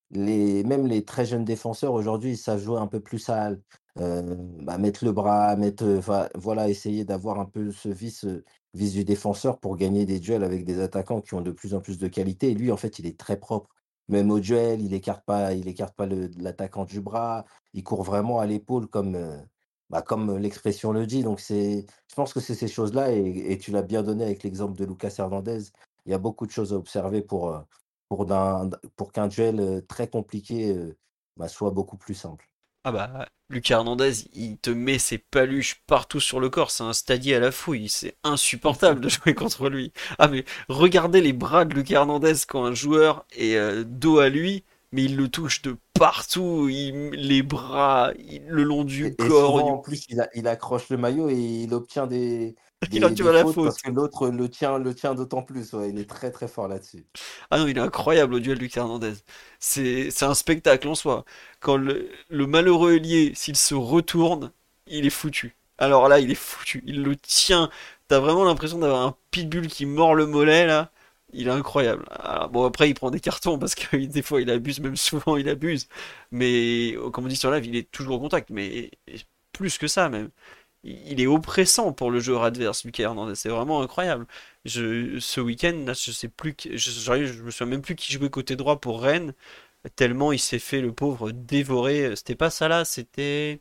Les même les très jeunes défenseurs aujourd'hui, ils savent jouer un peu plus sale, heu, bah, mettre le bras, mettre, heu, enfin, voilà, essayer d'avoir un peu ce vice, heu, vice du défenseur pour gagner des duels avec des attaquants qui ont de plus en plus de qualité et lui, en fait, il est très propre. Même au duel, il écarte pas il écarte pas le l'attaquant du bras, il court vraiment à l'épaule comme, heu, bah, comme l'expression le dit donc c'est je pense que c'est ces choses-là et et tu l'as bien donné avec l'exemple de Lucas Hernandez. Il y a beaucoup de choses à observer pour, heu pour d'un pour qu'un duel, heu, très compliqué, heu, bah, soit beaucoup plus simple. ah bah Lucas Hernandez, il te met ses paluches partout sur le corps, c'est un stadier à la fouille, c'est insupportable de jouer contre lui. Ah mais regardez les bras de Lucas Hernandez quand un joueur est euh, dos à lui, mais il le touche de partout, il- les bras, il- le long du Et et corps, souvent du... en plus il a il accroche le maillot et il obtient des il en des tire des à la fautes parce faute. que l'autre le tient le tient d'autant plus, ouais, il est très, très fort là-dessus. Ah non, il est incroyable au duel Lucas Hernandez. C'est c'est un spectacle en soi. Quand le, le malheureux ailier, s'il se retourne, il est foutu. Alors là, il est foutu. Il le tient. T'as vraiment l'impression d'avoir un pitbull qui mord le mollet là. Il est incroyable. Alors, bon, après, il prend des cartons parce que des fois, il abuse, même souvent, il abuse. Mais, comme on dit sur live, il est toujours au contact. Mais plus que ça, même. Il est oppressant pour le joueur adverse, Lucas Hernandez. C'est vraiment incroyable. Je, ce week-end, là, je sais plus, qui- je, j'arrive- je me souviens même plus qui jouait côté droit pour Rennes, tellement il s'est fait le pauvre dévorer. C'était pas ça là, c'était,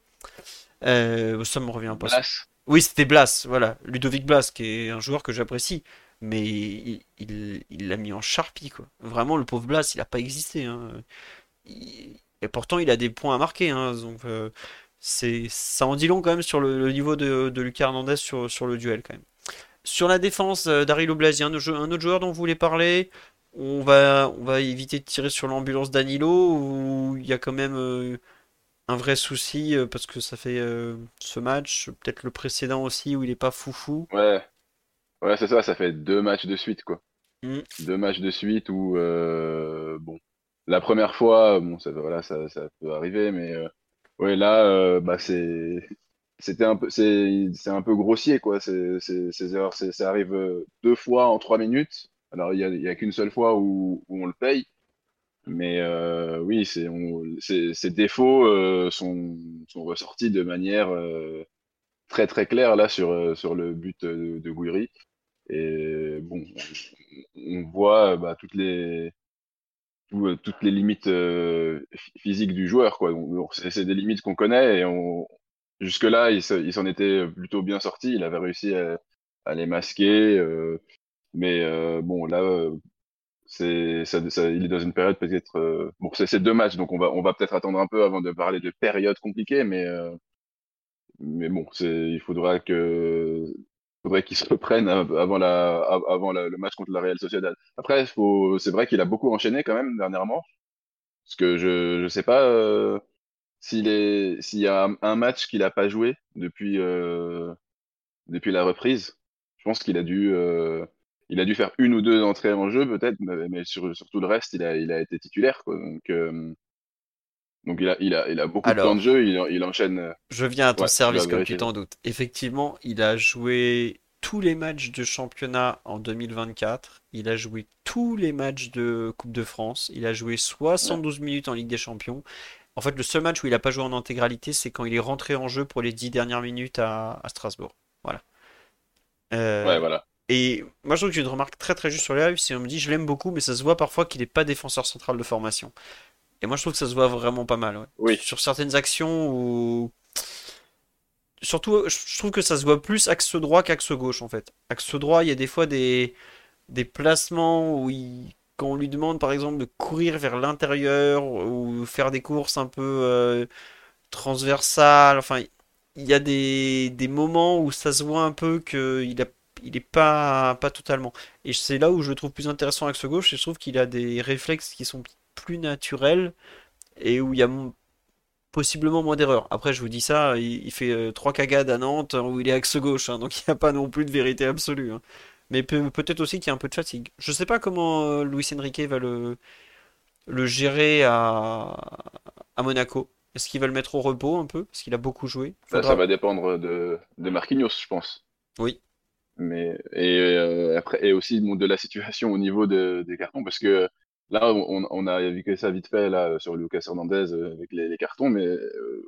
euh, ça me revient pas. Blas. Oui, c'était Blas, voilà, Ludovic Blas, qui est un joueur que j'apprécie, mais il il il l'a mis en charpie quoi. Vraiment, le pauvre Blas, il a pas existé, hein. Il- Et pourtant, il a des points à marquer, hein, donc euh, c'est ça en dit long quand même sur le, le niveau de, de Lucas Hernandez sur, sur le duel quand même. Sur la défense, euh, Daryl Oblaz, il y a un, autre un autre joueur dont vous voulez parler. On va, on va éviter de tirer sur l'ambulance Danilo ou il y a quand même euh, un vrai souci euh, parce que ça fait euh, ce match, peut-être le précédent aussi où il est pas foufou. Ouais, ouais, c'est ça, ça fait deux matchs de suite, quoi. Hmm. Deux matchs de suite où, euh, bon, la première fois, bon, ça, voilà, ça, ça peut arriver, mais euh, ouais, là, euh, bah, c'est, c'était un peu, c'est, c'est un peu grossier, quoi. C'est, c'est, ces erreurs, c'est, ça arrive euh, deux fois en trois minutes. Alors, il y a, il y a qu'une seule fois où, où on le paye, mais euh, oui, c'est, on, c'est, ces défauts euh, sont, sont ressortis de manière euh, très très claire là sur, euh, sur le but de, de Gouiri. Et bon, on, on voit euh, bah, toutes les tout, euh, toutes les limites euh, phy- physiques du joueur, quoi. Donc, bon, c'est c'est des limites qu'on connaît et on jusque-là, il se- il s'en était plutôt bien sorti. Il avait réussi à, à les masquer, euh, mais euh, bon, là, euh, c'est ça, ça- il est dans une période peut-être. Euh, bon, c'est c'est deux matchs, donc on va on va peut-être attendre un peu avant de parler de période compliquée, mais euh, mais bon, c'est, il faudra que, faudrait qu'il se reprenne av- avant la, av- avant la- le match contre la Real Sociedad. Après, faut, c'est vrai qu'il a beaucoup enchaîné quand même dernièrement, parce que je, je sais pas euh, s'il est, s'il y a un, un match qu'il a pas joué depuis, euh, depuis la reprise. Je pense qu'il a dû, euh, il a dû faire une ou deux entrées en jeu peut-être, mais, mais sur, sur tout le reste, il a, il a été titulaire, quoi. Donc, euh, Donc il a, il a, il a beaucoup de temps de Alors, jeu, il, il enchaîne. euh, je viens à ton Ouais, tu vas service comme tu vérifier ça. t'en doutes. Effectivement, il a joué tous les matchs de championnat en deux mille vingt-quatre. Il a joué tous les matchs de Coupe de France. Il a joué Ouais, soixante-douze minutes en Ligue des Champions. En fait, le seul match où il n'a pas joué en intégralité, c'est quand il est rentré en jeu pour les dix dernières minutes à, à Strasbourg. Voilà. Euh, ouais, voilà. et moi, je trouve que j'ai une remarque très très juste sur les lives, c'est on me dit je l'aime beaucoup, mais ça se voit parfois qu'il n'est pas défenseur central de formation. Et moi, je trouve que ça se voit vraiment pas mal. Ouais. Oui, Sur certaines actions où surtout, je trouve que ça se voit plus axe droit qu'axe gauche en fait. Axe droit, il y a des fois des, des placements où il, quand on lui demande par exemple de courir vers l'intérieur ou faire des courses un peu euh, transversales, enfin, il y a des, des moments où ça se voit un peu qu'il a, il est pas, pas totalement. Et c'est là où je le trouve plus intéressant axe gauche et je trouve qu'il a des réflexes qui sont plus naturels et où il y a possiblement moins d'erreurs. Après, je vous dis ça, il, il fait euh, trois cagades à Nantes où il est axe gauche, hein, donc il n'y a pas non plus de vérité absolue. Hein. Mais peut- peut-être aussi qu'il y a un peu de fatigue. Je sais pas comment euh, Luis Enrique va le, le gérer à, à Monaco. Est-ce qu'il va le mettre au repos un peu? Parce qu'il a beaucoup joué. bah, ça Faudra. va dépendre de, de Marquinhos, je pense. Oui. Mais et euh, après et aussi bon, de la situation au niveau de- des cartons, parce que là, on, on a vu que ça vite fait là sur Lucas Hernandez euh, avec les, les cartons, mais euh,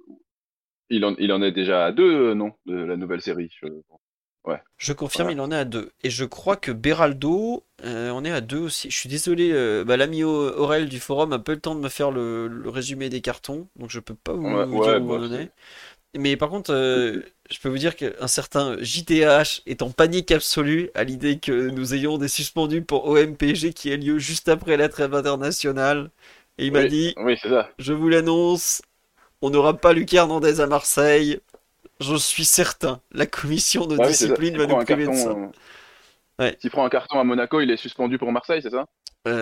il en, il en est déjà à deux, euh, non, de la nouvelle série. je- Ouais, Je confirme, voilà. il en est à deux. Et je crois que Beraldo, euh, on est à deux aussi. Je suis désolé, euh, bah, l'ami O- Aurel du forum a peu le temps de me faire le, le résumé des cartons, donc je peux pas Ouais, vous, vous dire ouais, où on bah, en c'est est. Mais par contre, euh, je peux vous dire qu'un certain J T H est en panique absolue à l'idée que nous ayons des suspendus pour O M P G qui a lieu juste après la trêve internationale. Et il m'a oui, dit, oui, c'est ça. je vous l'annonce, on n'aura pas Lucas Hernandez à Marseille. J'en suis certain. La commission de Bah oui, c'est ça. discipline S'il va nous prend un priver de ça. carton, euh, Ouais. s'il prend un carton à Monaco, il est suspendu pour Marseille, c'est ça?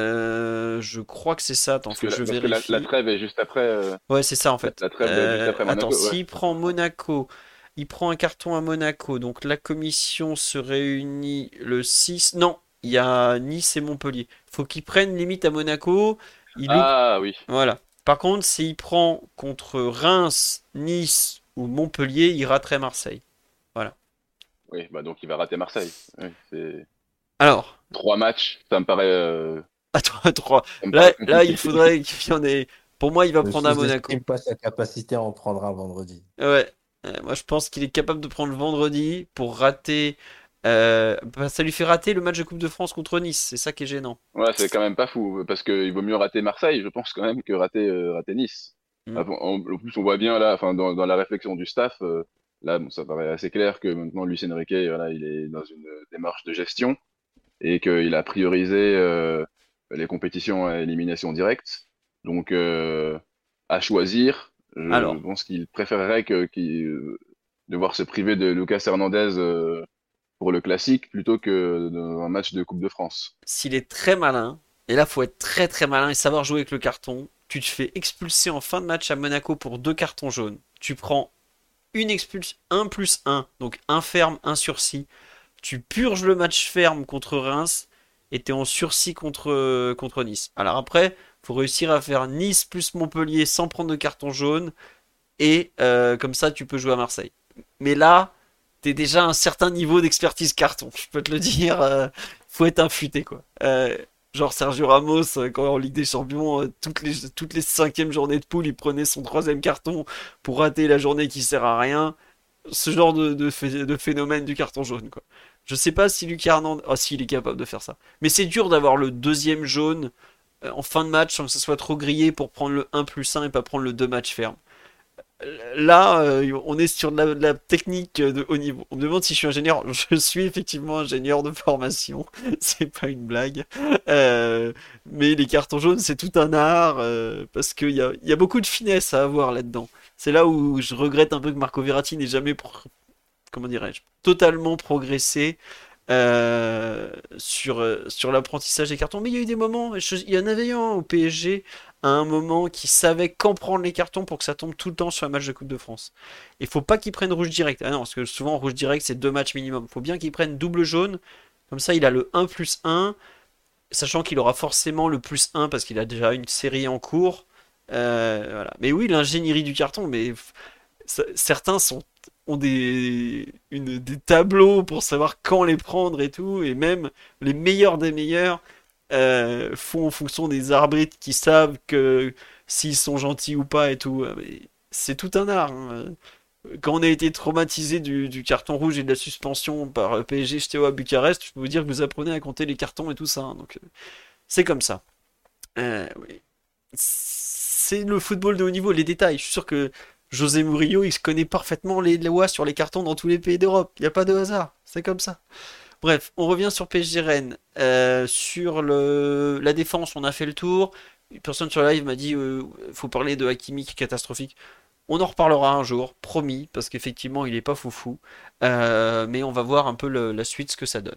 Euh, je crois que c'est ça. Attends, Parce faut que que la, je parce que la, la vérifie. trêve est juste après. euh, Ouais, c'est ça en la, fait. la trêve est juste Euh, après attends, Monaco. Ouais. s'il prend Monaco, il prend un carton à Monaco, donc la commission se réunit le six. Non, il y a Nice et Montpellier. Faut qu'il prenne limite à Monaco. Il loupe. Ah oui. Voilà. Par contre, s'il prend contre Reims, Nice ou Montpellier, il raterait Marseille. Voilà. Oui, bah donc il va rater Marseille. Oui, c'est Alors, trois matchs, ça me paraît, euh, attends, trois. ça me Là, paraît là, il compliqué. faudrait qu'il y en ait. Pour moi, il va Ne prendre à Monaco. sous-estime pas sa capacité à en prendre un vendredi. Ouais, Euh, moi je pense qu'il est capable de prendre le vendredi pour rater. euh, bah, ça lui fait rater le match de Coupe de France contre Nice, c'est ça qui est gênant. Ouais, c'est quand même pas fou, parce qu'il vaut mieux rater Marseille, je pense quand même, que rater, euh, rater Nice. Hmm. Ah, bon, En, en plus, on voit bien là, enfin, dans, dans la réflexion du staff, euh, là, bon, ça paraît assez clair que maintenant Luis Enrique, voilà, il est dans une euh, démarche de gestion et qu'il a priorisé euh, les compétitions à élimination directe. Donc, euh, à choisir, je Alors, pense qu'il préférerait que, qu'il, euh, devoir se priver de Lucas Hernandez euh, pour le classique plutôt que dans un match de Coupe de France. s'il est très malin, et là faut être très très malin et savoir jouer avec le carton, tu te fais expulser en fin de match à Monaco pour deux cartons jaunes. Tu prends une expulsion, un plus un, donc un ferme, un sursis. Tu purges le match ferme contre Reims et t'es en sursis contre, contre Nice. Alors après, faut réussir à faire Nice plus Montpellier sans prendre de carton jaune. Et euh, comme ça, tu peux jouer à Marseille. Mais là, t'es déjà à un certain niveau d'expertise carton. Je peux te le dire, euh, faut être infûté quoi. Euh, genre Sergio Ramos, euh, quand en Ligue des Champions, euh, toutes les toutes les cinquièmes journées de poule, il prenait son troisième carton pour rater la journée qui sert à rien. Ce genre de, de, phé- de phénomène du carton jaune quoi. Je sais pas si Lucas Hernandez, ah si, il est capable de faire ça. Mais c'est dur d'avoir le deuxième jaune euh, en fin de match sans que ce soit trop grillé pour prendre le un plus un et pas prendre le deux matchs ferme. Là, euh, on est sur de la, de la technique de haut niveau. On me demande si je suis ingénieur. Je suis effectivement ingénieur de formation. C'est pas une blague. Euh, mais les cartons jaunes, c'est tout un art euh, parce qu'il y a, il y a beaucoup de finesse à avoir là-dedans. C'est là où je regrette un peu que Marco Verratti n'ait jamais, pro- comment dirais-je, totalement progressé euh, sur, euh, sur l'apprentissage des cartons. Mais il y a eu des moments, je- il y en avait eu un au P S G à un moment qui savait quand prendre les cartons pour que ça tombe tout le temps sur un match de Coupe de France. Il faut pas qu'il prenne rouge direct. Ah non, parce que souvent rouge direct c'est deux matchs minimum. Il faut bien qu'il prenne double jaune. Comme ça, il a le un plus un, sachant qu'il aura forcément le plus un parce qu'il a déjà une série en cours. Euh, voilà. Mais oui, l'ingénierie du carton, mais f- ça- certains sont, ont des, une, des tableaux pour savoir quand les prendre et tout, et même les meilleurs des meilleurs euh, font en fonction des arbitres qui savent que s'ils sont gentils ou pas et tout. Mais c'est tout un art, hein. Quand on a été traumatisé du, du carton rouge et de la suspension par euh, P S G Steaua à Bucarest, je peux vous dire que vous apprenez à compter les cartons et tout ça, hein. Donc euh, c'est comme ça. Euh, oui. C'est le football de haut niveau, les détails. Je suis sûr que José Mourinho, il se connaît parfaitement les lois sur les cartons dans tous les pays d'Europe. Il n'y a pas de hasard. C'est comme ça. Bref, on revient sur P S G Rennes. Euh, sur le, la défense, on a fait le tour. Une personne sur live m'a dit euh, faut parler de Hakimi qui est catastrophique. On en reparlera un jour, promis, parce qu'effectivement, il est pas foufou. Euh, mais on va voir un peu le- la suite, ce que ça donne.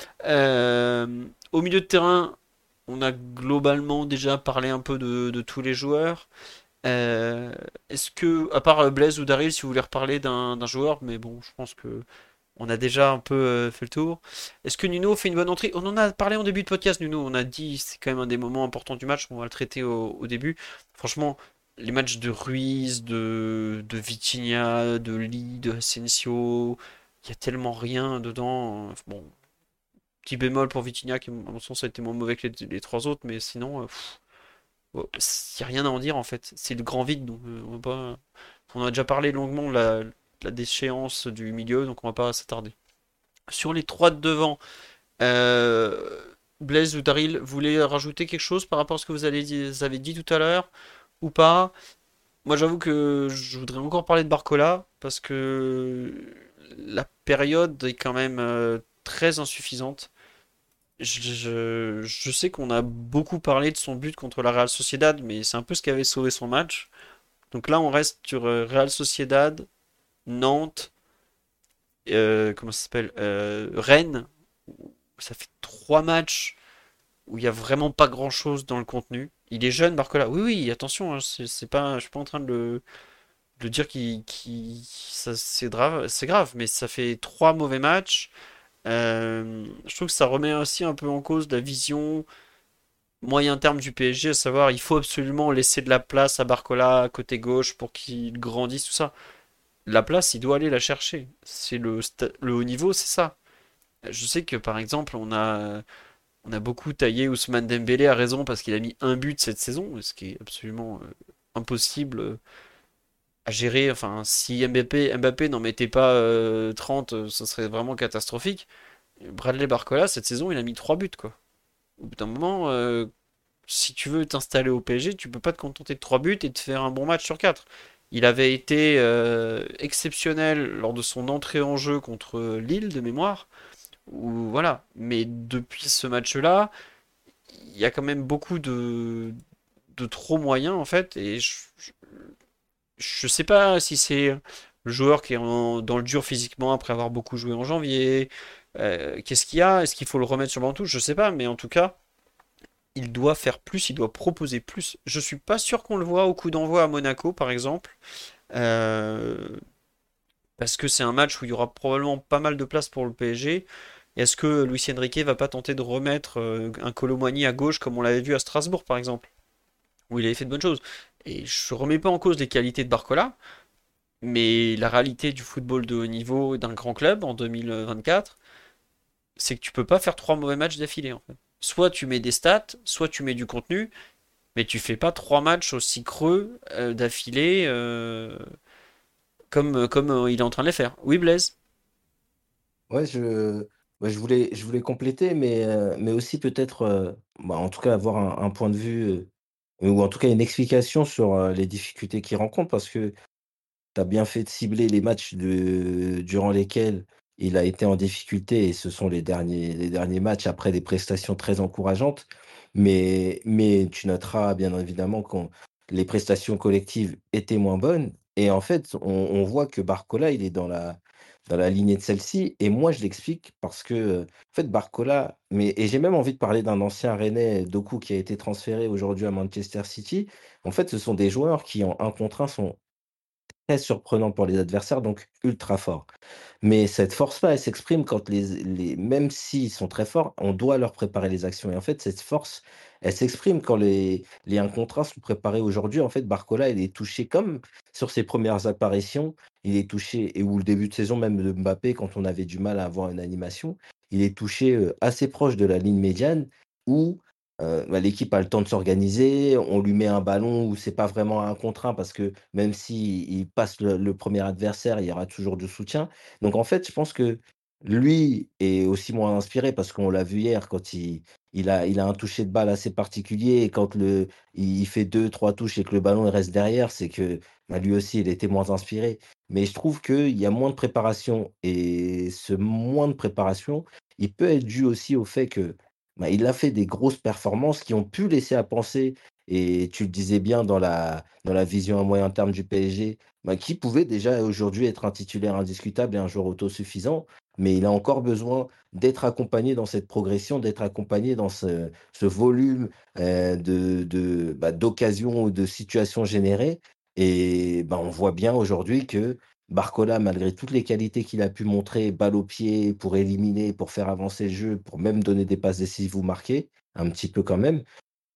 Euh, au milieu de terrain, on a globalement déjà parlé un peu de, de tous les joueurs. Euh, Est-ce que, à part euh, Blaise ou Daryl, si vous voulez reparler d'un d'un joueur, mais bon, je pense que on a déjà un peu euh, fait le tour. Est-ce que Nuno fait une bonne entrée? On en a parlé en début de podcast, Nuno. On a dit c'est quand même un des moments importants du match. On va le traiter au, au début. Franchement, les matchs de Ruiz, de, de Vitinha, de Lee, de Asensio, il y a tellement rien dedans. Bon, petit bémol pour Vitinha qui, à mon sens, a été moins mauvais que les, les trois autres, mais sinon, euh, pff, oh, il n'y a rien à en dire en fait. C'est le grand vide, donc euh, on va pas. On a déjà parlé longuement de la, de la déchéance du milieu, donc on va pas s'attarder. Sur les trois de devant, euh, Blaise ou Daryl, vous voulez rajouter quelque chose par rapport à ce que vous avez dit, vous avez dit tout à l'heure ou pas? Moi j'avoue que je voudrais encore parler de Barcola parce que la période est quand même euh, très insuffisante. Je, je- je sais qu'on a beaucoup parlé de son but contre la Real Sociedad, mais c'est un peu ce qui avait sauvé son match. Donc là on reste sur euh, Real Sociedad, Nantes, euh, comment ça s'appelle, euh, Rennes. Ça fait trois matchs où il y a vraiment pas grand-chose dans le contenu. Il est jeune, Barcola. Oui, oui, attention, hein, c'est c'est pas, je suis pas en train de le, de le dire qu'il, qu'il- ça, c'est grave, c'est grave, mais ça fait trois mauvais matchs. Euh, je trouve que ça remet aussi un peu en cause la vision moyen terme du P S G, à savoir il faut absolument laisser de la place à Barcola côté gauche pour qu'il grandisse, tout ça. La place, il doit aller la chercher. C'est le, sta- le haut niveau, c'est ça. Je sais que par exemple, on a, on a beaucoup taillé Ousmane Dembélé à raison parce qu'il a mis un but cette saison, ce qui est absolument euh, impossible euh, à gérer. Enfin, si Mbappé, Mbappé n'en mettait pas euh, trente, euh, ce serait vraiment catastrophique. Bradley Barcola, cette saison, il a mis trois buts, quoi. Au bout d'un moment, euh, si tu veux t'installer au P S G, tu peux pas te contenter de trois buts et de faire un bon match sur quatre. Il avait été euh, exceptionnel lors de son entrée en jeu contre Lille de mémoire. Ou voilà. Mais depuis ce match-là, il y a quand même beaucoup de, de trop moyens en fait. Et je, je, je sais pas si c'est le joueur qui est en- dans le dur physiquement après avoir beaucoup joué en janvier. Euh, qu'est-ce qu'il y a? Est-ce qu'il faut le remettre sur le banc de touche? Je sais pas, mais en tout cas, il doit faire plus, il doit proposer plus. Je suis pas sûr qu'on le voit au coup d'envoi à Monaco, par exemple. Euh, Parce que c'est un match où il y aura probablement pas mal de place pour le P S G. Est-ce que Luis Enrique va pas tenter de remettre euh, un Kolo Muani à gauche comme on l'avait vu à Strasbourg par exemple, où il avait fait de bonnes choses. Et je remets pas en cause les qualités de Barcola, mais la réalité du football de haut niveau d'un grand club en deux mille vingt-quatre, c'est que tu peux pas faire trois mauvais matchs d'affilée en fait. Soit tu mets des stats, soit tu mets du contenu, mais tu fais pas trois matchs aussi creux euh, d'affilée euh, comme, comme euh, il est en train de les faire. Oui Blaise? Ouais, je, ouais, je voulais, je voulais compléter, mais, euh, mais aussi peut-être, euh, bah, en tout cas, avoir un, un point de vue, euh, ou en tout cas une explication sur euh, les difficultés qu'il rencontre, parce que tu as bien fait de cibler les matchs de, durant lesquels il a été en difficulté, et ce sont les derniers, les derniers matchs après des prestations très encourageantes. Mais, mais tu noteras bien évidemment que les prestations collectives étaient moins bonnes. Et en fait, on, on voit que Barcola, il est dans la, dans la lignée de celle-ci. Et moi, je l'explique parce que, euh, en fait, Barcola, mais, et j'ai même envie de parler d'un ancien Rennais, Doku, qui a été transféré aujourd'hui à Manchester City. En fait, ce sont des joueurs qui, en un contre un, sont très surprenant pour les adversaires, donc ultra fort. Mais cette force-là, elle s'exprime quand les les même s'ils sont très forts, on doit leur préparer les actions et en fait, cette force, elle s'exprime quand les les un contre un sont préparés. Aujourd'hui, en fait, Barcola, il est touché comme sur ses premières apparitions, il est touché et ou le début de saison même de Mbappé quand on avait du mal à avoir une animation, il est touché, heu, assez proche de la ligne médiane où, heu, bah, l'équipe a le temps de s'organiser, on lui met un ballon où c'est pas vraiment un contre un parce que même s'il il passe le le premier adversaire, il y aura toujours du soutien. Donc en fait, je pense que lui est aussi moins inspiré parce qu'on l'a vu hier quand il il a il a un toucher de balle assez particulier et quand le il fait deux trois touches et que le ballon il reste derrière, c'est que, bah, lui aussi il était moins inspiré. Mais je trouve qu'il y a moins de préparation et ce moins de préparation, il peut être dû aussi au fait que, bah, il a fait des grosses performances qui ont pu laisser à penser et tu le disais bien dans la dans la vision à moyen terme du P S G, bah, qui pouvait déjà aujourd'hui être un titulaire indiscutable et un joueur autosuffisant, mais il a encore besoin d'être accompagné dans cette progression, d'être accompagné dans ce ce volume, heu, de de, bah, d'occasions ou de situations générées et bah, on voit bien aujourd'hui que Barcola, malgré toutes les qualités qu'il a pu montrer, balle au pied, pour éliminer, pour faire avancer le jeu, pour même donner des passes décisives ou marquer, un petit peu quand même,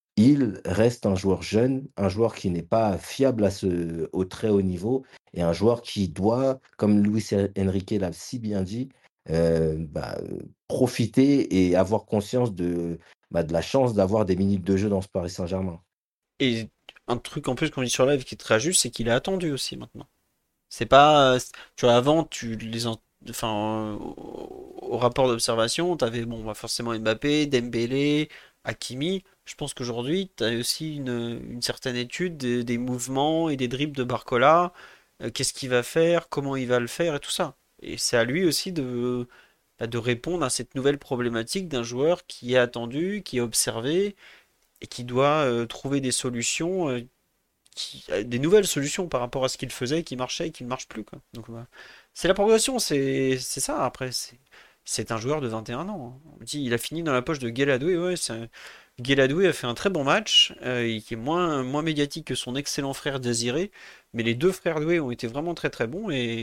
il reste un joueur jeune, un joueur qui n'est pas fiable à ce au très haut niveau et un joueur qui doit, comme Luis Enrique l'a si bien dit, heu, bah, heu, profiter et avoir conscience de, bah, de la chance d'avoir des minutes de jeu dans ce Paris Saint-Germain. Et un truc en plus qu'on dit sur live qui est très juste, c'est qu'il a attendu aussi maintenant. C'est pas, euh, tu vois, avant, tu les, en- enfin, euh, au, au rapport d'observation, t'avais bon, bah, forcément Mbappé, Dembélé, Hakimi. Je pense qu'aujourd'hui, t'as aussi une, une certaine étude des, des mouvements et des dribbles de Barcola. Euh, qu'est-ce qu'il va faire, comment il va le faire et tout ça. Et c'est à lui aussi de, bah, de répondre à cette nouvelle problématique d'un joueur qui est attendu, qui est observé et qui doit euh, trouver des solutions euh, qui, euh, des nouvelles solutions par rapport à ce qu'il faisait, qui marchait et qui ne marche plus, quoi. Donc, bah, c'est la progression, c'est c'est ça. Après, c'est c'est un joueur de vingt et un ans, hein. On dit, il a fini dans la poche de Gueladoué. Ouais, c'est- Gueladoué a fait un très bon match, euh, et qui est moins, moins médiatique que son excellent frère Désiré. Mais les deux frères Doué ont été vraiment très très bons. Et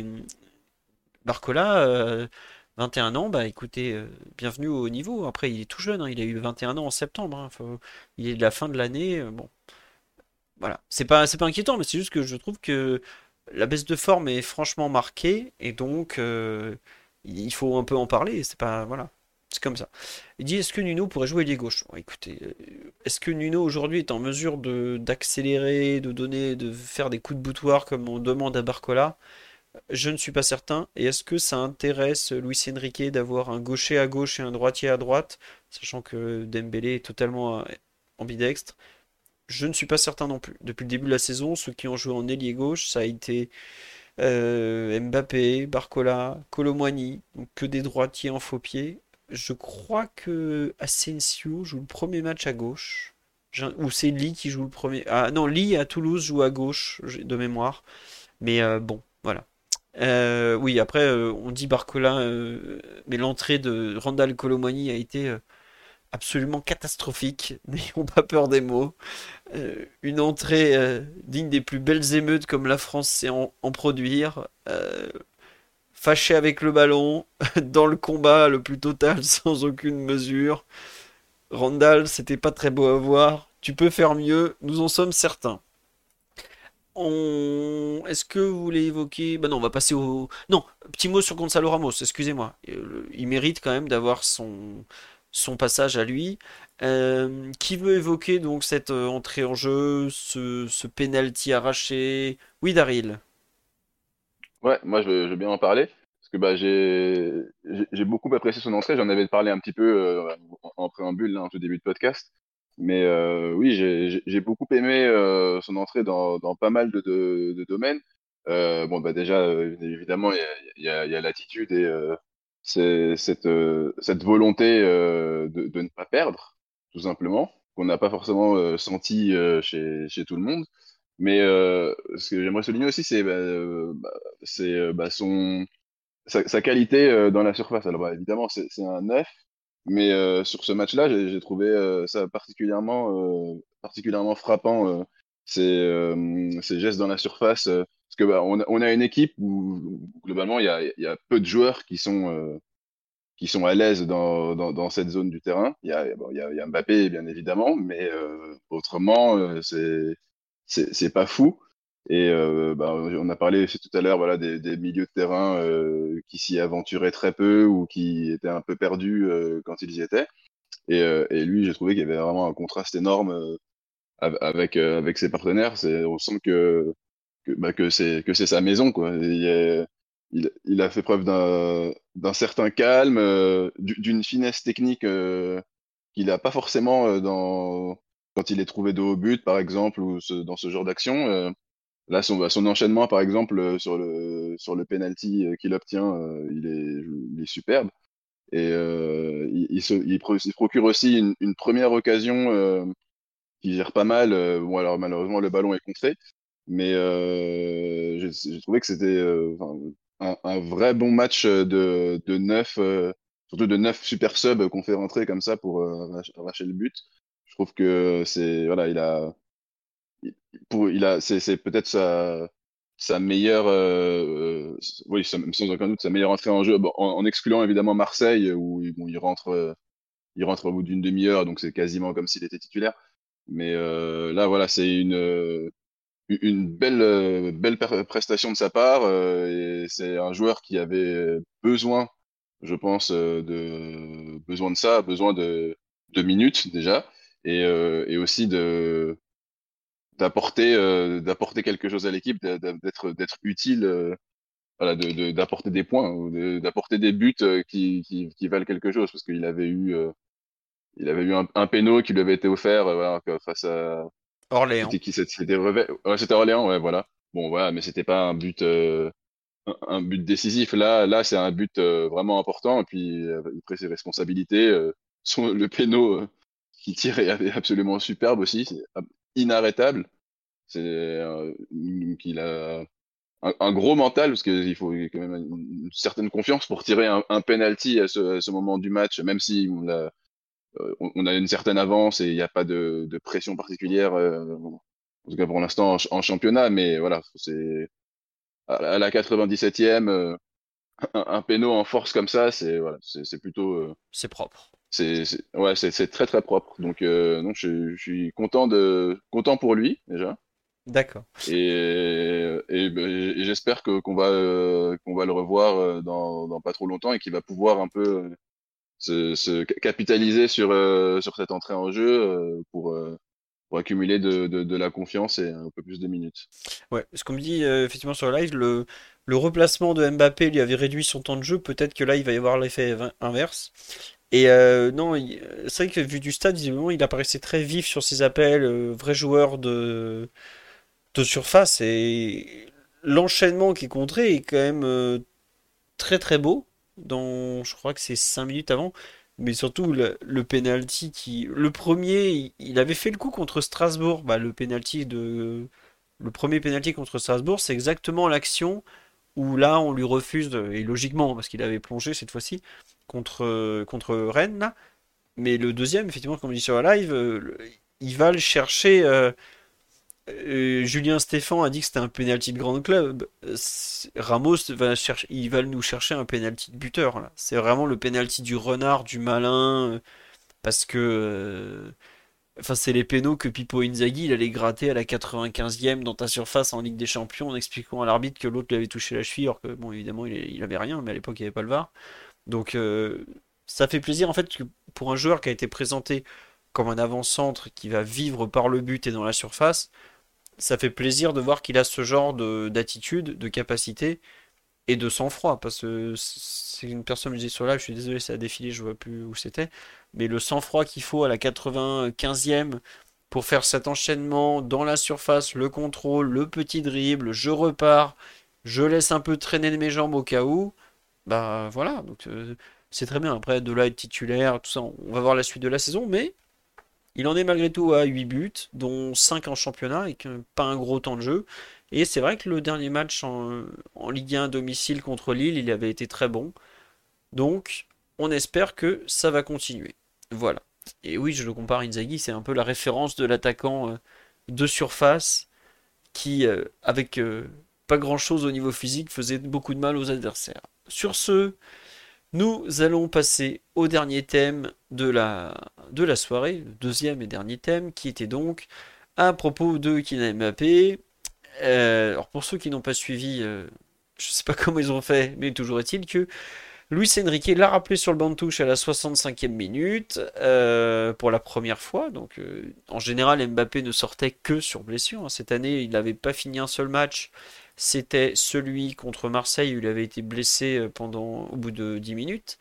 Barcola, euh, vingt et un ans, bah écoutez, euh, bienvenue au haut niveau. Après, il est tout jeune, hein, il a eu vingt et un ans en septembre, hein. Faut- il est de la fin de l'année. euh, Bon, voilà. C'est pas, c'est pas inquiétant, mais c'est juste que je trouve que la baisse de forme est franchement marquée et donc euh, il faut un peu en parler. C'est pas, voilà, c'est comme ça. Il dit est-ce que Nuno pourrait jouer ailier gauche? Bon, écoutez, euh, est-ce que Nuno aujourd'hui est en mesure de d'accélérer, de donner, de faire des coups de boutoir comme on demande à Barcola? Je ne suis pas certain. Et est-ce que ça intéresse Luis Enrique d'avoir un gaucher à gauche et un droitier à droite, sachant que Dembélé est totalement euh, ambidextre? Je ne suis pas certain non plus. Depuis le début de la saison, ceux qui ont joué en ailier gauche, ça a été euh, Mbappé, Barcola, Kolo Muani, donc que des droitiers en faux pied. Je crois que Asensio joue le premier match à gauche. J'ai- Ou c'est Lee qui joue le premier. Ah non, Lee à Toulouse joue à gauche, j'ai- de mémoire. Mais euh, bon, voilà. Euh, oui, après, euh, on dit Barcola, euh, mais l'entrée de Randall Kolo Muani a été euh, absolument catastrophique. N'ayons pas peur des mots. Euh, une entrée euh, digne des plus belles émeutes comme la France sait en, en produire. Euh, fâché avec le ballon, dans le combat le plus total, sans aucune mesure. Randall, c'était pas très beau à voir. Tu peux faire mieux, nous en sommes certains. On... Est-ce que vous voulez évoquer... Bah non, on va passer au... Non, petit mot sur Gonzalo Ramos, excusez-moi. Euh, Il mérite quand même d'avoir son... son passage à lui. Euh, qui veut évoquer donc cette euh, entrée en jeu, ce, ce penalty arraché? Oui, Daryl. Ouais, moi je veux, je veux bien en parler parce que bah j'ai j'ai j'ai beaucoup apprécié son entrée. J'en avais parlé un petit peu euh, en, en préambule là, en tout début de podcast. Mais euh, oui, j'ai j'ai j'ai beaucoup aimé euh, son entrée dans dans pas mal de de, de domaines. Euh, bon bah déjà euh, évidemment il y a il y a, il y a l'attitude et euh, c'est cette euh, cette volonté euh, de de ne pas perdre tout simplement qu'on n'a pas forcément euh, senti euh, chez chez tout le monde. Mais euh, ce que j'aimerais souligner aussi, c'est bah, euh, bah, c'est euh, bah, son sa, sa qualité euh, dans la surface. Alors bah, évidemment, c'est c'est un neuf, mais euh, sur ce match-là, j'ai j'ai trouvé euh, ça particulièrement euh, particulièrement frappant. Euh, ses, euh, ses gestes dans la surface. Euh, parce que bah, on, a, on a une équipe où, où globalement il y a, il y a peu de joueurs qui sont euh, qui sont à l'aise dans, dans, dans cette zone du terrain. Il y a, bon, il y a, il y a Mbappé, bien évidemment, mais euh, autrement, euh, c'est, c'est, c'est pas fou. Et euh, bah, on a parlé aussi tout à l'heure voilà, des, des milieux de terrain euh, qui s'y aventuraient très peu ou qui étaient un peu perdus euh, quand ils y étaient. Et, euh, et lui, j'ai trouvé qu'il y avait vraiment un contraste énorme euh, av- avec, euh, avec ses partenaires. C'est, on sent que, que, bah, que c'est que c'est sa maison, quoi. Il, est- il, il a fait preuve d'un d'un certain calme, euh, du- d'une finesse technique euh, qu'il n'a pas forcément euh, dans quand il est trouvé de haut but, par exemple, ou ce- dans ce genre d'action. Euh, là, son, bah, son enchaînement, par exemple, euh, sur le sur le penalty euh, qu'il obtient, euh, il est il est superbe. Et euh, il, il se, il, pro- il se procure aussi une, une première occasion euh, qui gère pas mal. Euh, bon, alors malheureusement, le ballon est contré, mais euh, j'ai j'ai trouvé que c'était euh, enfin, un, un vrai bon match de, de neuf, euh, surtout de neuf super subs qu'on fait rentrer comme ça pour euh, arracher arracher le but. Je trouve que c'est voilà, il a, il- pour, il a, c'est c'est peut-être sa sa meilleure, euh, euh, oui, sans sans aucun doute sa meilleure entrée en jeu, bon, en, en excluant évidemment Marseille où, il- bon, il rentre, euh, il rentre au bout d'une demi-heure, donc c'est quasiment comme s'il était titulaire. Mais euh, là, voilà, c'est une euh, une belle, euh, belle per- prestation de sa part. Euh, et c'est un joueur qui avait besoin, je pense, euh, de besoin de ça, besoin de, de minutes déjà, et, euh, et aussi de d'apporter euh, d'apporter quelque chose à l'équipe, d'a- d'a- d'être d'être utile, euh, voilà, de, de- d'apporter des points, ou de- d'apporter des buts euh, qui, qui, qui valent quelque chose, parce qu'il avait eu euh, il avait eu un, un péno qui lui avait été offert, euh, voilà, que- face à Orléans. c'était qui? C'était c'était Revel- ouais, c'était Orléans, ouais, voilà. Bon, voilà, mais c'était pas un but, euh, un, un but décisif. Là, là, c'est un but euh, vraiment important. Et puis, euh, il prit ses responsabilités. Euh, son, le péno euh, qu'il tire est est absolument superbe aussi. C'est ab- inarrêtable. C'est euh, donc il a un, un gros mental parce qu'il faut quand même une, une certaine confiance pour tirer un, un penalty à ce, à ce moment du match, même si on l'a euh, on, on a une certaine avance et il n'y a pas de, de pression particulière, euh, en tout cas pour l'instant en, ch- en championnat, mais voilà, c'est à, à la quatre-vingt-dix-septième, euh, un, un péno en force comme ça, c'est voilà, c'est c'est plutôt, euh, C'est propre. c'est c'est- ouais, c'est c'est très très propre. Donc euh, non, je, je suis content de content pour lui déjà. D'accord. Et, et, ben, et j'espère que qu'on va euh, qu'on va le revoir euh, dans, dans pas trop longtemps et qu'il va pouvoir un peu euh, se, se capitaliser sur, euh, sur cette entrée en jeu euh, pour, euh, pour accumuler de, de, de la confiance et un peu plus de minutes. Ouais, ce qu'on me dit euh, effectivement sur le live, le, le replacement de Mbappé lui avait réduit son temps de jeu. Peut-être que là, il va y avoir l'effet vin- inverse. Et euh, non, il- c'est vrai que vu du stade, visiblement, il apparaissait très vif sur ses appels, euh, vrai joueur de, de surface. Et l'enchaînement qui est contré est quand même euh, très très beau. Dans, je crois que c'est cinq minutes avant. Mais surtout, le, le penalty qui. Le premier, il, il avait fait le coup contre Strasbourg. Bah, le penalty de. Le premier penalty contre Strasbourg, c'est exactement l'action où là, on lui refuse, et logiquement, parce qu'il avait plongé cette fois-ci, contre, contre Rennes, là. Mais le deuxième, effectivement, comme on dit sur la live, euh, le- il va le chercher. euh, euh, Julien Stéphan a dit que c'était un penalty de grand club. Euh, c'est- Ramos va chercher, il va nous chercher un penalty de buteur, là. C'est vraiment le penalty du renard, du malin, euh, parce que. euh, Enfin, c'est les pénaux que Pipo Inzaghi il allait gratter à la quatre-vingt-quinzième dans ta surface en Ligue des Champions en expliquant à l'arbitre que l'autre lui avait touché la cheville, alors que, bon, évidemment, il, il avait rien, mais à l'époque, il n'y avait pas le V A R. Donc, euh, ça fait plaisir, en fait, que pour un joueur qui a été présenté comme un avant-centre qui va vivre par le but et dans la surface, ça fait plaisir de voir qu'il a ce genre de- d'attitude, de capacité et de sang-froid, parce que c'est une personne me disait sur live, je suis désolé, ça a défilé, je vois plus où c'était, mais le sang-froid qu'il faut à la quatre-vingt-quinzième pour faire cet enchaînement dans la surface, le contrôle, le petit dribble, je repars, je laisse un peu traîner mes jambes au cas où, bah voilà, donc euh, c'est très bien. Après, de là être titulaire, tout ça, on va voir la suite de la saison, mais il en est malgré tout à huit buts, dont cinq en championnat, et que pas un gros temps de jeu. Et c'est vrai que le dernier match en, en Ligue un à domicile contre Lille, il avait été très bon. Donc, on espère que ça va continuer. Voilà. Et oui, je le compare à Inzaghi, c'est un peu la référence de l'attaquant euh, de surface qui, euh, avec euh, pas grand-chose au niveau physique faisait beaucoup de mal aux adversaires. Sur ce, nous allons passer au dernier thème de la, de la soirée, le deuxième et dernier thème, qui était donc à propos de Kylian Mbappé. Euh, alors pour ceux qui n'ont pas suivi, euh, je sais pas comment ils ont fait, mais toujours est-il que Luis Enrique l'a rappelé sur le banc de touche à la soixante-cinquième minute euh, pour la première fois. Donc, euh, en général, Mbappé ne sortait que sur blessure, hein. Cette année, il n'avait pas fini un seul match. C'était celui contre Marseille où il avait été blessé pendant, au bout de dix minutes.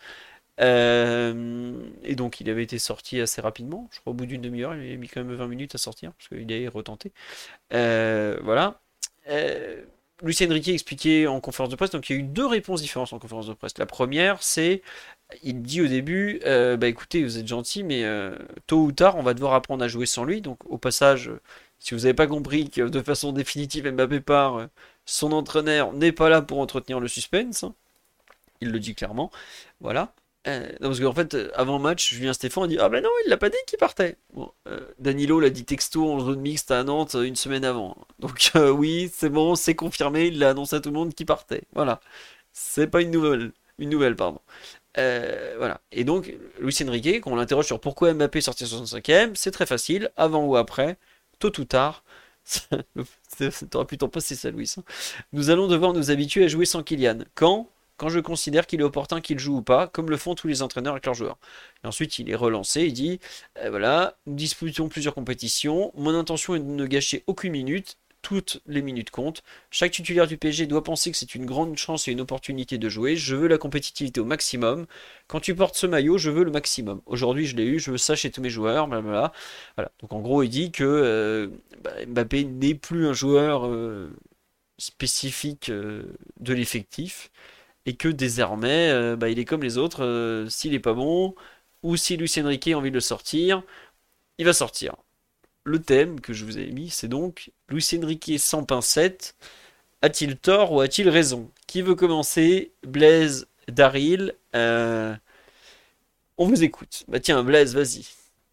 Euh, et donc, il avait été sorti assez rapidement. Je crois au bout d'une demi-heure, il a mis quand même vingt minutes à sortir parce qu'il avait retenté. Euh, voilà. Euh, Luis Enrique expliquait en conférence de presse, donc il y a eu deux réponses différentes en conférence de presse. La première, c'est, il dit au début, euh, bah écoutez, vous êtes gentil, mais euh, tôt ou tard, on va devoir apprendre à jouer sans lui. Donc au passage, si vous n'avez pas compris que de façon définitive Mbappé part, son entraîneur n'est pas là pour entretenir le suspense, hein. Il le dit clairement, voilà. Euh, non, parce qu'en fait, avant le match, Julien Stéphan a dit ah ben non, il l'a pas dit qu'il partait. Bon, euh, Danilo l'a dit texto en zone mixte à Nantes une semaine avant. Donc euh, oui, c'est bon, c'est confirmé, il l'a annoncé à tout le monde qu'il partait. Voilà, c'est pas une nouvelle, une nouvelle pardon. Euh, voilà. Et donc Luis Enrique, quand on l'interroge sur pourquoi Mbappé est sorti à soixante-cinquième, c'est très facile, avant ou après, tôt ou tard. T'aurais pu t'en passer ça, Louis. Hein. Nous allons devoir nous habituer à jouer sans Kylian. Quand quand je considère qu'il est opportun qu'il joue ou pas, comme le font tous les entraîneurs avec leurs joueurs. Et ensuite, il est relancé, il dit, euh, voilà, nous disputons plusieurs compétitions, mon intention est de ne gâcher aucune minute, toutes les minutes comptent, chaque titulaire du P S G doit penser que c'est une grande chance et une opportunité de jouer, je veux la compétitivité au maximum, quand tu portes ce maillot, je veux le maximum. Aujourd'hui, je l'ai eu, je veux ça chez tous mes joueurs, blablabla. Voilà. Donc en gros, il dit que euh, bah, Mbappé n'est plus un joueur euh, spécifique euh, de l'effectif, et que désormais, euh, bah, il est comme les autres, euh, s'il est pas bon, ou si Luis Enrique a envie de le sortir, il va sortir. Le thème que je vous ai mis, c'est donc Luis Enrique sans pincette, a-t-il tort ou a-t-il raison? Qui veut commencer? Blaise, Daryl, euh... on vous écoute. Bah tiens, Blaise, vas-y.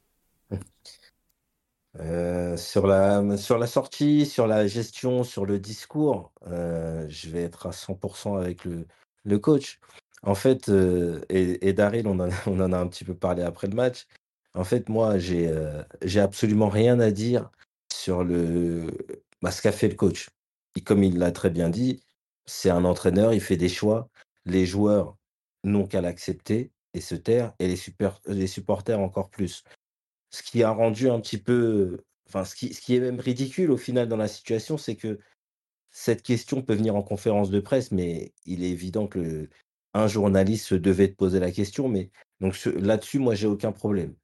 Euh, sur la, sur la sortie, sur la gestion, sur le discours, euh, je vais être à cent pour cent avec le, le coach. En fait, euh, et, et Daryl, on en, a- on en a un petit peu parlé après le match. En fait, moi, j'ai euh, j'ai absolument rien à dire sur le, bah, ce qu'a fait le coach. Et comme il l'a très bien dit, c'est un entraîneur, il fait des choix. Les joueurs n'ont qu'à l'accepter et se taire, et les, super, les supporters encore plus. Ce qui a rendu un petit peu, enfin, ce qui ce qui est même ridicule au final dans la situation, c'est que cette question peut venir en conférence de presse, mais il est évident que un journaliste se devait de poser la question, mais donc ce là-dessus, moi, j'ai aucun problème.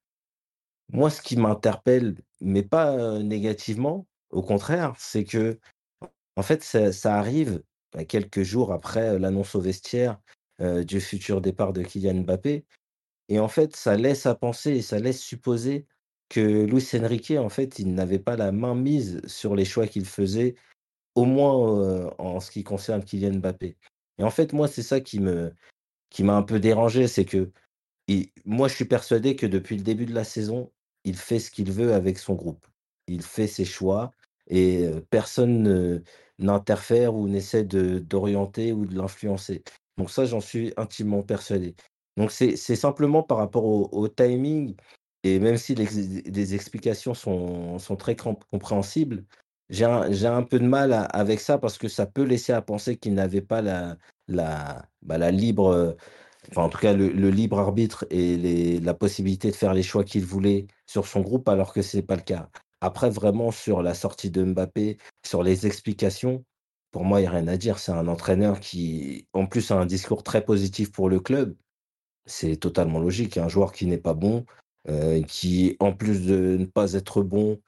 Moi, ce qui m'interpelle, mais pas, heu, négativement, au contraire, c'est que en fait, ça ça arrive, bah, quelques jours après, heu, l'annonce au vestiaire, heu, du futur départ de Kylian Mbappé. Et en fait, ça laisse à penser et ça laisse supposer que Luis Enrique, en fait, il n'avait pas la main mise sur les choix qu'il faisait, au moins, heu, en ce qui concerne Kylian Mbappé. Et en fait, moi, c'est ça qui me qui m'a un peu dérangé, c'est que et moi, je suis persuadé que depuis le début de la saison, il fait ce qu'il veut avec son groupe. Il fait ses choix et heu, personne ne n'interfère ou n'essaie de d'orienter ou de l'influencer. Donc ça, j'en suis intimement persuadé. Donc c'est c'est simplement par rapport au au timing, et même si les les explications sont sont très cramp compréhensibles, j'ai un j'ai un peu de mal a avec ça parce que ça peut laisser à penser qu'il n'avait pas la la, bah, la libre, enfin, en tout cas, le le libre arbitre et les la possibilité de faire les choix qu'il voulait sur son groupe, alors que c'est pas le cas. Après, vraiment, sur la sortie de Mbappé, sur les explications, pour moi, il y a rien à dire. C'est un entraîneur qui, en plus, a un discours très positif pour le club. C'est totalement logique. Un joueur qui n'est pas bon, heu, qui, en plus de ne pas être bon,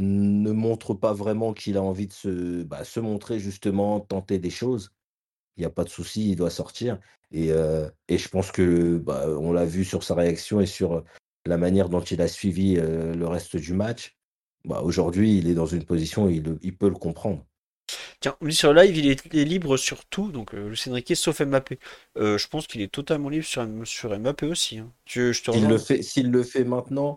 ne montre pas vraiment qu'il a envie de se, bah, se montrer justement, tenter des choses. Il y a pas de souci, il doit sortir. Et heu et je pense que, bah, on l'a vu sur sa réaction et sur la manière dont il a suivi, heu, le reste du match. Bah, aujourd'hui, il est dans une position où il le il peut le comprendre. Tiens, lui sur live, il est, il est libre sur tout, donc euh, Luis Enrique sauf Mbappé. Euh, je pense qu'il est totalement libre sur, sur Mbappé aussi. Hein. Tu, je te S'il le rejoins. fait s'il le fait maintenant,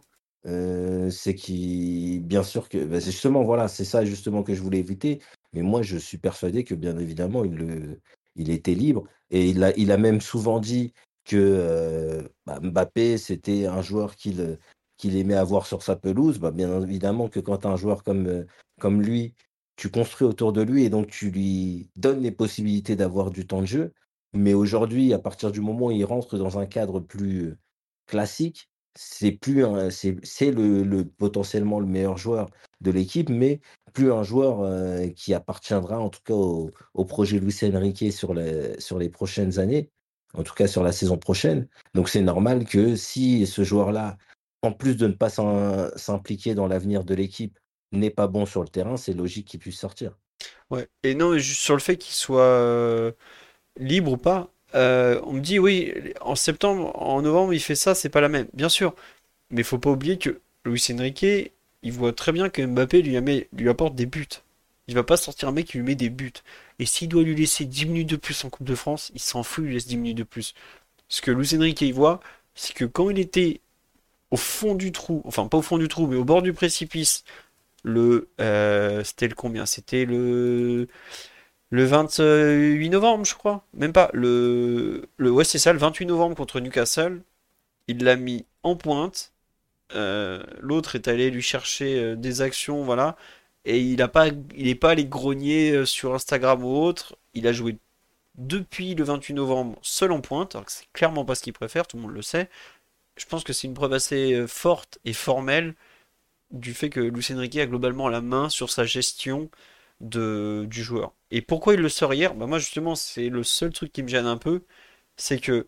Heu, c'est qui bien sûr que bah, c'est justement, voilà, c'est ça justement que je voulais éviter. Mais moi, je suis persuadé que bien évidemment, il le il était libre et il a il a même souvent dit que, heu, bah, Mbappé, c'était un joueur qu'il, heu, qu'il aimait avoir sur sa pelouse. Bah, bien évidemment que quand tu as un joueur comme, heu, comme lui, tu construis autour de lui et donc tu lui donnes les possibilités d'avoir du temps de jeu. Mais aujourd'hui, à partir du moment où il rentre dans un cadre plus, heu, classique, c'est plus un c'est c'est le le potentiellement le meilleur joueur de l'équipe, mais plus un joueur, heu, qui appartiendra en tout cas au au projet Luis Enrique sur les sur les prochaines années, en tout cas sur la saison prochaine. Donc c'est normal que si ce joueur-là, en plus de ne pas s'im s'impliquer dans l'avenir de l'équipe, n'est pas bon sur le terrain, c'est logique qu'il puisse sortir. Ouais. Et non, juste sur le fait qu'il soit euh, libre ou pas, euh, on me dit oui, en septembre, en novembre, il fait ça, c'est pas la même. Bien sûr, mais faut pas oublier que Luis Enrique, il voit très bien que Mbappé lui, amè- lui apporte des buts. Il va pas sortir un mec qui lui met des buts. Et s'il doit lui laisser dix minutes de plus en Coupe de France, il s'en fout, il lui laisse dix minutes de plus. Ce que Luis Enrique il voit, c'est que quand il était au fond du trou, enfin pas au fond du trou, mais au bord du précipice, le, euh, c'était le combien? C'était le le vingt-huit novembre, je crois. Même pas. Le, le ouais, c'est ça, le vingt-huit novembre contre Newcastle. Il l'a mis en pointe. Euh, l'autre est allé lui chercher euh, des actions, voilà. Et il a pas, il est pas allé grogner euh, sur Instagram ou autre. Il a joué depuis le vingt-huit novembre seul en pointe, alors que c'est clairement pas ce qu'il préfère, tout le monde le sait. Je pense que c'est une preuve assez euh, forte et formelle du fait que Luis Enrique a globalement la main sur sa gestion de, du joueur. Et pourquoi il le sort hier? Bah moi justement c'est le seul truc qui me gêne un peu, c'est que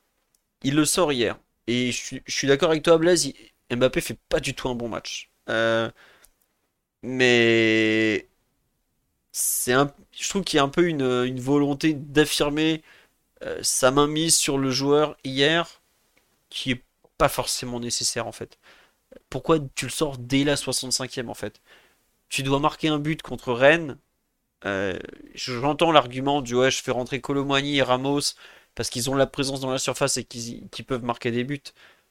il le sort hier. Et je suis, je suis d'accord avec toi Blaise, il- Mbappé fait pas du tout un bon match. Euh, mais c'est un, je trouve qu'il y a un peu une, une volonté d'affirmer euh, sa mainmise sur le joueur hier qui est pas forcément nécessaire en fait. Pourquoi tu le sors dès la soixante-cinquième en fait? Tu dois marquer un but contre Rennes. Euh, J'entends l'argument du ouais, je fais rentrer Colomboigny et Ramos parce qu'ils ont la présence dans la surface et qu'ils qu'ils peuvent marquer des buts.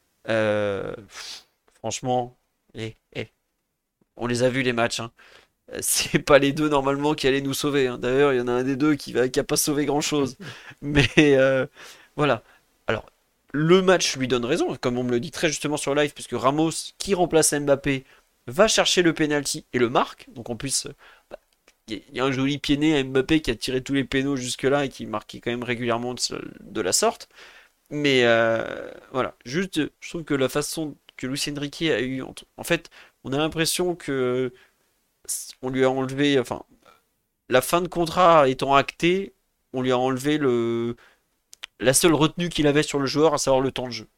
Euh, pff, franchement, eh, eh, on les a vus les matchs, hein. Euh, C'est pas les deux normalement qui allaient nous sauver, hein. D'ailleurs, il y en a un des deux qui va qui a pas sauvé grand-chose. Mais euh, voilà. Alors, le match lui donne raison, comme on me le dit très justement sur live, puisque Ramos, qui remplace Mbappé, va chercher le penalty et le marque. Donc en plus, bah, il y a un joli pied nez à Mbappé qui a tiré tous les pénaux jusque-là et qui marquait quand même régulièrement de, de la sorte. Mais euh, voilà, juste, je trouve que la façon que Luis Enrique a eu, en fait, on a l'impression que on lui a enlevé, enfin, la fin de contrat étant actée, on lui a enlevé le, la seule retenue qu'il avait sur le joueur, à savoir le temps de jeu.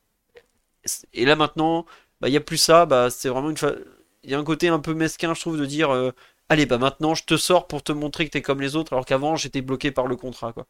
Et là maintenant, bah, il n'y a plus ça, bah, c'est vraiment une fa... Il y a un côté un peu mesquin, je trouve, de dire euh, allez, bah maintenant je te sors pour te montrer que t'es comme les autres, alors qu'avant j'étais bloqué par le contrat, quoi.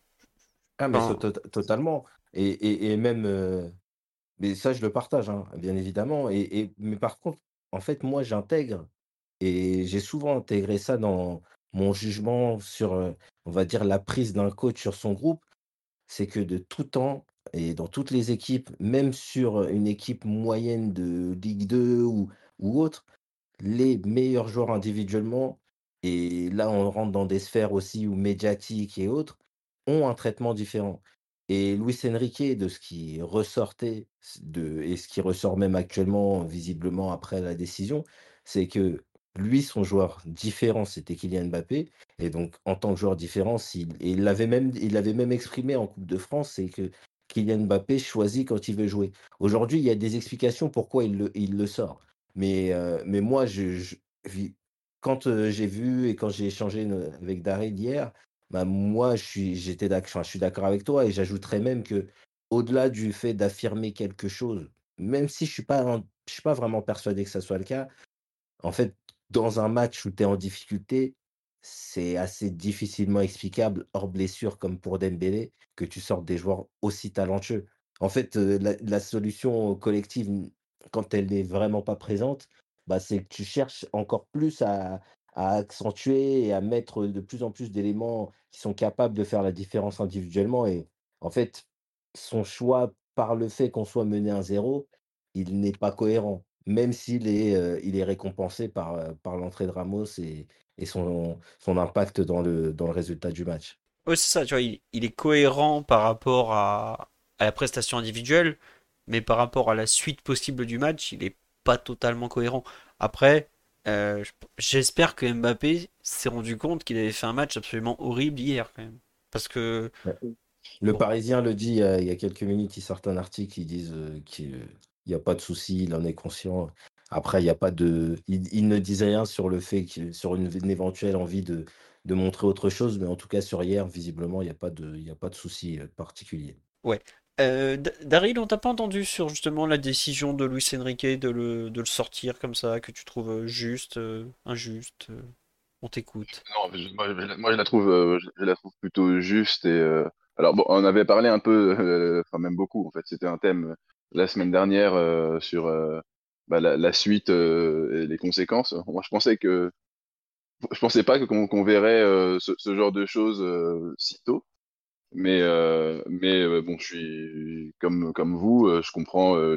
Ah mais so Enfin, to totalement et et et même, heu, mais ça je le partage, hein, bien évidemment et et mais par contre, en fait, moi j'intègre et j'ai souvent intégré ça dans mon jugement sur, heu, on va dire la prise d'un coach sur son groupe. C'est que de tout temps et dans toutes les équipes, même sur, une équipe moyenne de Ligue deux ou ou autre, les meilleurs joueurs individuellement et là on rentre dans des sphères aussi où médiatiques et autres, ont un traitement différent. Et Luis Enrique, de ce qui ressortait s de et ce qui ressort même actuellement visiblement après la décision, c'est que lui, son joueur différent, c'était Kylian Mbappé et donc en tant que joueur différent, s'il et il l'avait même il l'avait même exprimé en Coupe de France, c'est que Kylian Mbappé choisit quand il veut jouer. Aujourd'hui, il y a des explications pourquoi il le il le sort. Mais, heu, mais moi, je je vis quand, heu, j'ai vu et quand j'ai échangé ne avec Daryl hier, bah, moi, je suis j'étais d'acc enfin, je suis d'accord avec toi et j'ajouterais même que au delà du fait d'affirmer quelque chose, même si je suis pas un je suis pas vraiment persuadé que ça soit le cas, en fait, dans un match où tu es en difficulté, c'est assez difficilement explicable, hors blessure comme pour Dembélé, que tu sortes des joueurs aussi talentueux. En fait, heu, la la solution collective, n quand elle n'est vraiment pas présente, bah, c'est que tu cherches encore plus à à accentuer et à mettre de plus en plus d'éléments qui sont capables de faire la différence individuellement et en fait, son choix par le fait qu'on soit mené un zéro, il n'est pas cohérent. même s'il est, heu, il est récompensé par, heu, par l'entrée de Ramos et et son son impact dans le dans le résultat du match. Ouais, c'est ça, tu vois, il, il est cohérent par rapport à, à la prestation individuelle, mais par rapport à la suite possible du match, il est pas totalement cohérent. Après, euh, je- j'espère que Mbappé s'est rendu compte qu'il avait fait un match absolument horrible hier, quand même. Parce que, Ouais. Le bon, Parisien le dit, heu, il y a quelques minutes, ils sortent un article, ils disent, heu, qu'il y a pas de souci, il en est conscient. Après, il y a pas de ils ils ne disent rien sur le fait que sur une une éventuelle envie de de montrer autre chose, mais en tout cas sur hier, visiblement, il y a pas de il y a pas de souci, heu, particulier. ouais. Euh, D- Daryl, on t'a pas entendu sur justement la décision de Luis Enrique de le, de le sortir comme ça, que tu trouves euh, juste, euh, injuste. euh, on t'écoute. Non, je- moi, je, moi, je la trouve, euh, je, je la trouve plutôt juste et euh, alors bon, on avait parlé un peu, euh, enfin même beaucoup en fait. C'était un thème euh, la semaine dernière euh, sur euh, bah, la, la suite euh, et les conséquences. Moi, je pensais que, je pensais pas que qu'on qu'on verrait euh, ce, ce genre de choses euh, si tôt. Mais euh, mais euh, bon, je suis comme comme vous, euh, je comprends euh,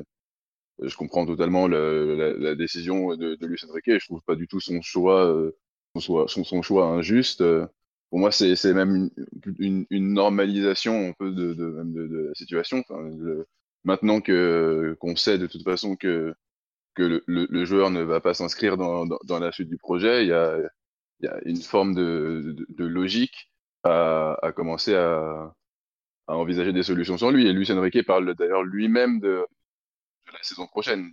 la- je comprends totalement la, la, la décision de, de Luis Enrique. Et je trouve pas du tout son choix euh, son, choix- son, son choix injuste. Euh, Pour moi, c'est c'est même une, une, une normalisation un peu de de, même de, de la situation. Enfin, le- maintenant que qu'on sait de toute façon que que le, le, le joueur ne va pas s'inscrire dans, dans, dans la suite du projet, il y a il y a une forme de, de, de logique à, à commencer à à envisager des solutions sans lui. Et Luis Enrique parle d'ailleurs lui-même de, de la saison prochaine.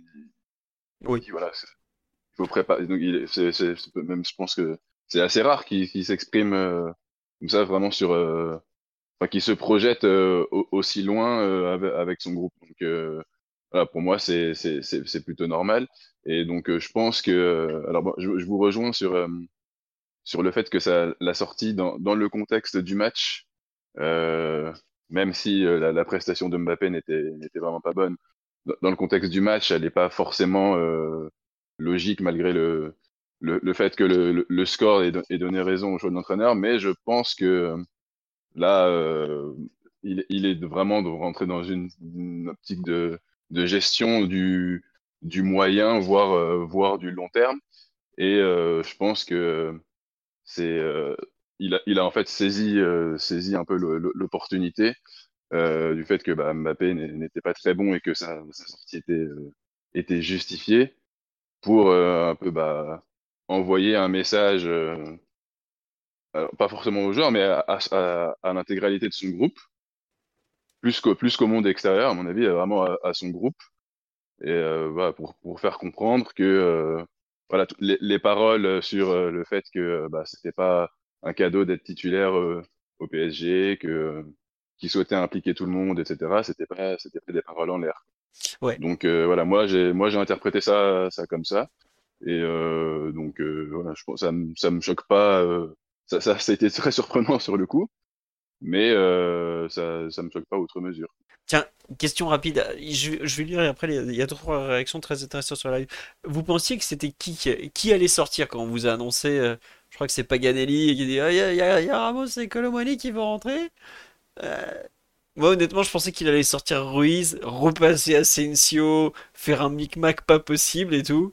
Il Oui. dit voilà, c'est- il faut préparer. Donc, il est- c'est, c'est- c'est- même, je pense que c'est assez rare qu'il qu'il s'exprime euh, comme ça vraiment sur, euh, enfin, qu'il se projette euh, au- aussi loin euh, avec, avec son groupe. Donc euh, voilà, pour moi, c'est c'est c'est c'est plutôt normal. Et donc euh, je pense que, euh, alors bon, je, je vous rejoins sur euh, sur le fait que ça, la sortie dans, dans le contexte du match, euh, même si euh, la, la prestation de Mbappé n'était n'était vraiment pas bonne, dans, dans le contexte du match, elle n'est pas forcément euh, logique malgré le, le, le fait que le, le, le score ait, don- ait donné raison au choix de l'entraîneur. Mais je pense que euh, là, euh, il, il est vraiment de rentrer dans une, une optique de, de gestion du, du moyen, voire, euh, voire du long terme. Et euh, je pense que c'est, euh, il a, il a en fait saisi, euh, saisi un peu le- le- l'opportunité euh, du fait que bah, Mbappé n'est- n'était pas très bon et que sa, sa sortie était, euh, était justifiée pour euh, un peu bah, envoyer un message, euh, alors, pas forcément aux joueurs, mais à, à, à- à l'intégralité de son groupe, plus qu'au plus qu'au monde extérieur, à mon avis, vraiment à, à son groupe, et euh, voilà, pour, pour faire comprendre que euh, voilà, t- les, les paroles sur euh, le fait que euh, bah, c'était pas un cadeau d'être titulaire euh, au P S G, que euh, qu'il souhaitait impliquer tout le monde, et cetera. C'était pas, c'était pas des paroles en l'air. Ouais. Donc euh, voilà, moi j'ai, moi j'ai interprété ça, ça comme ça, et euh, donc euh, voilà, je pense ça, me- ça me choque pas. Euh, ça, ça, ça a été très surprenant sur le coup, mais euh, ça, ça me choque pas outre mesure. Tiens, question rapide. Je, vais je vais lire et après, il y a deux, trois réactions très intéressantes sur la live. Vous pensiez que c'était qui, qui qui allait sortir quand on vous a annoncé, euh, je crois que c'est Paganelli qui dit, ah, il y a, il y a- il y a Ramos et Colomani qui vont rentrer? Euh, Moi, honnêtement, je pensais qu'il allait sortir Ruiz, repasser Asensio, faire un micmac pas possible et tout.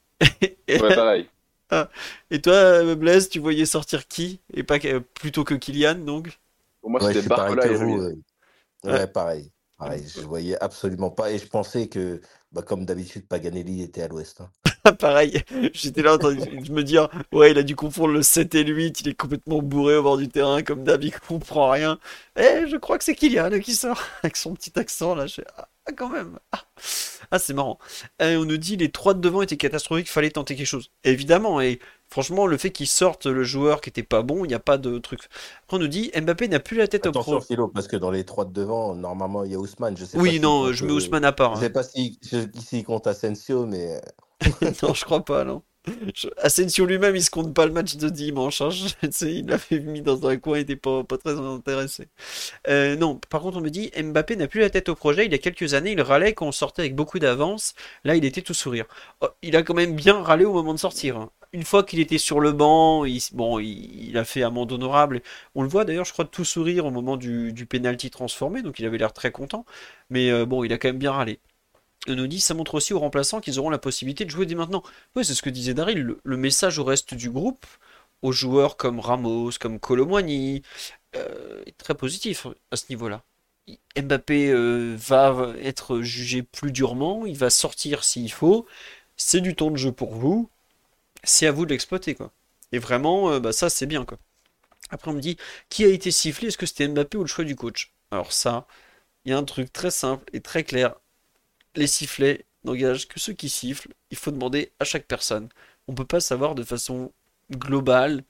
Et, Ouais, pareil. ah. Et toi, euh, Blaise, tu voyais sortir qui? Et pas que- plutôt que Kylian, donc? Pour moi, Ouais, je c'était suis pareil Barcola que et vous, Ruiz. heu, Ouais. ouais, pareil, pareil, je voyais absolument pas et je pensais que, bah, comme d'habitude, Paganelli était à l'ouest, hein. Pareil, j'étais là en train de me dire, ouais, il a dû confondre le sept et le huit, il est complètement bourré au bord du terrain, comme d'hab, il comprend rien. Eh, je crois que c'est Kylian qui sort, avec son petit accent là, je fais, ah, quand même. Ah, ah, c'est marrant. Et on nous dit, les trois de devant étaient catastrophiques, fallait tenter quelque chose. Évidemment, et franchement, le fait qu'il sorte le joueur qui était pas bon, il n'y a pas de truc. Après, on nous dit, Mbappé n'a plus la tête au Attention pro. Philo, parce que dans les trois de devant, normalement, il y a Ousmane. Je sais pas Oui, s'il non, compte, je mets heu, Ousmane à part, je hein. sais pas s'il je s'il compte Asensio, mais Non, je crois pas, non. Je- Asensio lui-même, il se compte pas le match de dimanche, hein. Je- tu sais, il l'avait mis dans un coin, il était pas, pas très intéressé. Euh, non, par contre, on me dit, Mbappé n'a plus la tête au projet. Il y a quelques années, il râlait quand on sortait avec beaucoup d'avance. Là, il était tout sourire. Oh, il a quand même bien râlé au moment de sortir, hein. Une fois qu'il était sur le banc, il, bon, il, il a fait amende honorable. On le voit d'ailleurs, je crois, tout sourire au moment du, du penalty transformé, donc il avait l'air très content. Mais euh, bon, il a quand même bien râlé. On nous dit ça montre aussi aux remplaçants qu'ils auront la possibilité de jouer dès maintenant. Oui, c'est ce que disait Daryl. Le, le message au reste du groupe, aux joueurs comme Ramos, comme Kolo Muani, euh, est très positif à ce niveau-là. Mbappé euh, va être jugé plus durement, il va sortir s'il faut. C'est du temps de jeu pour vous, c'est à vous de l'exploiter quoi. Et vraiment, euh, bah, ça c'est bien quoi. Après on me dit qui a été sifflé, est-ce que c'était Mbappé ou le choix du coach? Alors ça, il y a un truc très simple et très clair. Les sifflets n'engagent que ceux qui sifflent. Il faut demander à chaque personne. On peut pas savoir de façon globale.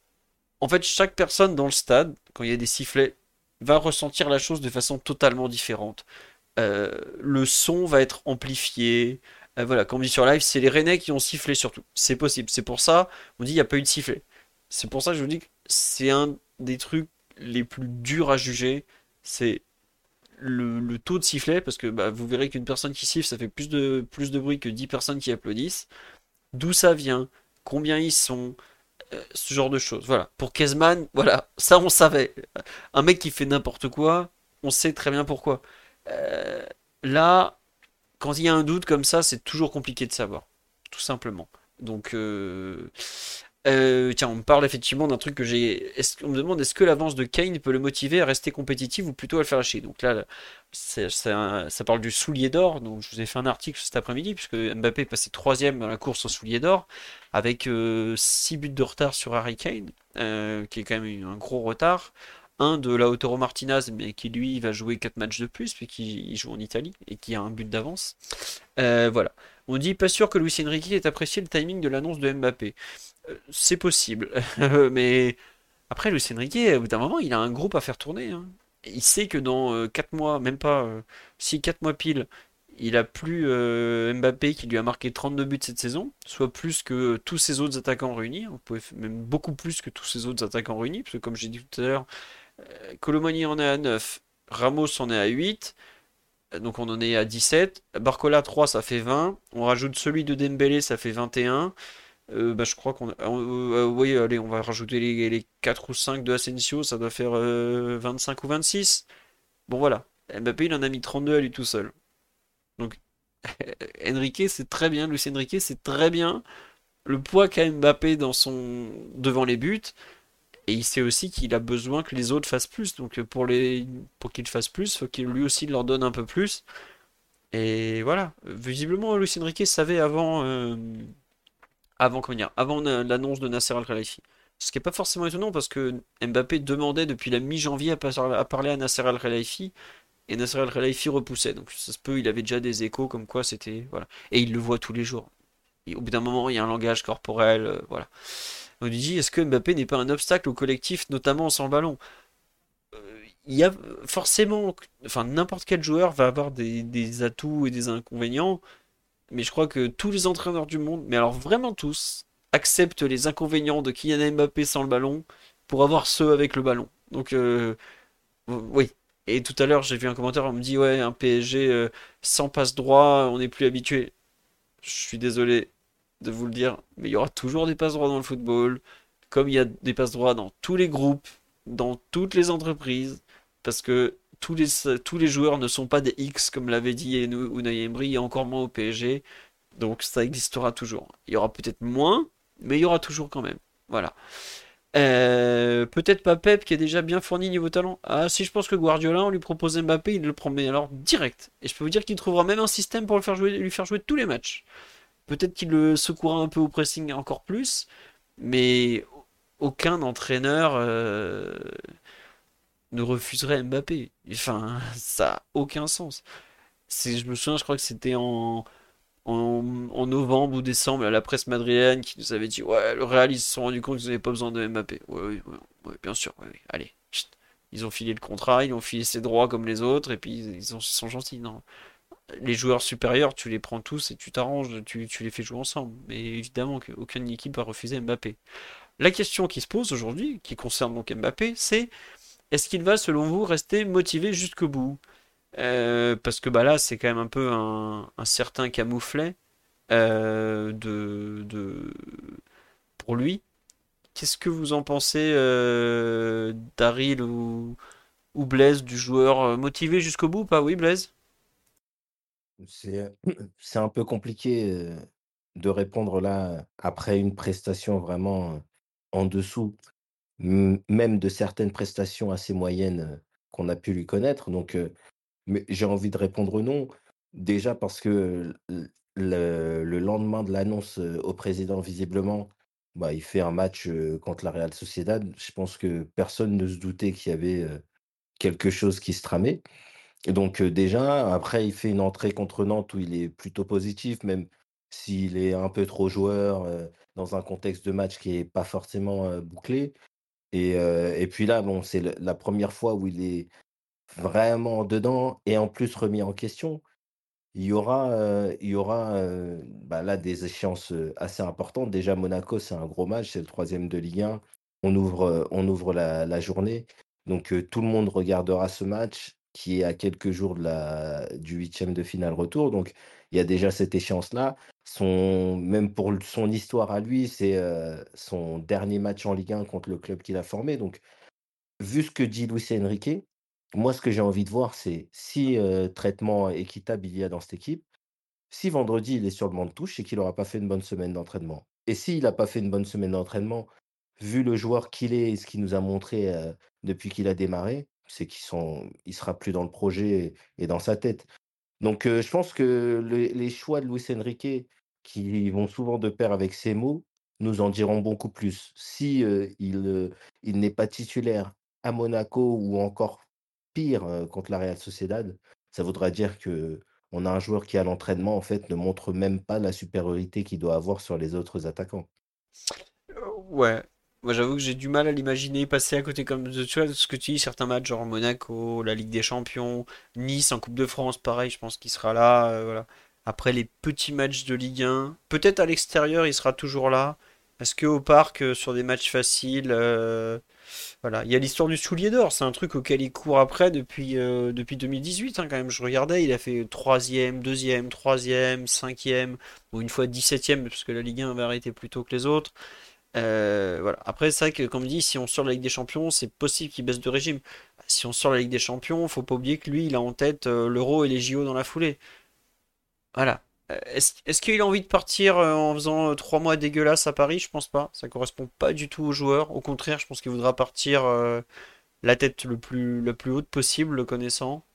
En fait, chaque personne dans le stade, quand il y a des sifflets, va ressentir la chose de façon totalement différente. Euh, le son va être amplifié. Euh, voilà, comme on dit sur live, c'est les Rennais qui ont sifflé surtout. C'est possible. C'est pour ça, on dit il n'y a pas eu de sifflet. C'est pour ça que je vous dis que c'est un des trucs les plus durs à juger. C'est le, le taux de sifflet, parce que bah, vous verrez qu'une personne qui siffle, ça fait plus de, plus de bruit que dix personnes qui applaudissent. D'où ça vient, combien ils sont, euh, ce genre de choses. Voilà. Pour Kezman, voilà, ça on savait. Un mec qui fait n'importe quoi, on sait très bien pourquoi. Euh, Là, quand il y a un doute comme ça, c'est toujours compliqué de savoir. Tout simplement. Donc, euh, euh, tiens, on me parle effectivement d'un truc que j'ai. Est-ce- On me demande est-ce que l'avance de Kane peut le motiver à rester compétitif ou plutôt à le faire lâcher. Donc là, c'est- c'est un- ça parle du soulier d'or. Donc je vous ai fait un article cet après-midi puisque Mbappé est passé troisième dans la course au soulier d'or avec six buts de retard sur Harry Kane, euh, qui est quand même un gros retard. Un de Lautaro Martinez, mais qui lui va jouer quatre matchs de plus puisqu'il joue en Italie et qui a un but d'avance. Euh, voilà. On dit pas sûr que Luis Enrique ait apprécié le timing de l'annonce de Mbappé. Euh, c'est possible. Mais après, Luis Enrique, au bout d'un moment, il a un groupe à faire tourner, hein. Il sait que dans euh, quatre mois, même pas, euh, si quatre mois pile, il a plus euh, Mbappé qui lui a marqué trente-deux buts cette saison, soit plus que tous ses autres attaquants réunis. On pouvait même beaucoup plus que tous ses autres attaquants réunis, parce que comme j'ai dit tout à l'heure, Kolo Muani en est à neuf, Ramos en est à huit, donc on en est à dix-sept. Barcola trois, ça fait vingt. On rajoute celui de Dembélé, ça fait vingt et un. Euh, bah, je crois qu'on. Euh, euh, oui, allez, on va rajouter les, les quatre ou cinq de Asensio, ça doit faire euh, vingt-cinq ou vingt-six. Bon, voilà. Mbappé, il en a mis trente-deux à lui tout seul. Donc, Enrique, c'est très bien. Luis Enrique, c'est très bien. Le poids qu'a Mbappé dans son... devant les buts. Et il sait aussi qu'il a besoin que les autres fassent plus. Donc, pour, les... pour qu'il fasse plus, il faut qu'il lui aussi leur donne un peu plus. Et voilà. Visiblement, Luis Enrique savait avant. euh, avant, comment dire, avant l'annonce de Nasser Al-Khelaifi. Ce qui n'est pas forcément étonnant parce que Mbappé demandait depuis la mi-janvier à, à parler à Nasser Al-Khelaifi et Nasser Al-Khelaifi repoussait. Donc ça se peut, il avait déjà des échos comme quoi c'était. Voilà. Et il le voit tous les jours. Et au bout d'un moment, il y a un langage corporel. Euh, voilà. On lui dit est-ce que Mbappé n'est pas un obstacle au collectif, notamment sans le ballon? Euh, Il y a forcément. Enfin, n'importe quel joueur va avoir des, des atouts et des inconvénients. Mais je crois que tous les entraîneurs du monde, mais alors vraiment tous, acceptent les inconvénients de Kylian Mbappé sans le ballon pour avoir ceux avec le ballon. Donc, euh, oui. Et tout à l'heure, j'ai vu un commentaire, on me dit, ouais, un P S G euh, sans passe droit, on n'est plus habitué. Je suis désolé de vous le dire, mais il y aura toujours des passes droits dans le football, comme il y a des passes droits dans tous les groupes, dans toutes les entreprises, parce que tous les, tous les joueurs ne sont pas des X, comme l'avait dit Unai Emery, et encore moins au P S G. Donc ça existera toujours. Il y aura peut-être moins, mais il y aura toujours quand même. Voilà. Euh, peut-être pas Pep qui est déjà bien fourni niveau talent. Ah, si je pense que Guardiola, on lui propose Mbappé, il le prend, mais alors direct. Et je peux vous dire qu'il trouvera même un système pour le faire jouer, lui faire jouer tous les matchs. Peut-être qu'il le secouera un peu au pressing encore plus, mais aucun entraîneur euh, ne refuserait Mbappé. Enfin, ça a aucun sens. C'est, je me souviens, je crois que c'était en, en, en novembre ou décembre, à la presse madrilène qui nous avait dit ouais, le Real, ils se sont rendus compte qu'ils n'avaient pas besoin de Mbappé. Ouais, ouais, ouais, ouais, bien sûr, ouais, ouais, allez. Chut. Ils ont filé le contrat, ils ont filé ses droits comme les autres, et puis ils, ont- ils sont gentils. Non. Les joueurs supérieurs, tu les prends tous et tu t'arranges, tu, tu les fais jouer ensemble. Mais évidemment qu'aucune équipe va refuser Mbappé. La question qui se pose aujourd'hui, qui concerne donc Mbappé, c'est est-ce qu'il va, selon vous, rester motivé jusqu'au bout? Euh, parce que bah là, c'est quand même un peu un, un certain camouflet euh, de, de, pour lui. Qu'est-ce que vous en pensez, euh, Daryl ou, ou Blaise, du joueur euh, motivé jusqu'au bout ou pas? Oui, Blaise? C'est, c'est un peu compliqué, heu, de répondre là, après une prestation vraiment, heu, en dessous, m même de certaines prestations assez moyennes, heu, qu'on a pu lui connaître. Donc, heu, mais j'ai envie de répondre non. Déjà parce que l le le lendemain de l'annonce, heu, au président visiblement, bah, il fait un match, heu, contre la Real Sociedad. Je pense que personne ne se doutait qu'il y avait, heu, quelque chose qui se tramait. Et donc, heu, déjà, après il fait une entrée contre Nantes où il est plutôt positif, même s'il est un peu trop joueur, heu, dans un contexte de match qui est pas forcément, heu, bouclé. Et heu et puis là, bon, c'est le la première fois où il est vraiment dedans et en plus remis en question. Il y aura, heu, il y aura, heu, bah, là, des échéances, heu, assez importantes. Déjà, Monaco, c'est un gros match, c'est le troisième de Ligue un. On ouvre, heu, on ouvre la la journée. Donc, heu, tout le monde regardera ce match qui est à quelques jours de la du huitième de finale retour. Donc, il y a déjà cette échéance-là. Son même pour l son histoire à lui, c'est, heu, son dernier match en Ligue un contre le club qu'il a formé. Donc, vu ce que dit Luis Enrique, moi, ce que j'ai envie de voir, c'est si, heu, traitement équitable il y a dans cette équipe. Si vendredi, il est sur le banc de touche, c'est qu'il aura pas fait une bonne semaine d'entraînement. Et s'il a pas fait une bonne semaine d'entraînement, vu le joueur qu'il est et ce qu'il nous a montré, heu, depuis qu'il a démarré, c'est qu'il sont il sera plus dans le projet et dans sa tête. Donc, heu, je pense que les les choix de Luis Enrique, qui vont souvent de pair avec ses mots, nous en diront beaucoup plus. Si, heu, il, heu, il n'est pas titulaire à Monaco ou encore pire, heu, contre la Real Sociedad, ça voudra dire qu'on a un joueur qui, à l'entraînement, en fait, ne montre même pas la supériorité qu'il doit avoir sur les autres attaquants. Euh, Ouais. Moi, j'avoue que j'ai du mal à l'imaginer passer à côté comme de, tu vois, de ce que tu dis, certains matchs, genre Monaco, la Ligue des Champions, Nice en Coupe de France, pareil, je pense qu'il sera là. Euh, voilà. Après les petits matchs de Ligue un, peut-être à l'extérieur, il sera toujours là. Est-ce qu'au parc, euh, sur des matchs faciles, euh, voilà. Il y a l'histoire du soulier d'or, c'est un truc auquel il court après depuis, euh, depuis deux mille dix-huit, hein, quand même. Je regardais, il a fait troisième, deuxième, troisième, cinquième, ou une fois dix-septième, parce que la Ligue un avait arrêté plus tôt que les autres. Euh, voilà. Après, c'est vrai que, comme dit, si on sort de la Ligue des Champions, c'est possible qu'il baisse de régime. Si on sort de la Ligue des Champions, faut pas oublier que lui, il a en tête euh, l'Euro et les J O dans la foulée. Voilà. Euh, Est-ce est-ce qu'il a envie de partir euh, en faisant euh, trois mois dégueulasses à Paris? Je pense pas. Ça correspond pas du tout au joueur. Au contraire, je pense qu'il voudra partir euh, la tête le plus, la plus haute possible, le connaissant.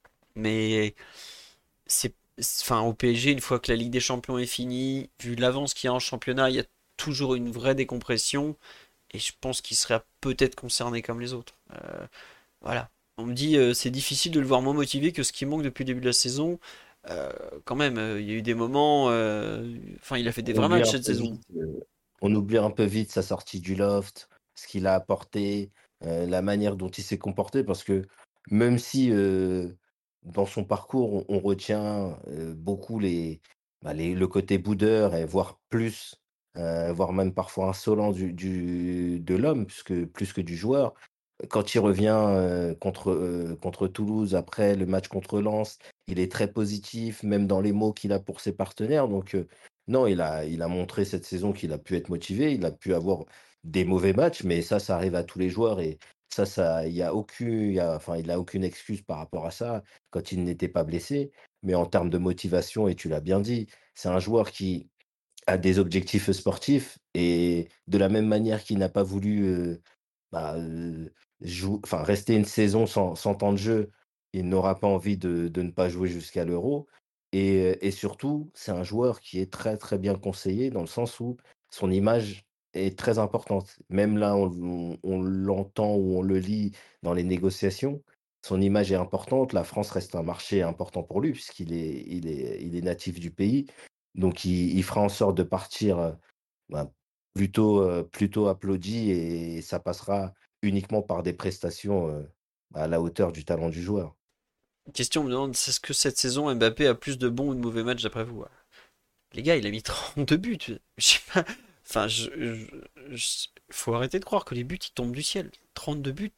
Mais c'est, c'est- enfin, au P S G, une fois que la Ligue des Champions est finie, vu l'avance qu'il y a en championnat, il y a toujours une vraie décompression. Et je pense qu'il serait peut-être concerné comme les autres. Euh, voilà. On me dit euh, c'est difficile de le voir moins motivé que ce qui manque depuis le début de la saison. Euh, Quand même, euh, il y a eu des moments. euh, Enfin, il a fait des On vrais oublie matchs un cette peu saison. vite, heu, on oublie un peu vite sa sortie du loft, ce qu'il a apporté, heu, la manière dont il s'est comporté parce que même si, heu, dans son parcours, on on retient, heu, beaucoup les, bah, les le côté boudeur et voire plus, heu, voire même parfois insolent du du de l'homme puisque plus que du joueur. Quand il revient, heu, contre, heu, contre Toulouse après le match contre Lens, il est très positif, même dans les mots qu'il a pour ses partenaires. Donc, heu, non, il a il a montré cette saison qu'il a pu être motivé. Il a pu avoir des mauvais matchs, mais ça, ça arrive à tous les joueurs et ça ça il y a aucun il y a enfin, il a aucune excuse par rapport à ça, quand il n'était pas blessé. Mais en termes de motivation et tu l'as bien dit, c'est un joueur qui a des objectifs sportifs et de la même manière qu'il n'a pas voulu, heu bah, heu, jou enfin rester une saison sans sans temps de jeu, il n'aura pas envie de de ne pas jouer jusqu'à l'Euro et heu et surtout, c'est un joueur qui est très, très bien conseillé dans le sens où son image est très importante. Même là, on on on l'entend ou on le lit dans les négociations, son image est importante. La France reste un marché important pour lui puisqu'il est il est il est natif du pays. Donc il il fera en sorte de partir, heu, bah, plutôt, heu, plutôt applaudi et ça passera uniquement par des prestations, heu, à la hauteur du talent du joueur. Question, on me demande est-ce que cette saison Mbappé a plus de bons ou de mauvais matchs d'après vous? Les gars, il a mis trente-deux buts. Je sais pas. Enfin, je, je- je- faut arrêter de croire que les buts ils tombent du ciel. trente-deux buts,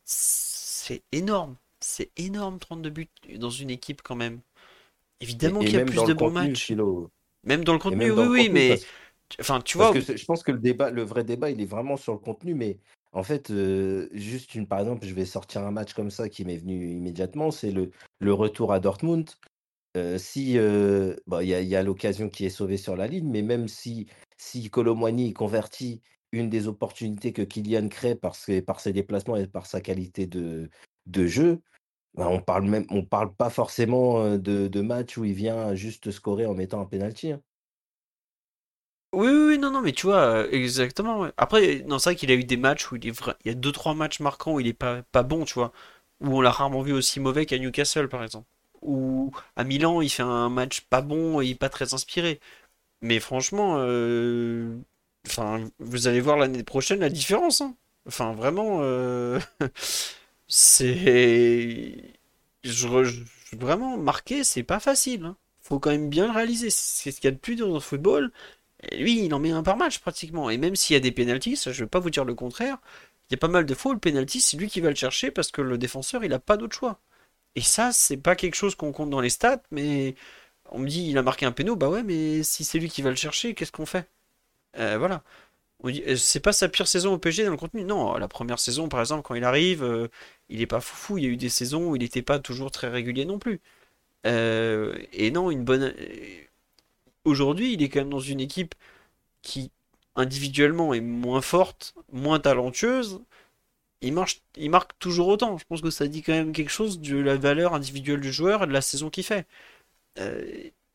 c'est énorme. C'est énorme, trente-deux buts dans une équipe quand même. Évidemment Et et qu'il y a même plus dans de le bons contenu, matchs. Philo, Même dans le et contenu, même oui, dans le oui, contenu mais parce enfin, tu parce vois, que c'est je pense que le débat le vrai débat, il est vraiment sur le contenu, mais en fait, heu, juste une par exemple, je vais sortir un match comme ça qui m'est venu immédiatement, c'est le le retour à Dortmund. Heu, si, heu, bah, il y a il y a l'occasion qui est sauvée sur la ligne, mais même si si Kolo Muani convertit une des opportunités que Kylian crée par ses par ses déplacements et par sa qualité de de jeu, bah, on parle même on parle pas forcément, heu, de de match où il vient juste scorer en mettant un penalty, hein. Oui, oui, oui, non, non, mais tu vois, euh, exactement. Ouais. Après, non, c'est vrai qu'il a eu des matchs où il est vra- il y a deux, trois matchs marquants où il est pas, pas bon, tu vois. Où on l'a rarement vu aussi mauvais qu'à Newcastle, par exemple. Ou à Milan, il fait un match pas bon et pas très inspiré. Mais franchement, euh, enfin, vous allez voir l'année prochaine la différence, hein. Enfin, vraiment, euh, c'est. Je, re- je- Vraiment, marquer, c'est pas facile, hein. Faut quand même bien le réaliser. C'est ce qu'il y a de plus dur dans le football. Et lui, il en met un par match pratiquement. Et même s'il y a des pénaltys, ça, je vais pas vous dire le contraire. Il y a pas mal de fois où le pénalty, c'est lui qui va le chercher parce que le défenseur, il a pas d'autre choix. Et ça, c'est pas quelque chose qu'on compte dans les stats, mais on me dit, il a marqué un péno, bah ouais, mais si c'est lui qui va le chercher, qu'est-ce qu'on fait? Euh, voilà. On dit, euh, c'est pas sa pire saison au P S G dans le contenu. Non, la première saison, par exemple, quand il arrive, euh, il est pas foufou. Il y a eu des saisons où il n'était pas toujours très régulier non plus. Euh, et non, une bonne. Aujourd'hui, il est quand même dans une équipe qui individuellement est moins forte, moins talentueuse. Il marche, il marque toujours autant. Je pense que ça dit quand même quelque chose de la valeur individuelle du joueur et de la saison qu'il fait. Euh,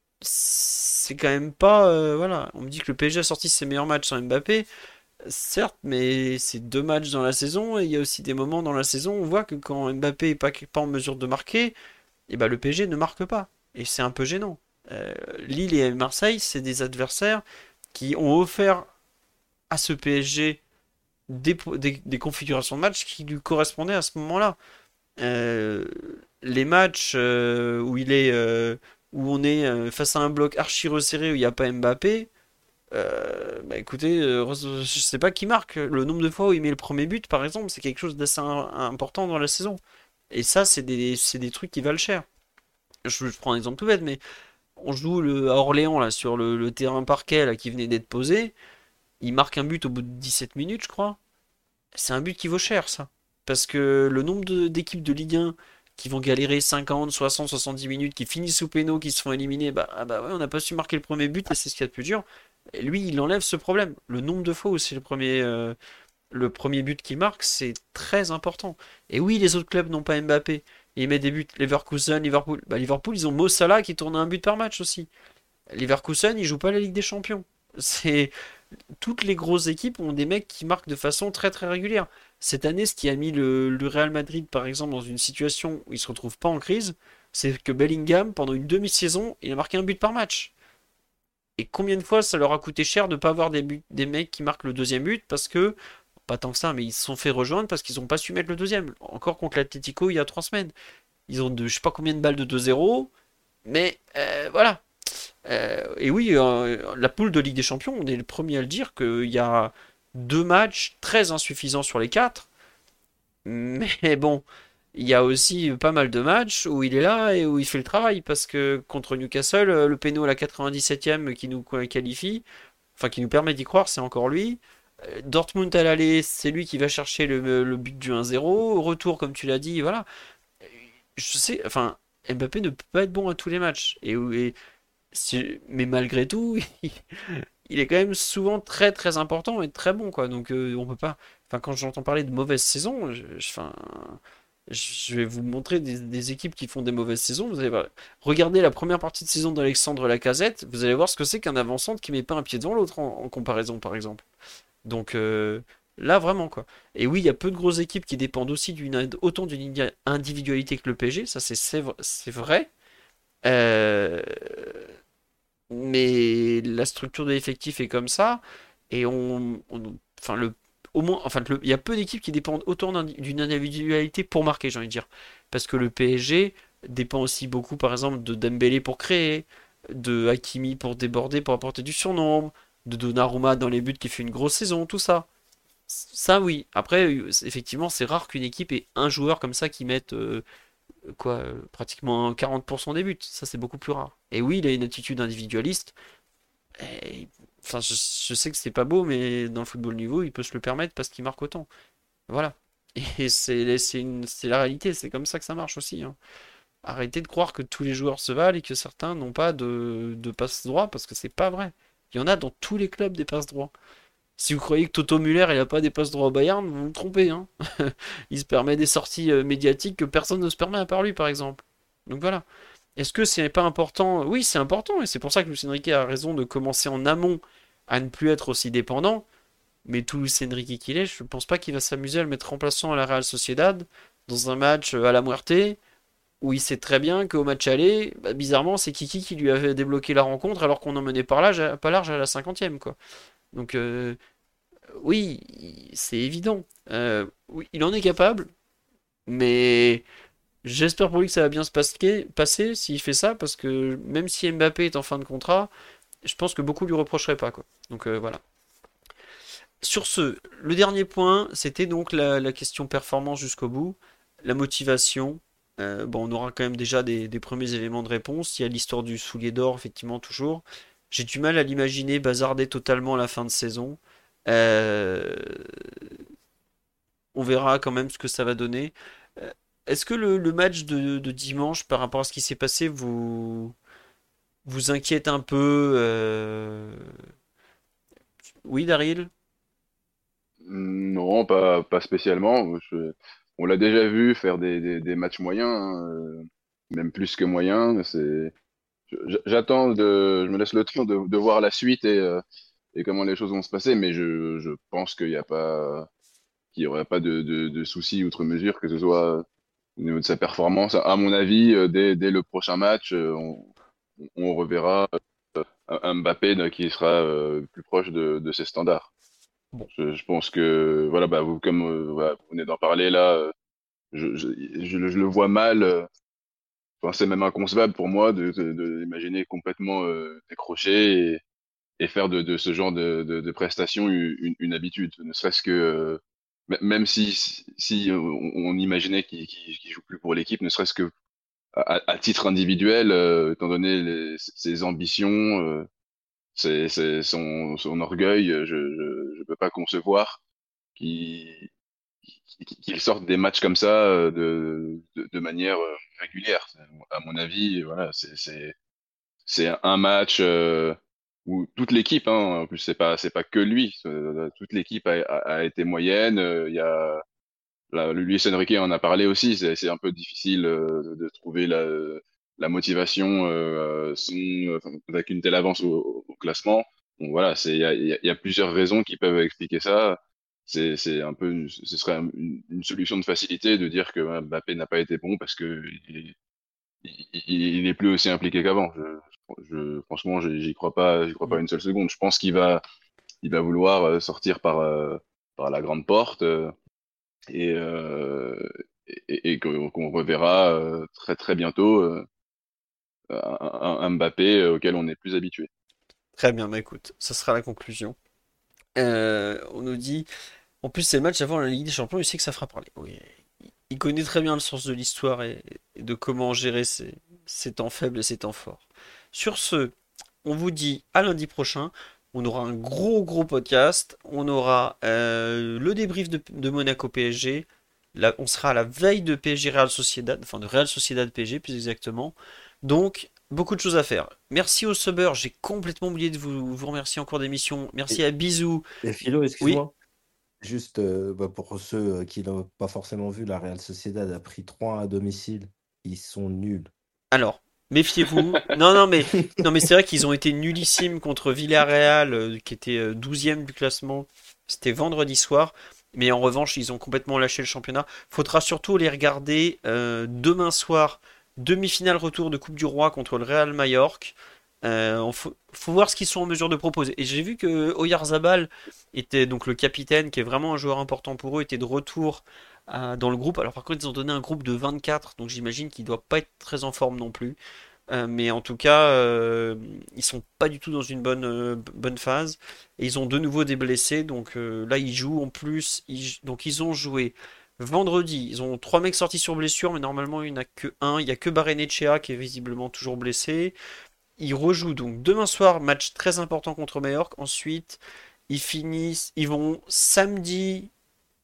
c'est quand même pas. Euh, voilà. On me dit que le P S G a sorti ses meilleurs matchs sans Mbappé. Certes, mais c'est deux matchs dans la saison et il y a aussi des moments dans la saison où on voit que quand Mbappé est pas, pas en mesure de marquer, et ben le P S G ne marque pas. Et c'est un peu gênant. Euh, Lille et Marseille, c'est des adversaires qui ont offert à ce P S G des, des- des configurations de match qui lui correspondaient à ce moment-là. Euh, les matchs euh, où il est, euh, où on est euh, face à un bloc archi resserré où il n'y a pas Mbappé, euh, bah écoutez, euh, je sais pas qui marque. Le nombre de fois où il met le premier but, par exemple, c'est quelque chose d'assez im- important dans la saison. Et ça, c'est des, c'est des trucs qui valent cher. Je, je prends un exemple tout bête, mais on joue le, à Orléans là sur le, le terrain parquet là qui venait d'être posé. Il marque un but au bout de dix-sept minutes, je crois. C'est un but qui vaut cher, ça. Parce que le nombre de- d'équipes de Ligue un qui vont galérer cinquante, soixante, soixante-dix minutes, qui finissent sous pénaux, qui se font éliminer, bah, ah bah ouais, on n'a pas su marquer le premier but et c'est ce qu'il y a de plus dur. Et lui, il enlève ce problème. Le nombre de fois où c'est le premier, euh, le premier but qu'il marque, c'est très important. Et oui, les autres clubs n'ont pas Mbappé. Et il met des buts. Leverkusen, Liverpool. Bah, Liverpool, ils ont Mo Salah qui tourne à un but par match aussi. Leverkusen, ils jouent pas la Ligue des Champions. C'est toutes les grosses équipes ont des mecs qui marquent de façon très très régulière. Cette année, ce qui a mis le, le Real Madrid, par exemple, dans une situation où il se retrouve pas en crise, c'est que Bellingham, pendant une demi-saison, il a marqué un but par match. Et combien de fois ça leur a coûté cher de pas avoir des, buts, des mecs qui marquent le deuxième but parce que, pas tant que ça, mais ils se sont fait rejoindre parce qu'ils ont pas su mettre le deuxième. Encore contre l'Atlético il y a trois semaines. Ils ont de, je sais pas combien de balles de deux zéro, mais euh, voilà. Euh, et oui, euh, la poule de Ligue des Champions, on est le premier à le dire qu'il y a deux matchs très insuffisants sur les quatre. Mais bon, il y a aussi pas mal de matchs où il est là et où il fait le travail. Parce que contre Newcastle, euh, le péno à la quatre-vingt-dix-septième qui nous qualifie, enfin qui nous permet d'y croire, c'est encore lui. Euh, Dortmund à l'aller, c'est lui qui va chercher le, le but du un zéro. Au retour, comme tu l'as dit, voilà. Je sais, enfin, Mbappé ne peut pas être bon à tous les matchs. Et, et c'est- mais malgré tout, il est quand même souvent très très important et très bon quoi. Donc euh, on peut pas. Enfin quand j'entends parler de mauvaise saison, je, je- enfin, je vais vous montrer des, des équipes qui font des mauvaises saisons. Vous allez voir. Regardez la première partie de saison d'Alexandre Lacazette. Vous allez voir ce que c'est qu'un avant-centre qui met pas un pied devant l'autre en, en comparaison par exemple. Donc euh, là vraiment quoi. Et oui, il y a peu de grosses équipes qui dépendent aussi d'une autant d'une individualité que le P S G. Ça c'est c'est c'est vrai. Euh, mais la structure de l'effectif est comme ça et on, on- enfin le au moins enfin le- il y a peu d'équipes qui dépendent autant d'un- d'une individualité pour marquer, j'ai envie de dire, parce que le P S G dépend aussi beaucoup par exemple de Dembélé pour créer, de Hakimi pour déborder, pour apporter du surnombre, de Donnarumma dans les buts qui fait une grosse saison, tout ça. Ça oui. Après euh, c'est- effectivement, c'est rare qu'une équipe ait un joueur comme ça qui mette euh, quoi, euh, pratiquement quarante pour cent des buts. Ça, c'est beaucoup plus rare. Et oui, il a une attitude individualiste. Et, enfin, je, je sais que c'est pas beau, mais dans le football niveau, il peut se le permettre parce qu'il marque autant. Voilà. Et c'est c'est une- c'est la réalité, c'est comme ça que ça marche aussi, hein. Arrêtez de croire que tous les joueurs se valent et que certains n'ont pas de, de passe droit parce que c'est pas vrai. Il y en a dans tous les clubs des passes droits. Si vous croyez que Toto Müller il a pas des passes droits au Bayern, vous vous trompez. Hein. Il se permet des sorties euh, médiatiques que personne ne se permet à part lui, par exemple. Donc voilà. Est-ce que c'est pas important? Oui, c'est important et c'est pour ça que Luis Enrique a raison de commencer en amont à ne plus être aussi dépendant. Mais tout Luis Enrique qu'il est, je pense pas qu'il va s'amuser à le mettre remplaçant à la Real Sociedad dans un match euh, à la Muerte où il sait très bien qu'au match aller, bah, bizarrement, c'est Kiki qui lui avait débloqué la rencontre alors qu'on en menait par large, pas large à la cinquantième, quoi. Donc, euh, oui, c'est évident. Euh, oui, il en est capable, mais j'espère pour lui que ça va bien se passer, passer s'il fait ça, parce que même si Mbappé est en fin de contrat, je pense que beaucoup lui reprocheraient pas, quoi. Donc euh, voilà. Sur ce, le dernier point, c'était donc la, la question performance jusqu'au bout, la motivation. Euh, bon, on aura quand même déjà des, des premiers éléments de réponse. Il y a l'histoire du soulier d'or, effectivement, toujours. J'ai du mal à l'imaginer bazarder totalement à la fin de saison. Euh, on verra quand même ce que ça va donner. Euh, Est-ce que le, le match de, de dimanche, par rapport à ce qui s'est passé, vous, vous inquiète un peu euh, Oui, Daryl? Non, pas, pas spécialement. Je- on l'a déjà vu faire des, des, des matchs moyens, hein, euh, même plus que moyens. C'est, je- j'attends de, je me laisse le temps de, de voir la suite et, euh, et comment les choses vont se passer, mais je, je pense qu'il n'y a pas, qu'il y aurait pas de, de, de soucis outre mesure, que ce soit au niveau de sa performance. À mon avis, euh, dès, dès le prochain match, euh, on, on reverra un un Mbappé euh, qui sera euh, plus proche de, de ses standards. Bon, Je, je pense que, voilà, bah, vous, comme euh, voilà, vous venez d'en parler là, euh, je, je, je, le je le vois mal. euh, Enfin, c'est même inconcevable pour moi de, de, de l'imaginer complètement euh, décroché et, et faire de, de ce genre de, de, de prestations une, une, une habitude. Ne serait-ce que, euh, m- même si, si on, on imaginait qu'il qu'il, qu'il joue plus pour l'équipe, ne serait-ce que à, à titre individuel, euh, étant donné les, ses ambitions, euh, ses, ses- son, son orgueil, je, je, je peux pas concevoir qu'il qu'il sorte des matchs comme ça euh, de, de, de manière euh, régulière. À mon avis, voilà, c'est c'est c'est un match euh, où toute l'équipe, hein, en plus c'est pas c'est pas que lui, euh, toute l'équipe a, a, a été moyenne. euh, Il y a là, Luis Enrique en a parlé aussi. C'est c'est un peu difficile euh, de, de trouver la la motivation euh, sans, enfin, avec une telle avance au, au classement. Donc voilà, c'est il y a, il y a il y a plusieurs raisons qui peuvent expliquer ça. C'est c'est un peu une- ce serait une, une solution de facilité de dire que ouais, Mbappé n'a pas été bon parce que il, il, il- il est plus aussi impliqué qu'avant. Je, je, franchement, j'y j'y crois pas, j'y crois pas mm, une seule seconde. Je pense qu'il va, il va vouloir euh, sortir par, euh, par la grande porte euh, et, euh, et, et qu'on qu'on reverra euh, très très bientôt euh, un, un Mbappé euh, auquel on est plus habitué. très bien, bah écoute, ça sera la conclusion. Euh, on nous dit, en plus c'est le match avant la Ligue des Champions, il sait que ça fera parler. Oui, il connaît très bien le sens de l'histoire et, et de comment gérer ses, ses temps faibles et ses temps forts. Sur ce, on vous dit à lundi prochain. On aura un gros gros podcast. On aura euh, le débrief de, de Monaco P S G. Là, on sera à la veille de P S G Real Sociedad, enfin de Real Sociedad P S G plus exactement. Donc, beaucoup de choses à faire. Merci aux subbers. J'ai complètement oublié de vous, vous remercier en cours d'émission. Merci Et, à Bisous. et Philo, Oui, excuse-moi, juste euh, bah, pour ceux euh, qui l'ont pas forcément vu, la Real Sociedad a pris trois à domicile. Ils sont nuls. alors, méfiez-vous. Non, non, mais, non, mais c'est vrai qu'ils ont été nullissimes contre Villarreal, euh, qui était euh, douzième du classement. C'était vendredi soir. Mais en revanche, ils ont complètement lâché le championnat. Faudra surtout les regarder euh, demain soir. Demi-finale retour de Coupe du Roi contre le Real Majorque. Euh, faut, faut voir ce qu'ils sont en mesure de proposer. Et j'ai vu que Oyarzabal était donc le capitaine, qui est vraiment un joueur important pour eux, était de retour euh, dans le groupe. Alors par contre, ils ont donné un groupe de vingt-quatre, donc j'imagine qu'il doit pas être très en forme non plus. Euh, mais en tout cas, euh, ils sont pas du tout dans une bonne, euh, bonne phase. Et ils ont de nouveau des blessés. Donc euh, là, ils jouent en plus. Ils, donc ils ont joué vendredi. Ils ont trois mecs sortis sur blessure, mais normalement, il n'y en a que un. Il n'y a que Barrenechea qui est visiblement toujours blessé. Ils rejouent donc demain soir, match très important contre Majorque. Ensuite, ils finissent. Ils vont samedi.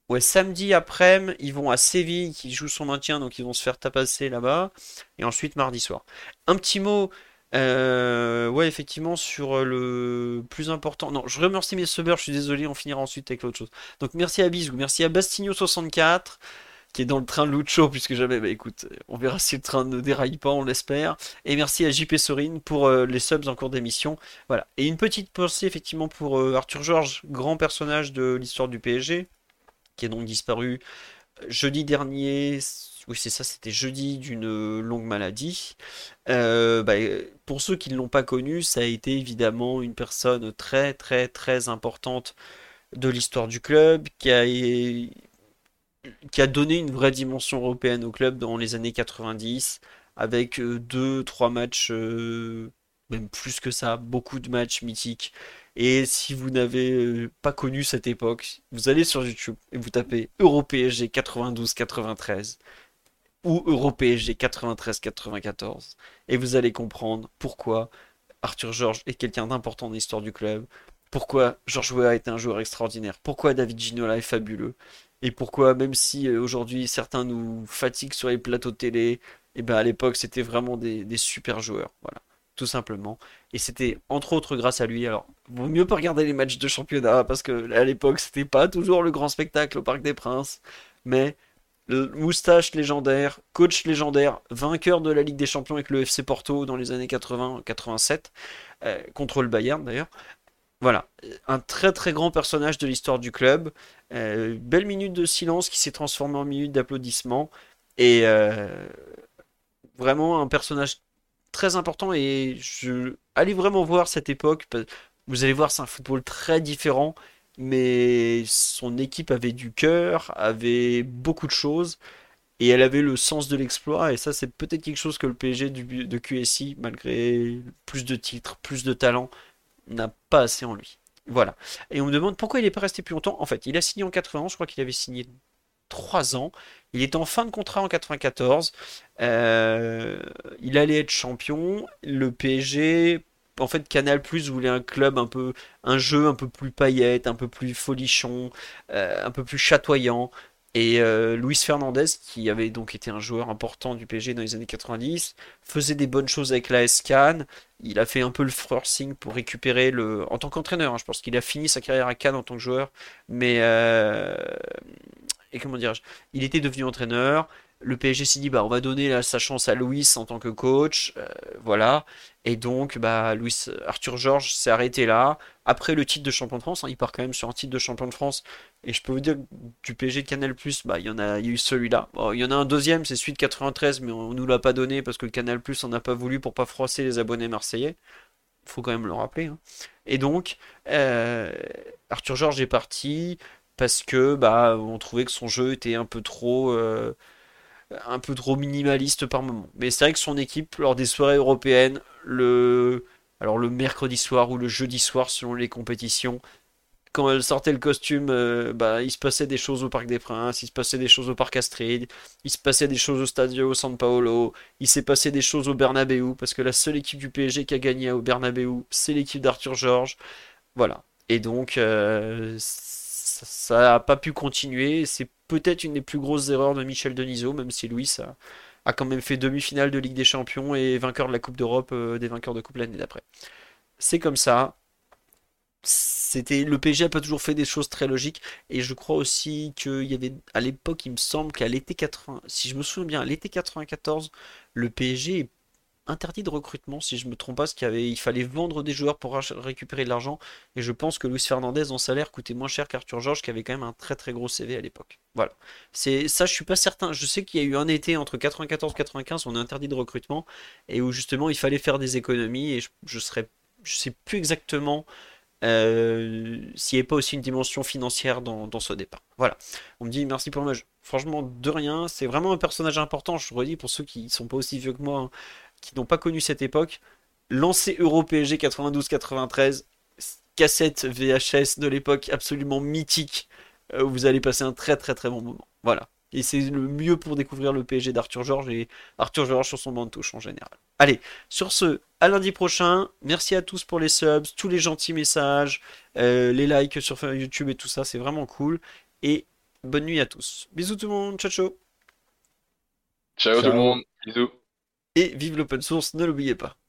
Ouais, samedi après-midi, ils vont à Séville, qui joue son maintien, donc ils vont se faire tapasser là-bas. Et ensuite, mardi soir. Un petit mot, euh, ouais, effectivement, sur le plus important. Non, je remercie mes subbers, je suis désolé, on finira ensuite avec l'autre chose. Donc, merci à Bisou, merci à Bastigno soixante-quatre, qui est dans le train de Lucho, puisque jamais, bah écoute, on verra si le train ne déraille pas, on l'espère. Et merci à J P Sorine pour euh, les subs en cours d'émission. Voilà. Et une petite pensée, effectivement, pour euh, Arthur Georges, grand personnage de l'histoire du P S G qui est donc disparu jeudi dernier. Oui, c'est ça, c'était jeudi d'une longue maladie. Euh, bah, pour ceux qui ne l'ont pas connu, ça a été évidemment une personne très très très importante de l'histoire du club, qui a, qui a donné une vraie dimension européenne au club dans les années quatre-vingt-dix, avec euh, deux, trois matchs, euh, même plus que ça, beaucoup de matchs mythiques. Et si vous n'avez euh, pas connu cette époque, vous allez sur YouTube et vous tapez Euro P S G quatre-vingt-douze quatre-vingt-treize ou Euro P S G quatre-vingt-treize quatre-vingt-quatorze et vous allez comprendre pourquoi Arthur Georges est quelqu'un d'important dans l'histoire du club, pourquoi Georges Weah est un joueur extraordinaire, pourquoi David Ginola est fabuleux, et pourquoi même si euh, aujourd'hui certains nous fatiguent sur les plateaux de télé, et ben à l'époque c'était vraiment des, des super joueurs, voilà, tout simplement. Et c'était entre autres grâce à lui. Alors, vaut mieux pas regarder les matchs de championnat parce que à l'époque c'était pas toujours le grand spectacle au Parc des Princes, mais le moustache légendaire, coach légendaire, vainqueur de la Ligue des Champions avec le F C Porto dans les années quatre-vingts quatre-vingt-sept, euh, contre le Bayern d'ailleurs. Voilà, un très très grand personnage de l'histoire du club. Euh, belle minute de silence qui s'est transformée en minute d'applaudissement. Et euh, vraiment un personnage très important. Et je allez vraiment voir cette époque. Vous allez voir, c'est un football très différent. Mais son équipe avait du cœur, avait beaucoup de choses. Et elle avait le sens de l'exploit. Et ça, c'est peut-être quelque chose que le P S G du- de Q S I, malgré plus de titres, plus de talent, n'a pas assez en lui. Voilà. Et on me demande pourquoi il n'est pas resté plus longtemps. En fait, il a signé en quatre-vingt-onze, je crois qu'il avait signé trois ans. Il était en fin de contrat en quatre-vingt-quatorze. Euh, il allait être champion. Le P S G, en fait, Canal Plus voulait un club un peu, un jeu un peu plus paillette, un peu plus folichon, euh, un peu plus chatoyant. Et euh, Luis Fernandez, qui avait donc été un joueur important du P S G dans les années quatre-vingt-dix, faisait des bonnes choses avec l'A S Cannes. Il a fait un peu le forcing pour récupérer le. En tant qu'entraîneur, hein, je pense qu'il a fini sa carrière à Cannes en tant que joueur. Mais. euh, Et comment dirais-je? Il était devenu entraîneur. Le P S G s'est dit, bah, on va donner là, sa chance à Luis en tant que coach. Euh, voilà. Et donc, bah, Luis, Arthur Georges s'est arrêté là. Après le titre de champion de France, hein, il part quand même sur un titre de champion de France. Et je peux vous dire que du P S G de Canal+, bah, il y en a, il y a eu celui-là. Bon, il y en a un deuxième, c'est celui de quatre-vingt-treize, mais on nous l'a pas donné parce que le Canal+, on n'a pas voulu pour pas froisser les abonnés marseillais. Faut quand même le rappeler, hein. Et donc, euh, Arthur Georges est parti parce que bah on trouvait que son jeu était un peu trop euh, un peu trop minimaliste par moment. Mais c'est vrai que son équipe lors des soirées européennes, le alors le mercredi soir ou le jeudi soir selon les compétitions, quand elle sortait le costume, euh, bah, il se passait des choses au Parc des Princes, il se passait des choses au Parc Astrid, il se passait des choses au Stadio San Paolo, il s'est passé des choses au Bernabéu, parce que la seule équipe du P S G qui a gagné au Bernabéu, c'est l'équipe d'Arthur Georges. Voilà. Et donc, euh, ça n'a pas pu continuer. C'est peut-être une des plus grosses erreurs de Michel Denisot, même si Louis a, a quand même fait demi-finale de Ligue des Champions et vainqueur de la Coupe d'Europe, euh, des vainqueurs de Coupe l'année d'après. C'est comme ça. C'était le P S G a pas toujours fait des choses très logiques et je crois aussi qu'il y avait à l'époque il me semble qu'à l'été quatre-vingts si je me souviens bien à l'été quatre-vingt-quatorze le P S G est interdit de recrutement si je me trompe pas parce qu'il y avait il fallait vendre des joueurs pour rach- récupérer de l'argent et je pense que Luis Fernandez en salaire coûtait moins cher qu'Arthur Georges qui avait quand même un très très gros C V à l'époque. Voilà. C'est ça je suis pas certain. Je sais qu'il y a eu un été entre quatre-vingt-quatorze et quatre-vingt-quinze où on est interdit de recrutement et où justement il fallait faire des économies et je, je serais je sais plus exactement euh, s'il n'y avait pas aussi une dimension financière dans, dans ce départ. Voilà. On me dit merci pour le match. Franchement, de rien. C'est vraiment un personnage important. Je redis pour ceux qui ne sont pas aussi vieux que moi, hein, qui n'ont pas connu cette époque. Lancé Euro P S G quatre-vingt-douze quatre-vingt-treize, cassette V H S de l'époque absolument mythique. Euh, où vous allez passer un très très très bon moment. Voilà. Et c'est le mieux pour découvrir le P S G d'Arthur Georges et Arthur Georges sur son banc de touche en général. Allez, sur ce, à lundi prochain. Merci à tous pour les subs, tous les gentils messages, euh, les likes sur YouTube et tout ça, c'est vraiment cool. Et bonne nuit à tous. Bisous tout le monde, ciao ciao. Ciao, tout le Ciao. monde. Bisous. Et vive l'open source, ne l'oubliez pas.